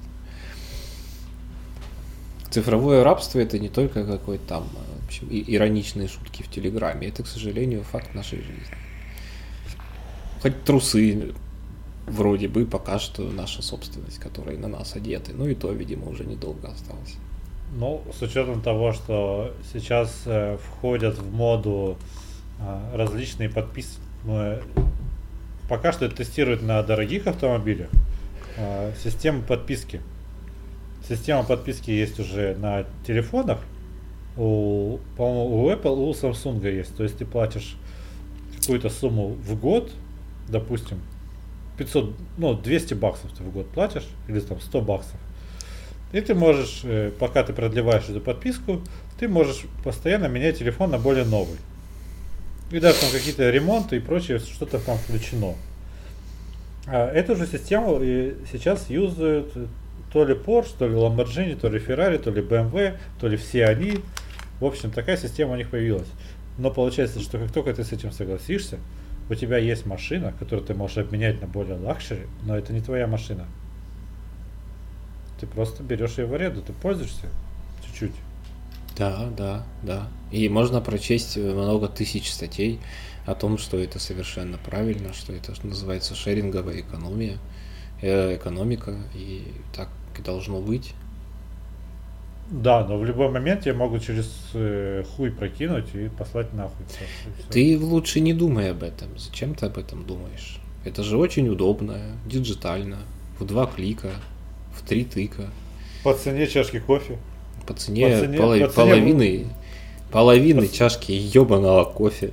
Цифровое рабство — это не только какой-то там, в общем, ироничные шутки в Телеграме. Это, к сожалению, факт нашей жизни. Хоть трусы вроде бы пока что наша собственность, которые на нас одеты. Ну и то, видимо, уже недолго осталось. Ну, с учетом того, что сейчас э, входят в моду э, различные подписки, э, пока что это тестируют на дорогих автомобилях, э, систему подписки. Система подписки есть уже на телефонах, у, по-моему, у Apple, у Samsung есть. То есть ты платишь какую-то сумму в год, допустим, пятьсот, ну, двести баксов ты в год платишь, или там сто баксов. И ты можешь, пока ты продлеваешь эту подписку, ты можешь постоянно менять телефон на более новый. И даже там какие-то ремонты и прочее, что-то там включено. А эту же систему и сейчас юзают то ли Porsche, то ли Lamborghini, то ли Ferrari, то ли бэ эм вэ, то ли все они. В общем, такая система у них появилась. Но получается, что как только ты с этим согласишься, у тебя есть машина, которую ты можешь обменять на более лакшери, но это не твоя машина. Ты просто берешь ее в аренду, ты пользуешься чуть-чуть. Да, да, да. И можно прочесть много тысяч статей о том, что это совершенно правильно, что это называется шеринговая экономия, э, экономика, и так и должно быть. Да, но в любой момент я могу через э, хуй прокинуть и послать нахуй. Все, все. Ты лучше не думай об этом. Зачем ты об этом думаешь? Это же очень удобно, диджитально, в два клика, в три тыка. По цене чашки кофе. По цене, по цене, полов, по цене половины, половины по... чашки ебаного кофе.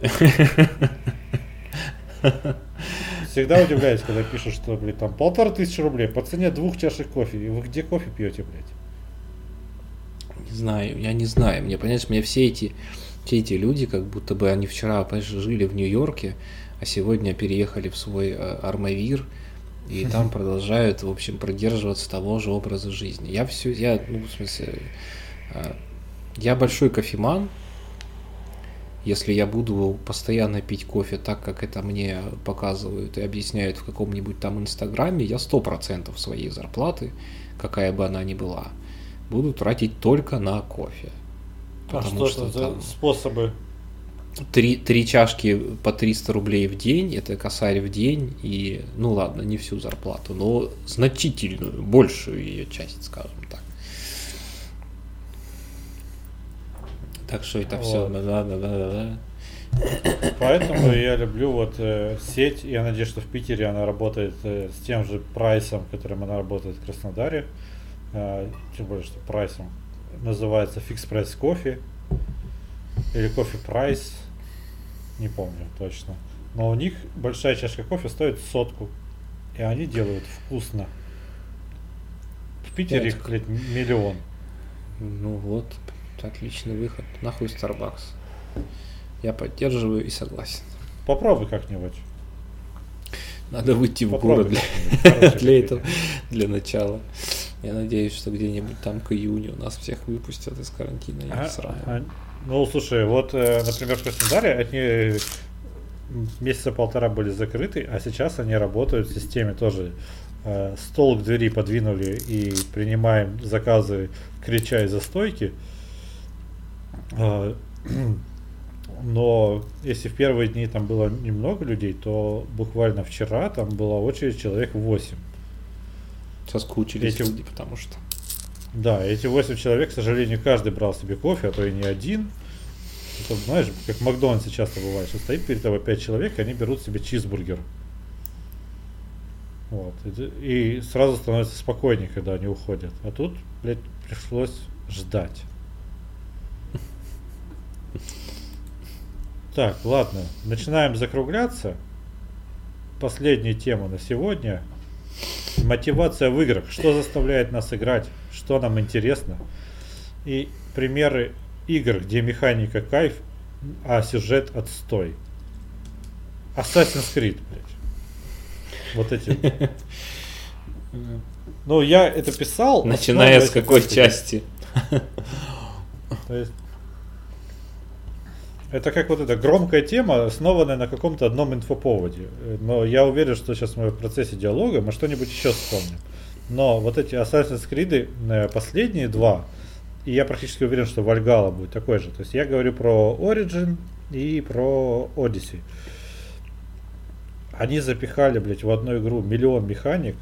Всегда удивляюсь, когда пишут, что, блядь, там полторы тысячи рублей по цене двух чашек кофе. И вы где кофе пьете, блядь? Не знаю, я не знаю. Мне, понимаешь, мне все эти, все эти люди, как будто бы они вчера, понимаешь, жили в Нью-Йорке, а сегодня переехали в свой Армавир, и там продолжают, в общем, продерживаться того же образа жизни. Я все, я, ну, в смысле, я большой кофеман. Если я буду постоянно пить кофе так, как это мне показывают и объясняют в каком-нибудь там инстаграме, я сто процентов своей зарплаты, какая бы она ни была, буду тратить только на кофе. А что, что это за способы? Три, три чашки по триста рублей в день, это косарь в день, и, ну ладно, не всю зарплату, но значительную, большую ее часть, скажем так. Так что это вот. Все, да-да-да-да-да. Поэтому я люблю вот э, сеть, я надеюсь, что в Питере она работает э, с тем же прайсом, которым она работает в Краснодаре. Э, тем более, что прайсом называется Fix Price Coffee или Coffee Price, не помню точно. Но у них большая чашка кофе стоит сотку, и они делают вкусно. В Питере их, блядь, миллион. Ну вот, отличный выход. Нахуй Starbucks. Я поддерживаю и согласен. Попробуй как-нибудь. Надо выйти в Попробуй город для, для этого, для начала. Я надеюсь, что где-нибудь там к июню нас всех выпустят из карантина. А, а, ну, слушай, вот, например, в Краснодаре они месяца полтора были закрыты, а сейчас они работают в системе тоже. Э, стол к двери подвинули и принимаем заказы, крича из-за стойки. Э, но если в первые дни там было немного людей, то буквально вчера там была очередь человек восемь. Соскучились Эти- люди, потому что... Да, эти восемь человек, к сожалению, каждый брал себе кофе, а то и не один. Это, знаешь, как в Макдональдсе часто бывает, что стоит перед тобой пять человек, и они берут себе чизбургер. Вот. И, и сразу становится спокойнее, когда они уходят. А тут, блядь, пришлось ждать. Так, ладно, начинаем закругляться. Последняя тема на сегодня. Мотивация в играх. Что заставляет нас играть? Что нам интересно? И примеры игр, где механика кайф, а сюжет отстой. Assassin's Creed, блядь. Вот эти. Ну, я это писал. Начиная с основываясь на какой практике. части? То есть, это как вот эта громкая тема, основанная на каком-то одном инфоповоде. Но я уверен, что сейчас мы в процессе диалога мы что-нибудь еще вспомним. Но вот эти Assassin's Creed, э, последние два, и я практически уверен, что Valhalla будет такой же. То есть я говорю про Origin и про Odyssey. Они запихали, блядь, в одну игру миллион механик.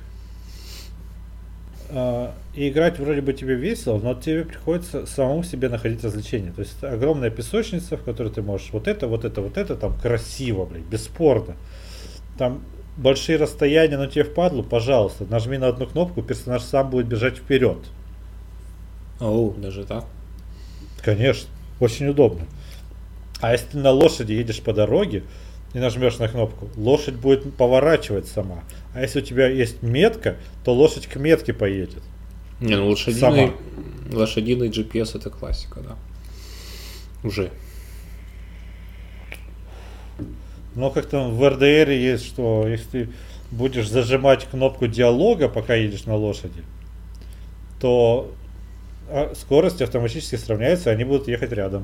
А, и играть вроде бы тебе весело, но тебе приходится самому себе находить развлечения. То есть это огромная песочница, в которой ты можешь вот это, вот это, вот это, там красиво, блядь, бесспорно. Там большие расстояния, но тебе впадлу, пожалуйста, нажми на одну кнопку, персонаж сам будет бежать вперед. Оу, даже так? Конечно, очень удобно. А если ты на лошади едешь по дороге и нажмешь на кнопку, лошадь будет поворачивать сама. А если у тебя есть метка, то лошадь к метке поедет. Не, ну лошадиный, лошадиный джи пи эс это классика, да. Уже. Но как там в эр дэ эр есть, что если ты будешь зажимать кнопку диалога, пока едешь на лошади, то а, скорость автоматически сравняется, и они будут ехать рядом.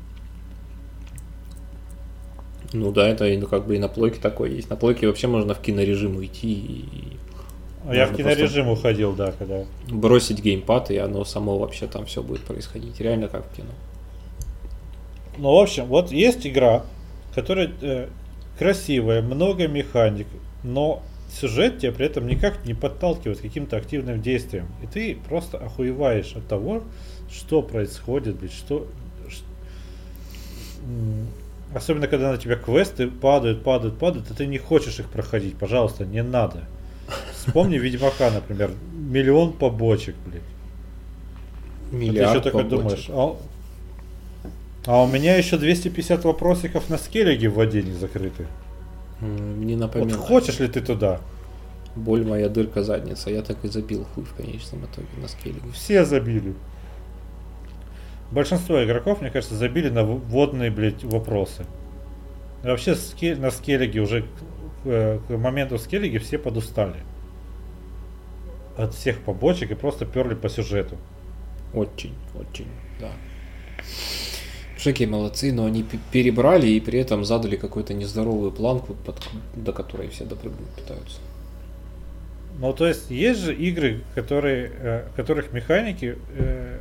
Ну да, это и, ну, как бы и на плойке такое есть. На плойке вообще можно в кинорежим уйти и А я в можно кинорежим уходил, да, когда. бросить геймпад, и оно само вообще там все будет происходить. Реально как в кино. Ну, в общем, вот есть игра, которая э, красивая, много механик, но сюжет тебя при этом никак не подталкивает к каким-то активным действиям. И ты просто охуеваешь от того, что происходит, ведь что... ш- м, Особенно, когда на тебя квесты падают, падают, падают, и ты не хочешь их проходить. Пожалуйста, не надо. Вспомни Ведьмака, например. Миллион побочек, блядь. А ты Миллиард еще такой побочек. думаешь, а, а у меня еще двести пятьдесят вопросиков на скеллиге в воде не закрыты. М, Не Вот напоминаю. хочешь ли ты туда? Боль моя, дырка, задница. Я так и забил хуй в конечном итоге на скейлинге. Все забили. Большинство игроков, мне кажется, забили на в- водные, блядь, вопросы. И вообще ски- на скеллиге уже к, э, к моменту скеллиги все подустали. От всех побочек и просто перли по сюжету. Очень, очень, да. Шеки молодцы, но они п- перебрали и при этом задали какую-то нездоровую планку, под- до которой все допрыгнуть пытаются. Ну, то есть, есть же игры, которые, э, которых механики, э,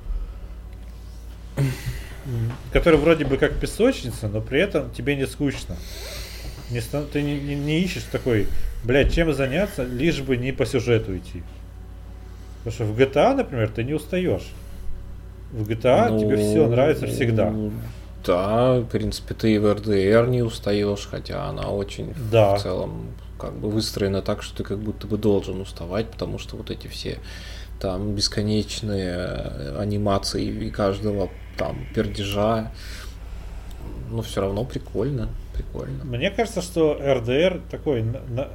м, которые вроде бы как песочница, но при этом тебе не скучно. Не ста- ты не, не- не ищешь такой, блядь, чем заняться, лишь бы не по сюжету идти. Потому что в джи ти эй, например, ты не устаешь. В джи ти эй Ну, тебе все нравится всегда. Да, в принципе, ты и в эр дэ эр не устаешь, хотя она очень Да. в целом как бы выстроена так, что ты как будто бы должен уставать, потому что вот эти все там бесконечные э, анимации и каждого там пердежа, ну все равно прикольно, прикольно. Мне кажется, что эр дэ эр такой на, на-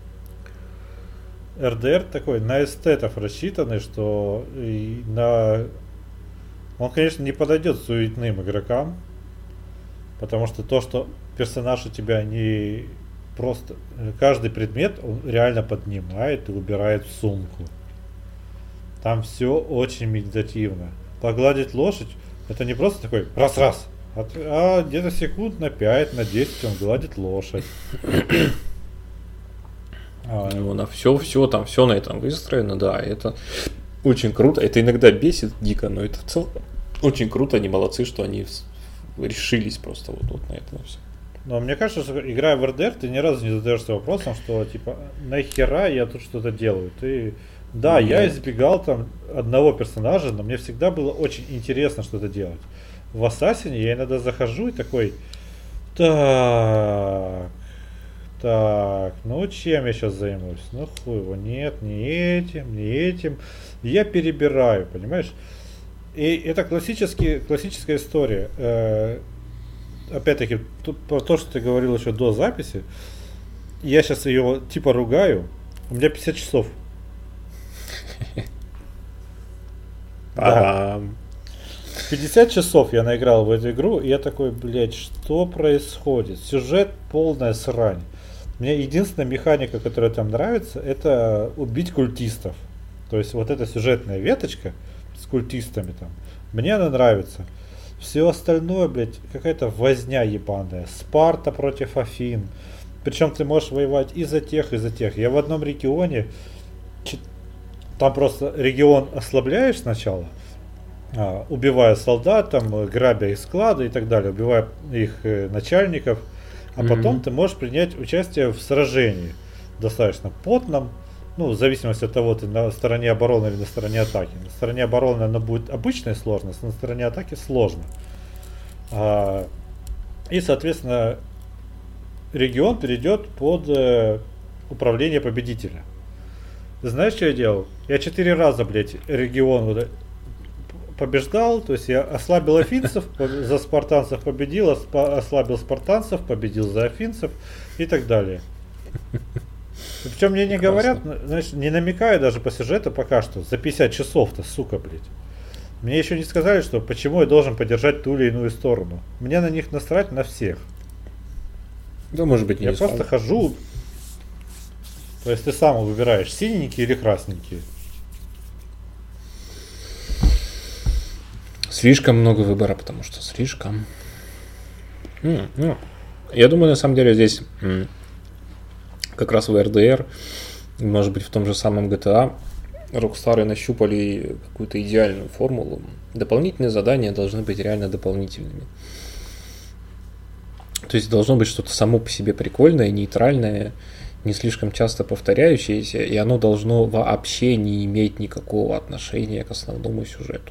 эр дэ эр такой на эстетов рассчитанный, что и на он, конечно, не подойдет суетным игрокам, потому что то, что персонаж у тебя не просто каждый предмет он реально поднимает и убирает в сумку. Там все очень медитативно. Погладить лошадь это не просто такой раз-раз, А, а где-то секунд на пять, на десять он гладит лошадь. А, ну, на все, все, там все на этом выстроено, да, это очень круто. Это иногда бесит дико, но это в целом очень круто, они молодцы, что они решились просто вот, вот на это все. Но мне кажется, что играя в эр дэ эр, ты ни разу не задаешься вопросом, что типа нахера я тут что-то делаю. Ты, да, Нет. я избегал там одного персонажа, но мне всегда было очень интересно что-то делать. В Ассасине я иногда захожу и такой, так, так, ну чем я сейчас займусь? Ну хуй его, нет, не этим, не этим. Я перебираю, понимаешь? И это классический, классическая история. Э, опять-таки, тут, про то, что ты говорил еще до записи, я сейчас ее типа ругаю, у меня пятьдесят часов. Да. пятьдесят часов я наиграл в эту игру, и я такой, блядь, что происходит? Сюжет полная срань. Мне единственная механика, которая там нравится, это убить культистов. То есть вот эта сюжетная веточка с культистами там, мне она нравится. Все остальное, блядь, какая-то возня ебаная. Спарта против Афин. Причем ты можешь воевать и за тех, и за тех. Я в одном регионе, там просто регион ослабляешь сначала, убивая солдат, там, грабя их склады и так далее, убивая их начальников, а mm-hmm. потом ты можешь принять участие в сражении достаточно потном, ну, в зависимости от того, ты на стороне обороны или на стороне атаки. На стороне обороны оно будет обычная сложность, на стороне атаки сложно. А, и, соответственно, регион перейдет под э, управление победителя. Ты знаешь, что я делал? Я четыре раза, блядь, регион вот, побеждал, то есть я ослабил афинцев, за спартанцев победил, ослабил спартанцев, победил за афинцев и так далее. Причем мне не говорят, знаешь, не намекают даже по сюжету пока что, за пятьдесят часов-то, сука, блядь. Мне еще не сказали, что почему я должен поддержать ту или иную сторону. Мне на них насрать на всех. Да, может быть, не Я просто сам. хожу. То есть ты сам выбираешь, синенькие или красненькие. Слишком много выбора, потому что слишком. Mm, ну, я думаю, на самом деле здесь м, как раз в эр дэ эр, может быть, в том же самом джи ти эй, Rockstar нащупали какую-то идеальную формулу. Дополнительные задания должны быть реально дополнительными. То есть должно быть что-то само по себе прикольное, нейтральное, не слишком часто повторяющееся, и оно должно вообще не иметь никакого отношения к основному сюжету.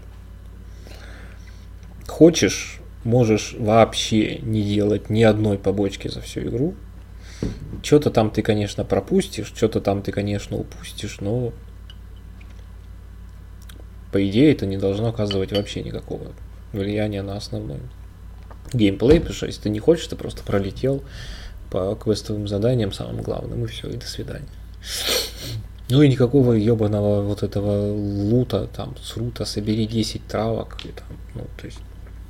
Хочешь, можешь вообще не делать ни одной побочки за всю игру. Что-то там ты, конечно, пропустишь, что-то там ты, конечно, упустишь, но по идее это не должно оказывать вообще никакого влияния на основной геймплей, потому что если ты не хочешь, ты просто пролетел по квестовым заданиям самым главным, и все, и до свидания. Ну и никакого ебаного вот этого лута, там, с рута собери десять травок, и там, ну, то есть...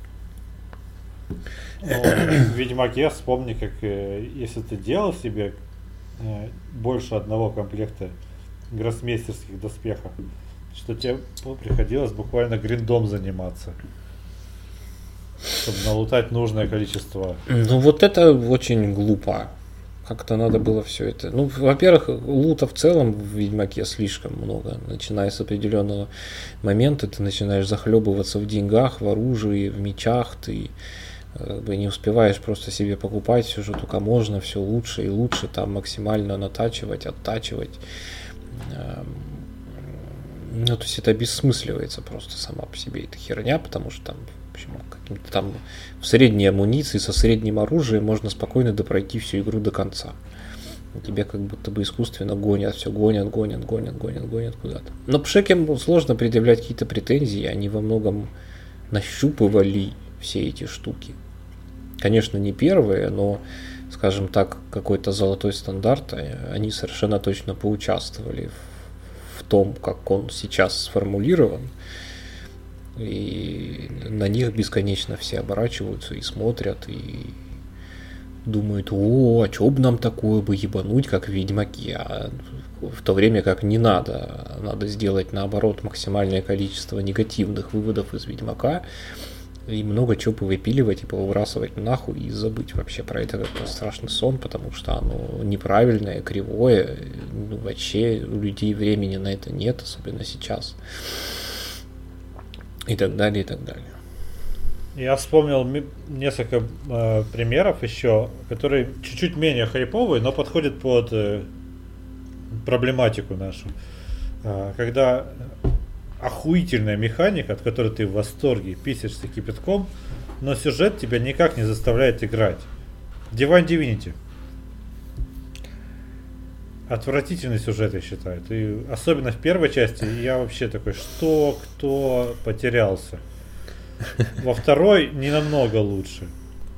Ну, в Ведьмаке вспомни, как э, если ты делал себе э, больше одного комплекта гроссмейстерских доспехов, что тебе ну, приходилось буквально гриндом заниматься, чтобы налутать нужное количество. Ну вот это очень глупо. Как-то надо было все это. Ну, во-первых, лута в целом в Ведьмаке слишком много. Начиная с определенного момента, ты начинаешь захлебываться в деньгах, в оружии, в мечах, ты не успеваешь просто себе покупать все, что только можно, все лучше и лучше, там максимально натачивать, оттачивать. Ну, то есть это обесмысливается просто сама по себе эта херня, потому что там, в общем, каким-то там в средней амуниции со средним оружием можно спокойно допройти всю игру до конца. Тебя как будто бы искусственно гонят, все гонят, гонят, гонят, гонят, гонят куда-то. Но Пшекам сложно предъявлять какие-то претензии, они во многом нащупывали все эти штуки. Конечно, не первые, но, скажем так, какой-то золотой стандарт, они совершенно точно поучаствовали в, в том, как он сейчас сформулирован. И на них бесконечно все оборачиваются и смотрят, и думают, о, а чё бы нам такое бы ебануть, как в Ведьмаке, а в то время как не надо. Надо сделать, наоборот, максимальное количество негативных выводов из Ведьмака, И много чего повыпиливать и повыбрасывать нахуй и забыть вообще про это как страшный сон, потому что оно неправильное, кривое. Ну, вообще у людей времени на это нет, особенно сейчас. И так далее, и так далее. Я вспомнил несколько э, примеров еще, которые чуть-чуть менее хайповые, но подходят под э, проблематику нашу. Э, когда охуительная механика, от которой ты в восторге, писаешься кипятком, но сюжет тебя никак не заставляет играть. Divine Divinity. Отвратительный сюжет, я считаю. И особенно в первой части я вообще такой, что, кто потерялся. Во второй не намного лучше.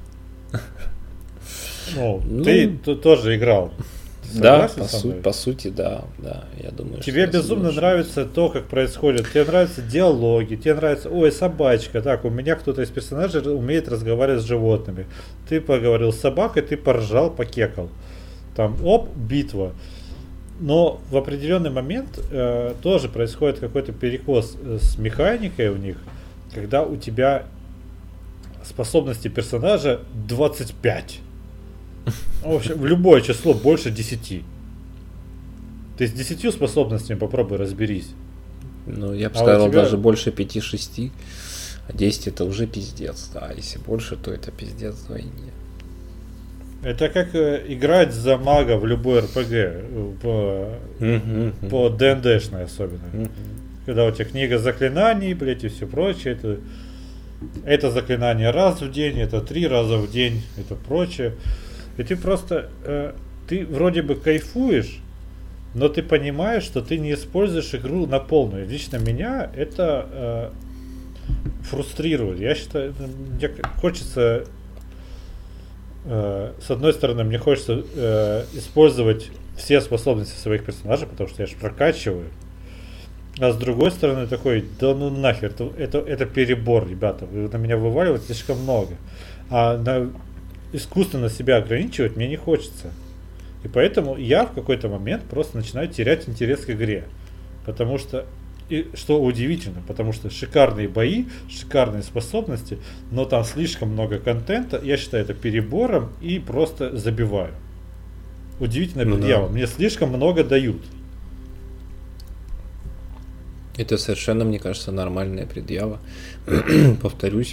Ну, ну ты т- тоже играл. Да, по, су- по сути, да, да, я думаю. Тебе безумно нравится то, как происходит. Тебе нравятся диалоги, тебе нравится, ой, собачка, так, у меня кто-то из персонажей умеет разговаривать с животными. Ты поговорил с собакой, ты поржал, покекал. Там, оп, битва. Но в определенный момент э, тоже происходит какой-то перекос с механикой у них, когда у тебя способности персонажа двадцать пять. В общем, в любое число больше десяти. Ты с десятью способностями попробуй разберись. Ну, я бы а сказал, тебя... даже больше пяти-шести. А десять это уже пиздец. Да, если больше, то это пиздец вдвойне. Это как э, играть за мага в любой эр пи джи. По, uh-huh, по ди энд ди-шной особенно. Uh-huh. Когда у тебя книга заклинаний, блять, и все прочее. Это, это заклинание раз в день, это три раза в день, это прочее. И ты просто, э, ты вроде бы кайфуешь, но ты понимаешь, что ты не используешь игру на полную. Лично меня это э, фрустрирует. Я считаю, мне хочется, э, с одной стороны, мне хочется э, использовать все способности своих персонажей, потому что я же прокачиваю. А с другой стороны такой, да ну нахер, это, это, это перебор, ребята, вы на меня вываливаете слишком много. А на искусственно себя ограничивать мне не хочется. И поэтому я в какой-то момент просто начинаю терять интерес к игре. Потому что, и что удивительно, потому что шикарные бои, шикарные способности, но там слишком много контента, я считаю это перебором и просто забиваю. Удивительная ну, предъява. Да. Мне слишком много дают. Это совершенно, мне кажется, нормальная предъява. Повторюсь.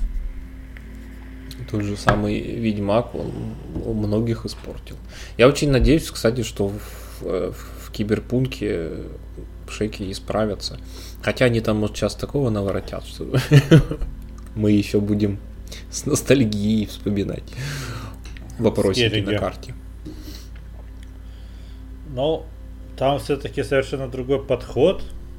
Тот же самый Ведьмак, он многих испортил. Я очень надеюсь, кстати, что в, в, в Киберпунке шейки исправятся. Хотя они там, может, сейчас такого наворотят, что мы еще будем с ностальгией вспоминать вопросики на карте. Но там все-таки совершенно другой подход.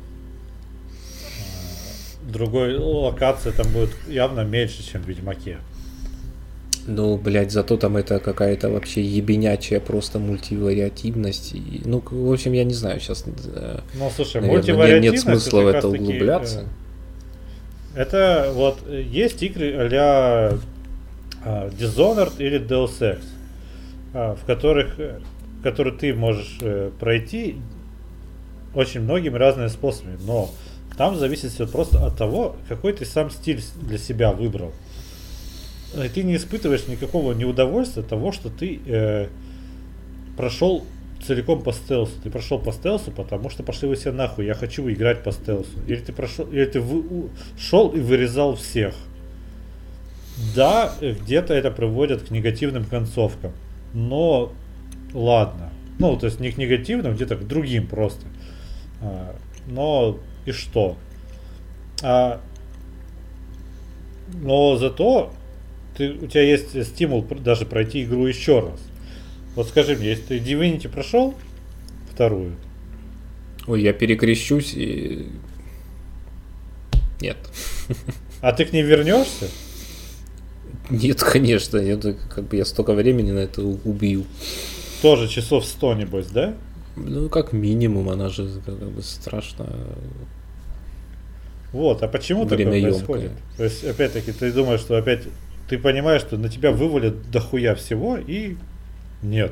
Другой локация там будет явно меньше, чем в Ведьмаке. Ну, блядь, зато там это какая-то вообще ебенячая просто мультивариативность. И, ну, в общем, я не знаю, сейчас, ну, слушай, наверное, нет, нет смысла в это углубляться. Это вот есть игры а-ля Dishonored или Deus Ex, в которых, которые ты можешь пройти очень многими разными способами, но там зависит все просто от того, какой ты сам стиль для себя выбрал. И ты не испытываешь никакого неудовольствия от того, что ты э, прошел целиком по стелсу. Ты прошел по стелсу, потому что пошли вы все нахуй, я хочу играть по стелсу. Или ты прошел, или ты вы, шел и вырезал всех. Да, где-то это приводит к негативным концовкам. Но ладно. Ну, то есть не к негативным, где-то к другим просто. А, но и что? А, но зато ты, у тебя есть стимул даже пройти игру еще раз. Вот скажи мне, если ты Divinity прошел вторую? Ой, я перекрещусь и... Нет. А ты к ней вернешься? Нет, конечно, нет, как бы я столько времени на это убью. Тоже часов сто, небось, да? Ну, как минимум, она же как бы страшно. Вот, а почему такое происходит? То есть, опять-таки, ты думаешь, что опять ты понимаешь, что на тебя вывалят дохуя всего, и нет.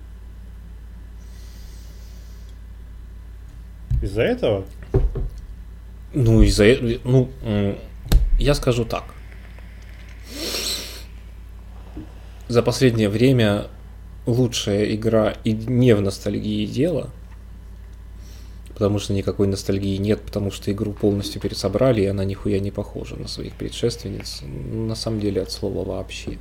Из-за этого? Ну, из-за этого, ну, я скажу так. за последнее время лучшая игра и не в ностальгии дело, потому что никакой ностальгии нет, потому что игру полностью пересобрали, и она нихуя не похожа на своих предшественниц. На самом деле от слова вообще.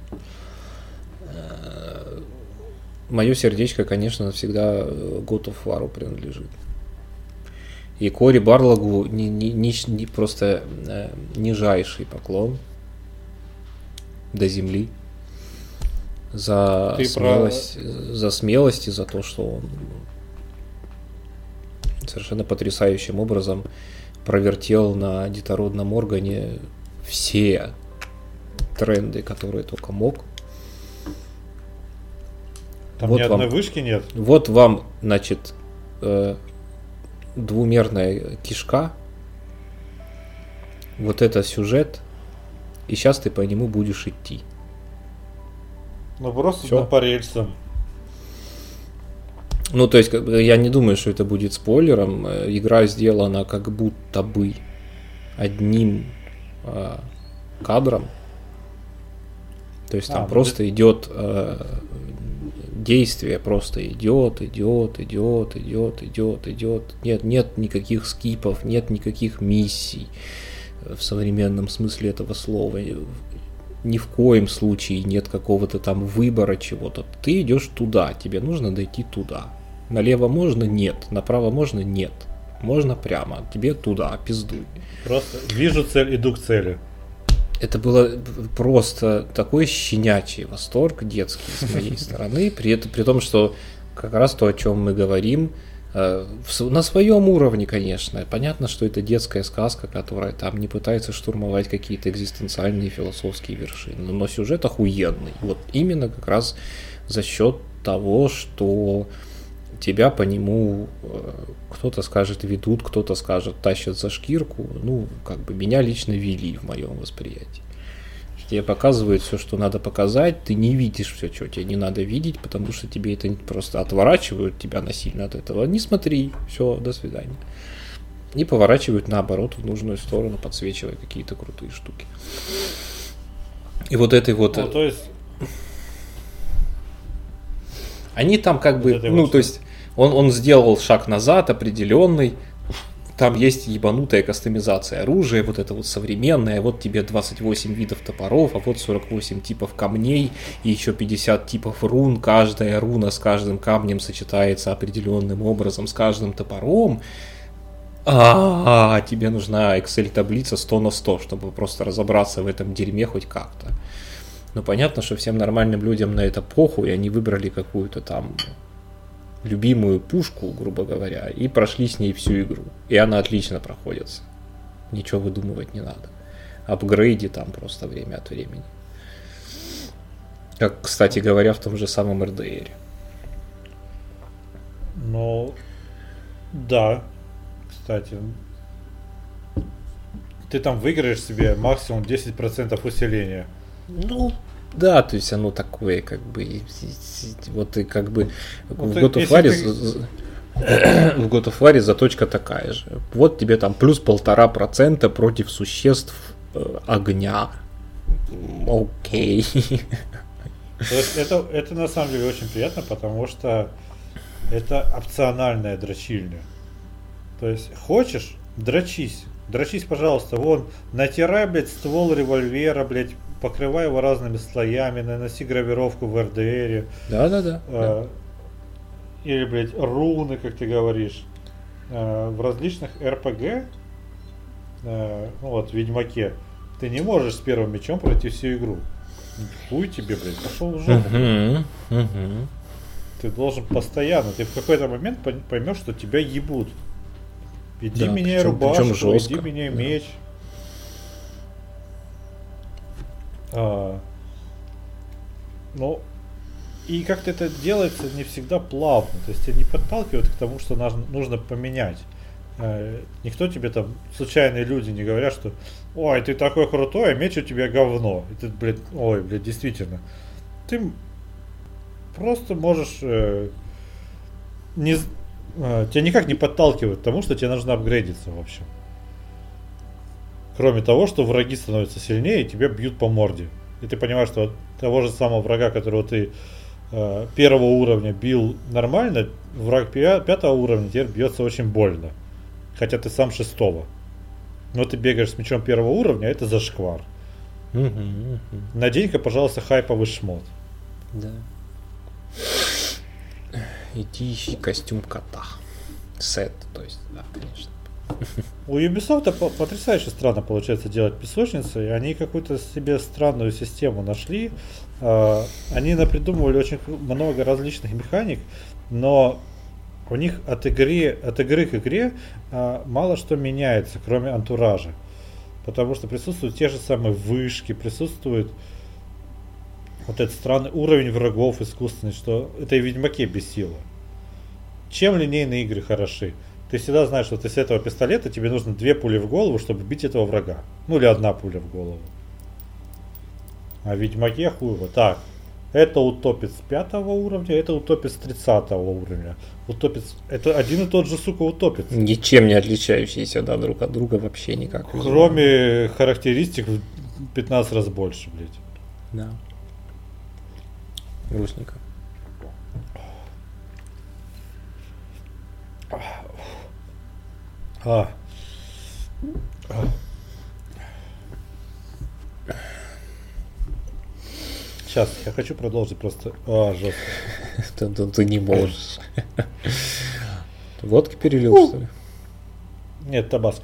Мое сердечко, конечно, навсегда God of War принадлежит. И Кори Барлагу не, не, не, не просто э, нижайший поклон до земли за смелость, про... за смелость и за то, что он совершенно потрясающим образом провертел на детородном органе все тренды, которые только мог. Там вот ни вам, одной вышки нет. Вот вам, значит, э, двумерная кишка, вот это сюжет, и сейчас ты по нему будешь идти. Ну просто да, по рельсам. Ну, то есть, я не думаю, что это будет спойлером. Игра сделана как будто бы одним э, кадром. То есть там а, просто будет... идет э, действие, просто идет, идет, идет, идет, идет, идет. Нет, нет никаких скипов, нет никаких миссий в современном смысле этого слова. Ни в коем случае нет какого-то там выбора чего-то. Ты идешь туда, тебе нужно дойти туда. Налево можно? Нет. Направо можно? Нет. Можно прямо. Тебе туда, пиздуй. Просто вижу цель, иду к цели. Это было просто такой щенячий восторг детский с моей стороны, при, этом, при том, что как раз то, о чем мы говорим, э, в, на своем уровне, конечно. Понятно, что это детская сказка, которая там не пытается штурмовать какие-то экзистенциальные философские вершины, но сюжет охуенный. Вот именно как раз за счет того, что тебя по нему э, кто-то скажет ведут, кто-то скажет тащат за шкирку. Ну, как бы меня лично вели в моем восприятии. Тебе показывают все, что надо показать, ты не видишь все, что тебе не надо видеть, потому что тебе это просто отворачивают тебя насильно от этого. Не смотри, все, до свидания. И поворачивают наоборот в нужную сторону, подсвечивая какие-то крутые штуки. И вот этой вот... Ну, то есть... Они там как бы, ну, вот то есть, он, он сделал шаг назад определенный, там есть ебанутая кастомизация оружия, вот это вот современное, вот тебе двадцать восемь видов топоров, а вот сорок восемь типов камней, и еще пятьдесят типов рун, каждая руна с каждым камнем сочетается определенным образом с каждым топором. А, тебе нужна Excel-таблица сто на сто, чтобы просто разобраться в этом дерьме хоть как-то. Ну, понятно, что всем нормальным людям на это похуй, они выбрали какую-то там любимую пушку, грубо говоря, и прошли с ней всю игру. И она отлично проходится. Ничего выдумывать не надо. Апгрейди там просто время от времени. Как, кстати говоря, в том же самом эр дэ эр. Ну, да, кстати. Ты там выиграешь себе максимум десять процентов усиления. Ну, да, то есть оно такое, как бы, вот и как бы ну, в God of War ты... в God of War заточка такая же. Вот тебе там плюс полтора процента против существ э, огня. Окей. То есть это, это на самом деле очень приятно, потому что это опциональная дрочильня. То есть хочешь, дрочись. Дрочись, пожалуйста, вон, натирай, блядь, ствол револьвера, блядь, покрывай его разными слоями, наноси гравировку в эр дэ эр. Да-да-да. Э, или, блядь, руны, как ты говоришь. Э, в различных эр пэ гэ, э, ну вот, в Ведьмаке, ты не можешь с первым мечом пройти всю игру. Хуй тебе, блядь, пошел в жопу. Uh-huh, uh-huh. Ты должен постоянно, ты в какой-то момент поймешь, что тебя ебут. Иди да, меняй причем, рубашку, причем жестко, иди меняй да. меч. А, ну, и как-то это делается не всегда плавно. То есть тебя не подталкивают к тому, что нужно, нужно поменять. А, никто тебе там, случайные люди не говорят, что ой, ты такой крутой, а меч у тебя говно. И ты, блядь, ой, блядь, действительно. Ты просто можешь э, не... Тебя никак не подталкивают к тому, что тебе нужно апгрейдиться вообще. Кроме того, что враги становятся сильнее и тебя бьют по морде. и ты понимаешь, что от того же самого врага, которого ты э, первого уровня бил нормально, враг пя- пятого уровня теперь бьется очень больно. Хотя ты сам шестого. Но ты бегаешь с мечом первого уровня, а это зашквар. Угу, угу. Надень-ка, пожалуйста, хайповый шмот. Да. Иди ищи костюм кота. Сет, то есть, да, конечно. У Ubisoft потрясающе странно получается делать песочницы, и они какую-то себе странную систему нашли. Они напридумывали очень много различных механик, но у них от игры, от игры к игре мало что меняется, кроме антуража. Потому что присутствуют те же самые вышки, присутствует вот этот странный уровень врагов искусственный, что это и в Ведьмаке бесило. Чем линейные игры хороши? Ты всегда знаешь, что ты с этого пистолета тебе нужно две пули в голову, чтобы бить этого врага. Ну или одна пуля в голову. А в Ведьмаке хуево. Так, это утопец пятого уровня, это утопец тридцатого уровня. Утопец, это один и тот же, сука, утопец. Ничем не отличающиеся, да, друг от друга вообще никак. Кроме характеристик в пятнадцать раз больше, блядь. Да. Грустненько. А. Сейчас, я хочу продолжить просто. А, жестко. Ты, ты, ты не можешь. Водки перелил, что ли? Нет, табаско.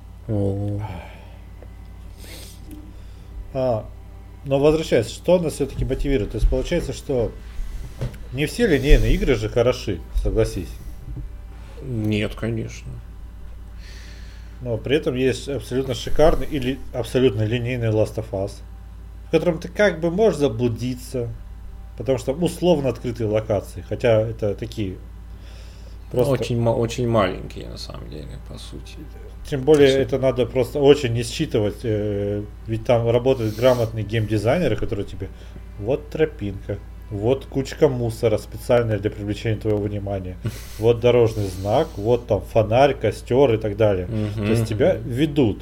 А, но возвращаясь, что нас все-таки мотивирует? То есть получается, что не все линейные игры же хороши, согласись. Нет, конечно. Но при этом есть абсолютно шикарный или абсолютно линейный Last of Us, в котором ты как бы можешь заблудиться, потому что условно открытые локации, хотя это такие просто очень, очень маленькие на самом деле, по сути. Тем более это надо просто очень не считывать, э, ведь там работают грамотные геймдизайнеры, которые тебе вот тропинка, вот кучка мусора специальная для привлечения твоего внимания, вот дорожный знак, вот там фонарь, костер и так далее. То есть тебя ведут.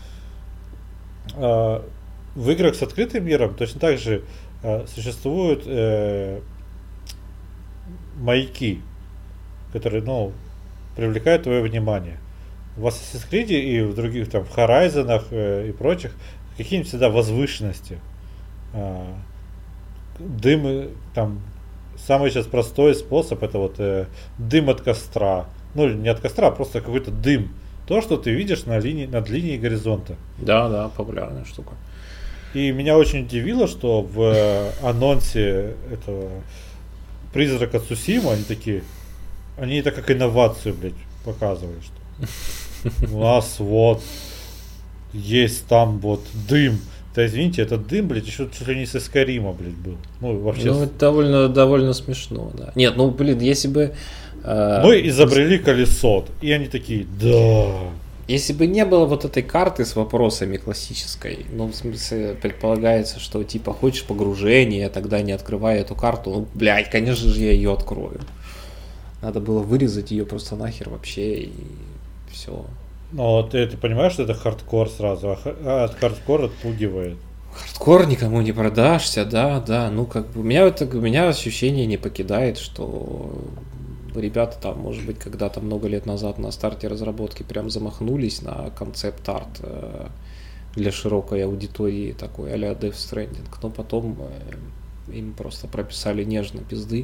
А, в играх с открытым миром точно так же а, существуют э, маяки, которые, ну, привлекают твое внимание. В Assassin's Creed и в других, там, в Horizon э, и прочих какие-нибудь всегда возвышенности. А, дым, там, самый сейчас простой способ это вот э, дым от костра. Ну, не от костра, а просто какой-то дым. То, что ты видишь на линии, над линией горизонта. Да, да, популярная штука. И меня очень удивило, что в э, анонсе этого Призрака Цусимы они такие, они это как инновацию, блядь, показывали, что у нас вот есть там вот дым. Да извините, этот дым, блядь, еще чуть ли не со Скайрима, блядь, был. Ну, вообще. Ну, это довольно, довольно смешно, да. Нет, ну, блин, если бы... Э, Мы изобрели колесо, и они такие, да... Если бы не было вот этой карты с вопросами классической, ну, в смысле, предполагается, что, типа, хочешь погружение, тогда не открывай эту карту, ну, блядь, конечно же, я ее открою. Надо было вырезать ее просто нахер вообще, и все. Ну, ты, ты понимаешь, что это хардкор сразу, а от хардкор отпугивает. Хардкор никому не продашься, да, да, ну, как бы, у меня, это, у меня ощущение не покидает, что... Ребята там, может быть, когда-то много лет назад на старте разработки прям замахнулись на концепт-арт э, для широкой аудитории, такой а-ля Death Stranding, но потом э, им просто прописали нежно пизды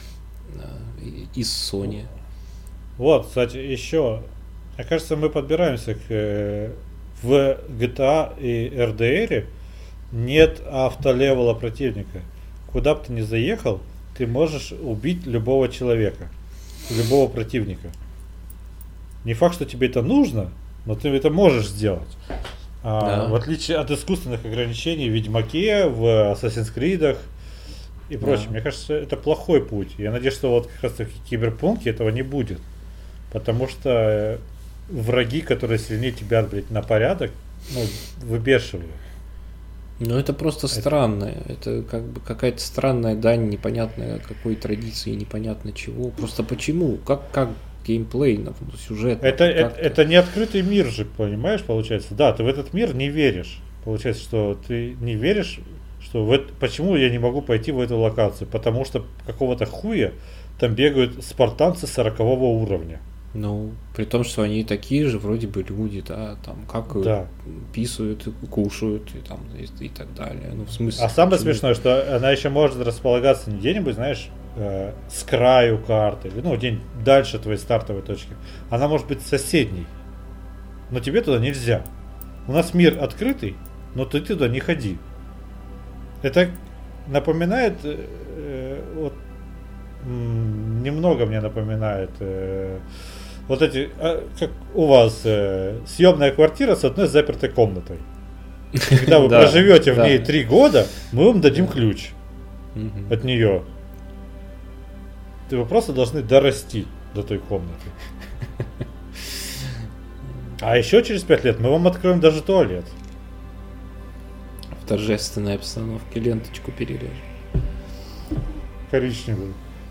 э, из Sony. Вот, кстати, еще, мне кажется, мы подбираемся к... Э, в джи ти эй и эр ди ар нет автолевела противника. Куда бы ты ни заехал, ты можешь убить любого человека. Любого противника. Не факт, что тебе это нужно, но ты это можешь сделать. А, да. В отличие от искусственных ограничений в Ведьмаке, в Assassin's Creed и прочее. Да. Мне кажется, это плохой путь. Я надеюсь, что вот как раз таки в Киберпанке этого не будет. Потому что враги, которые сильнее тебя, блядь, на порядок, ну, выбешивают. Ну, это просто это... странно. Это как бы какая-то странная дань, непонятная какой традиции, непонятно чего. Просто почему? Как, как геймплей, ну, сюжет? Это, это, это не открытый мир же, понимаешь, получается? Да, ты в этот мир не веришь. Получается, что ты не веришь, что что в это, почему я не могу пойти в эту локацию? Потому что какого-то хуя там бегают спартанцы сорокового уровня. Ну, при том, что они такие же вроде бы люди, да, там как Да. писают, кушают и там и, и так далее. Ну, в смысле. А самое почему? смешное, что она еще может располагаться не где-нибудь, знаешь, э, с краю карты, ну, где-нибудь дальше твоей стартовой точки. Она может быть соседней. Но тебе туда нельзя. У нас мир открытый, но ты туда не ходи. Это напоминает, э, вот, м, немного мне напоминает э, вот эти, э, как у вас, э, съемная квартира с одной запертой комнатой. Когда вы Да, проживете в да. ней три года, мы вам дадим ключ Мгм. от нее. Вы просто должны дорасти до той комнаты. А еще через пять лет мы вам откроем даже туалет. В торжественной обстановке ленточку перережем. Коричневую.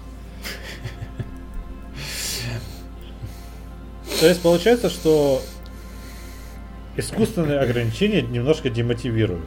То есть получается, что искусственные ограничения немножко демотивируют.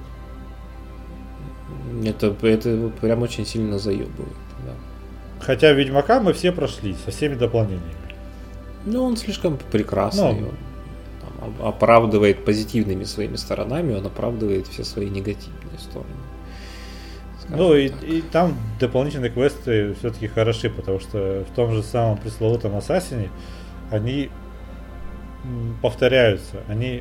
Это, это прям очень сильно заебывает. Да. Хотя Ведьмака мы все прошли со всеми дополнениями. Ну, он слишком прекрасный. Ну. Он там, оп- оправдывает позитивными своими сторонами, он оправдывает все свои негативные стороны. Скажем Ну и, так. и там дополнительные квесты все-таки хороши, потому что в том же самом пресловутом Ассасине они м, повторяются, они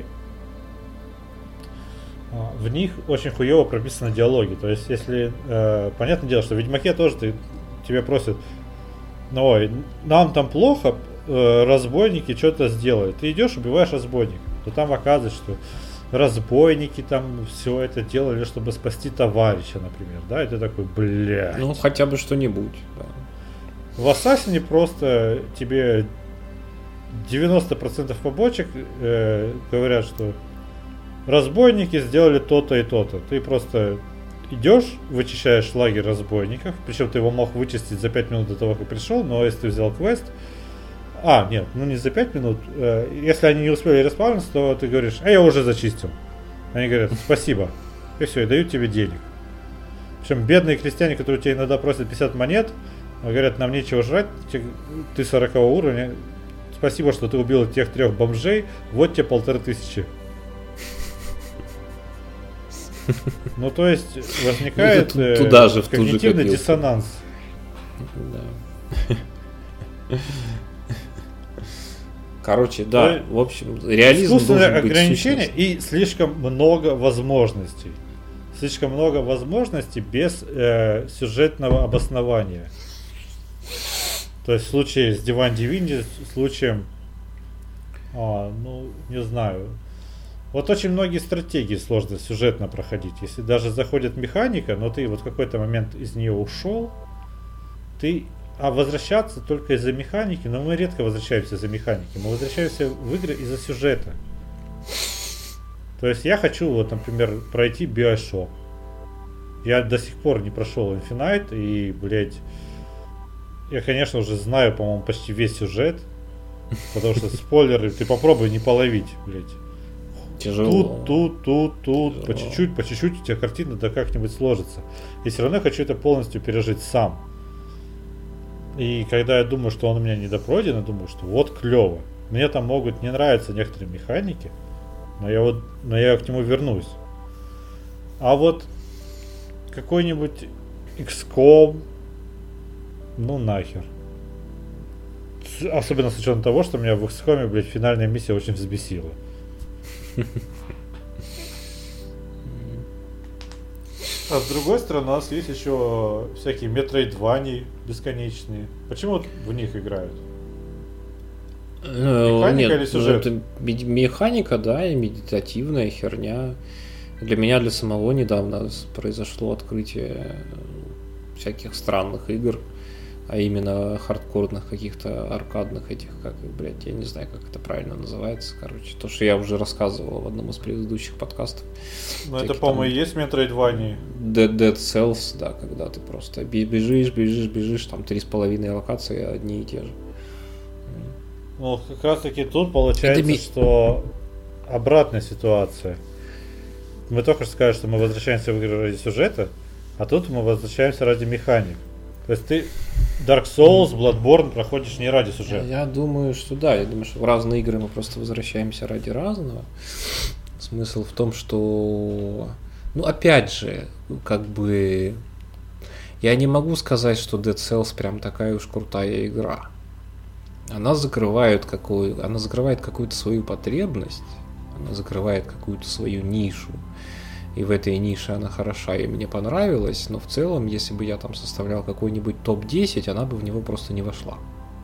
а, в них очень хуево прописаны диалоги. То есть, если э, понятное дело, что в Ведьмаке тоже ты, тебя просят, ну ой, нам там плохо, э, разбойники что-то сделают. Ты идешь, убиваешь разбойника, то там оказывается, что разбойники там все это делали, чтобы спасти товарища, например, да, и ты такой, блядь. Ну, хотя бы что-нибудь. Да. В Ассасине просто тебе девяносто процентов побочек э, говорят, что разбойники сделали то-то и то-то. Ты просто идешь, вычищаешь лагерь разбойников, причем ты его мог вычистить за пять минут до того, как пришел, но если ты взял квест, а, нет, ну не за пять минут, э, если они не успели респауниться, то ты говоришь, а я уже зачистил. Они говорят, спасибо, и все, и дают тебе денег. Причем бедные крестьяне, которые тебе иногда просят пятьдесят монет, говорят, нам нечего жрать, ты сорокового уровня, спасибо, что ты убил тех трех бомжей, вот тебе полторы тысячи. Ну, то есть, возникает Ну, ты туда же, в ту же когнитивный копилку. диссонанс. Да. Короче, да, То в общем, реализм Искусственное должен быть ограничение сущностью. и слишком много возможностей. Слишком много возможностей без э, сюжетного обоснования. То есть в случае с Divine Divinity, случаем, а, ну, не знаю. Вот очень многие стратегии сложно сюжетно проходить. Если даже заходит механика, но ты вот в какой-то момент из нее ушел, ты, а возвращаться только из-за механики, но мы редко возвращаемся из-за механики, мы возвращаемся в игры из-за сюжета. То есть я хочу, вот, например, пройти BioShock. Я до сих пор не прошел Infinite, и, блядь, я, конечно, уже знаю, по-моему, почти весь сюжет, потому что спойлеры ты попробуй не половить, блядь. Тяжело. Тут, тут, тут, тут, Тяжело. по чуть-чуть, по чуть-чуть у тебя картина да как-нибудь сложится. И все равно я хочу это полностью пережить сам. И когда я думаю, что он у меня недопройден, я думаю, что вот клево. Мне там могут не нравиться некоторые механики, но я вот, но я к нему вернусь. А вот какой-нибудь икс ком, ну нахер. С- Особенно с учетом того, что меня в икс ком, блядь, финальная миссия очень взбесила. А с другой стороны, у нас есть еще всякие метроидвани бесконечные. Почему вот в них играют? Э, Механика Нет, или ну, сюжет? это мед- механика, да, и медитативная херня. Для меня, для самого недавно с- произошло открытие э, всяких странных игр, а именно хардкорных каких-то аркадных этих, как, их, блядь, я не знаю, как это правильно называется, короче, то, что я уже рассказывал в одном из предыдущих подкастов. Ну это, Всякие по-моему, там и есть метроидвани. Dead, Dead Cells, да, когда ты просто бе- бежишь, бежишь, бежишь, там три с половиной локации одни и те же. Ну, как раз таки тут получается, Это ми- что обратная ситуация. Мы только что сказали, что мы возвращаемся в игры ради сюжета, А тут мы возвращаемся ради механик. То есть ты Dark Souls, Bloodborne проходишь не ради сюжета. Я думаю, что да. Я думаю, что в разные игры мы просто возвращаемся ради разного. Смысл в том, что... Ну, опять же, как бы... Я не могу сказать, что Dead Cells прям такая уж крутая игра. Она закрывает, какую... Она закрывает какую-то свою потребность. Она закрывает какую-то свою нишу. И в этой нише она хороша, и мне понравилась, но в целом, если бы я там составлял какой-нибудь топ десять, она бы в него просто не вошла.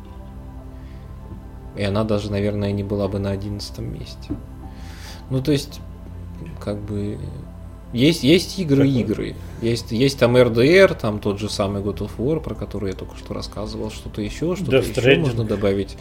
И она даже, наверное, не была бы на одиннадцатом месте. Ну, то есть, как бы... Есть, есть игры, игры. Есть, есть там эр ди эр, там тот же самый God of War, про который я только что рассказывал, что-то еще, что-то Death еще Stranding. можно добавить.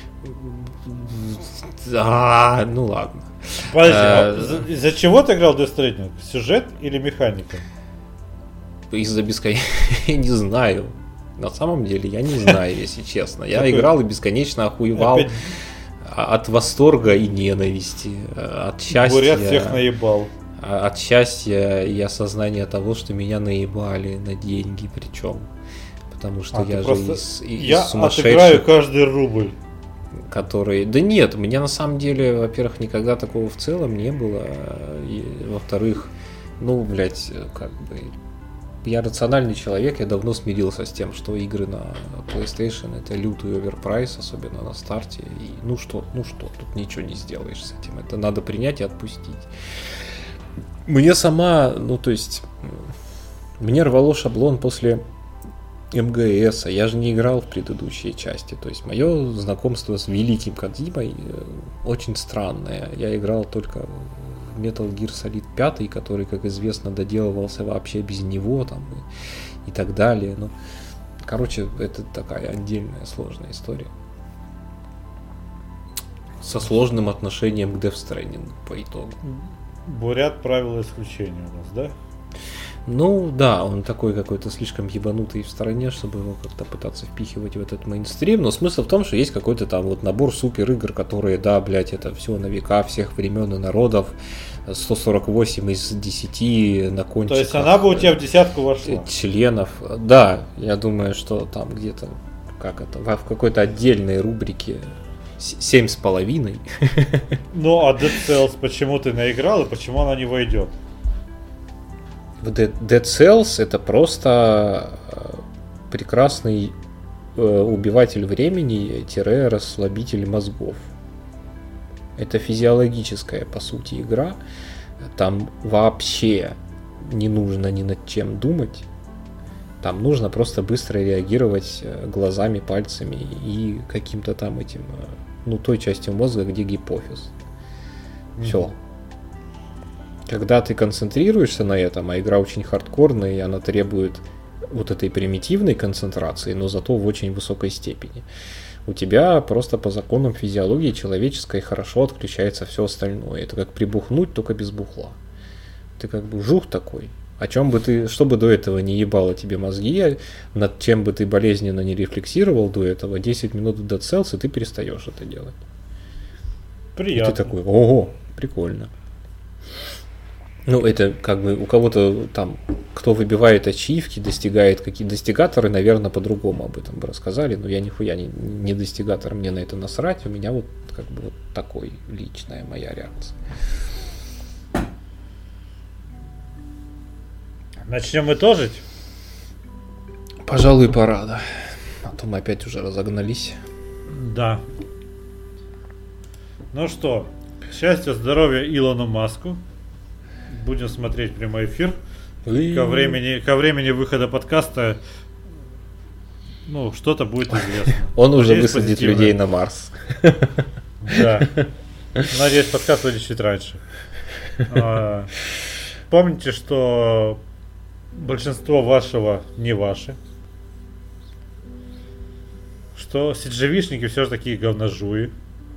А, ну ладно. Подожди, А, а из-за чего ты играл Death Stranding? Сюжет или механика? Из-за бесконечности... Я не знаю. На самом деле, я не знаю, если честно. Я Такой... играл и бесконечно охуевал Опять... от восторга и ненависти, от счастья. Бурят всех наебал. От счастья и осознания того, что меня наебали на деньги, причем. Потому что а, я же просто... из, из я сумасшедших... отыграю каждый рубль. Которые... Да нет, у меня на самом деле, во-первых, никогда такого в целом не было. И, во-вторых, ну, блядь, как бы... Я рациональный человек, я давно смирился с тем, что игры на PlayStation это лютый оверпрайс, особенно на старте. И ну что, ну что, тут ничего не сделаешь с этим. Это надо принять и отпустить. Мне сама, ну то есть, мне рвало шаблон после эм гэ эс, а я же не играл в предыдущие части. То есть мое знакомство с великим Кодзимой очень странное. Я играл только в Metal Gear Solid пять, который, как известно, доделывался вообще без него там, и, и так далее. Ну, короче, это такая отдельная сложная история. Со сложным отношением к Death Stranding по итогу. Бурят правила исключения у нас, да? Ну да, он такой какой-то слишком ебанутый в стороне, чтобы его как-то пытаться впихивать в этот мейнстрим. Но смысл в том, что есть какой-то там вот набор супер игр, которые, да, блядь, это все на века всех времен и народов. сто сорок восемь из десяти на кончиках. То есть она бы у тебя в десятку вошла? Членов. Да, я думаю, что там где-то, как это, в какой-то отдельной рубрике семь с половиной. Ну а Dead Cells почему ты наиграл и почему она не войдет? Dead, Dead Cells это просто прекрасный э, убиватель времени-расслабитель мозгов. Это физиологическая, по сути, игра. Там вообще не нужно ни над чем думать. Там нужно просто быстро реагировать глазами, пальцами и каким-то там этим, ну, той частью мозга, где гипофиз. Все. Mm-hmm. Когда ты концентрируешься на этом, а игра очень хардкорная, и она требует вот этой примитивной концентрации, но зато в очень высокой степени, у тебя просто по законам физиологии человеческой хорошо отключается все остальное. Это как прибухнуть, только без бухла. Ты как бы жух такой. О чем бы ты, что бы до этого не ебало тебе мозги, над чем бы ты болезненно не рефлексировал до этого, десять минут в Dead Cells, и ты перестаешь это делать. Приятно. И ты такой, ого, прикольно. Ну, это как бы у кого-то там, кто выбивает ачивки, достигает какие достигаторы, наверное, по-другому об этом бы рассказали, но я нихуя не, не достигатор, мне на это насрать, у меня вот как бы вот такой личная моя реакция. Начнем итожить? Пожалуй, пора, да. А то мы опять уже разогнались. Да. Ну что, счастья, здоровья Илону Маску. Будем смотреть прямой эфир. И... Ко времени, ко времени выхода подкаста, ну, что-то будет известно. Он уже высадит людей на Марс. Да. Надеюсь, подкаст выйдет чуть раньше. Помните, что большинство вашего не ваши. Что си джи ви-шники все же такие говножуи.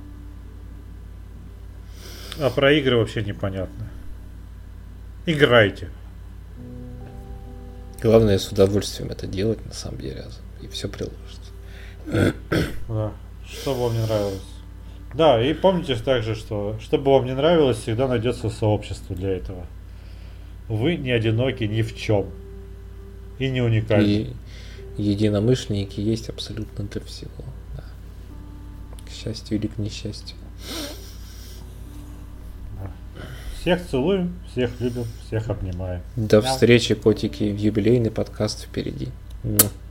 А про игры вообще непонятно. Играйте. Главное с удовольствием это делать, на самом деле, и все приложится. Да. Что вам не нравилось? Да, и помните также, что что бы вам не нравилось, всегда найдется сообщество для этого. Вы не одиноки ни в чем. И не уникальны. И единомышленники есть абсолютно для всего. Да. К счастью или к несчастью. Всех целуем, всех любим, всех обнимаем. До Да. встречи, котики, в юбилейный подкаст впереди. Ну.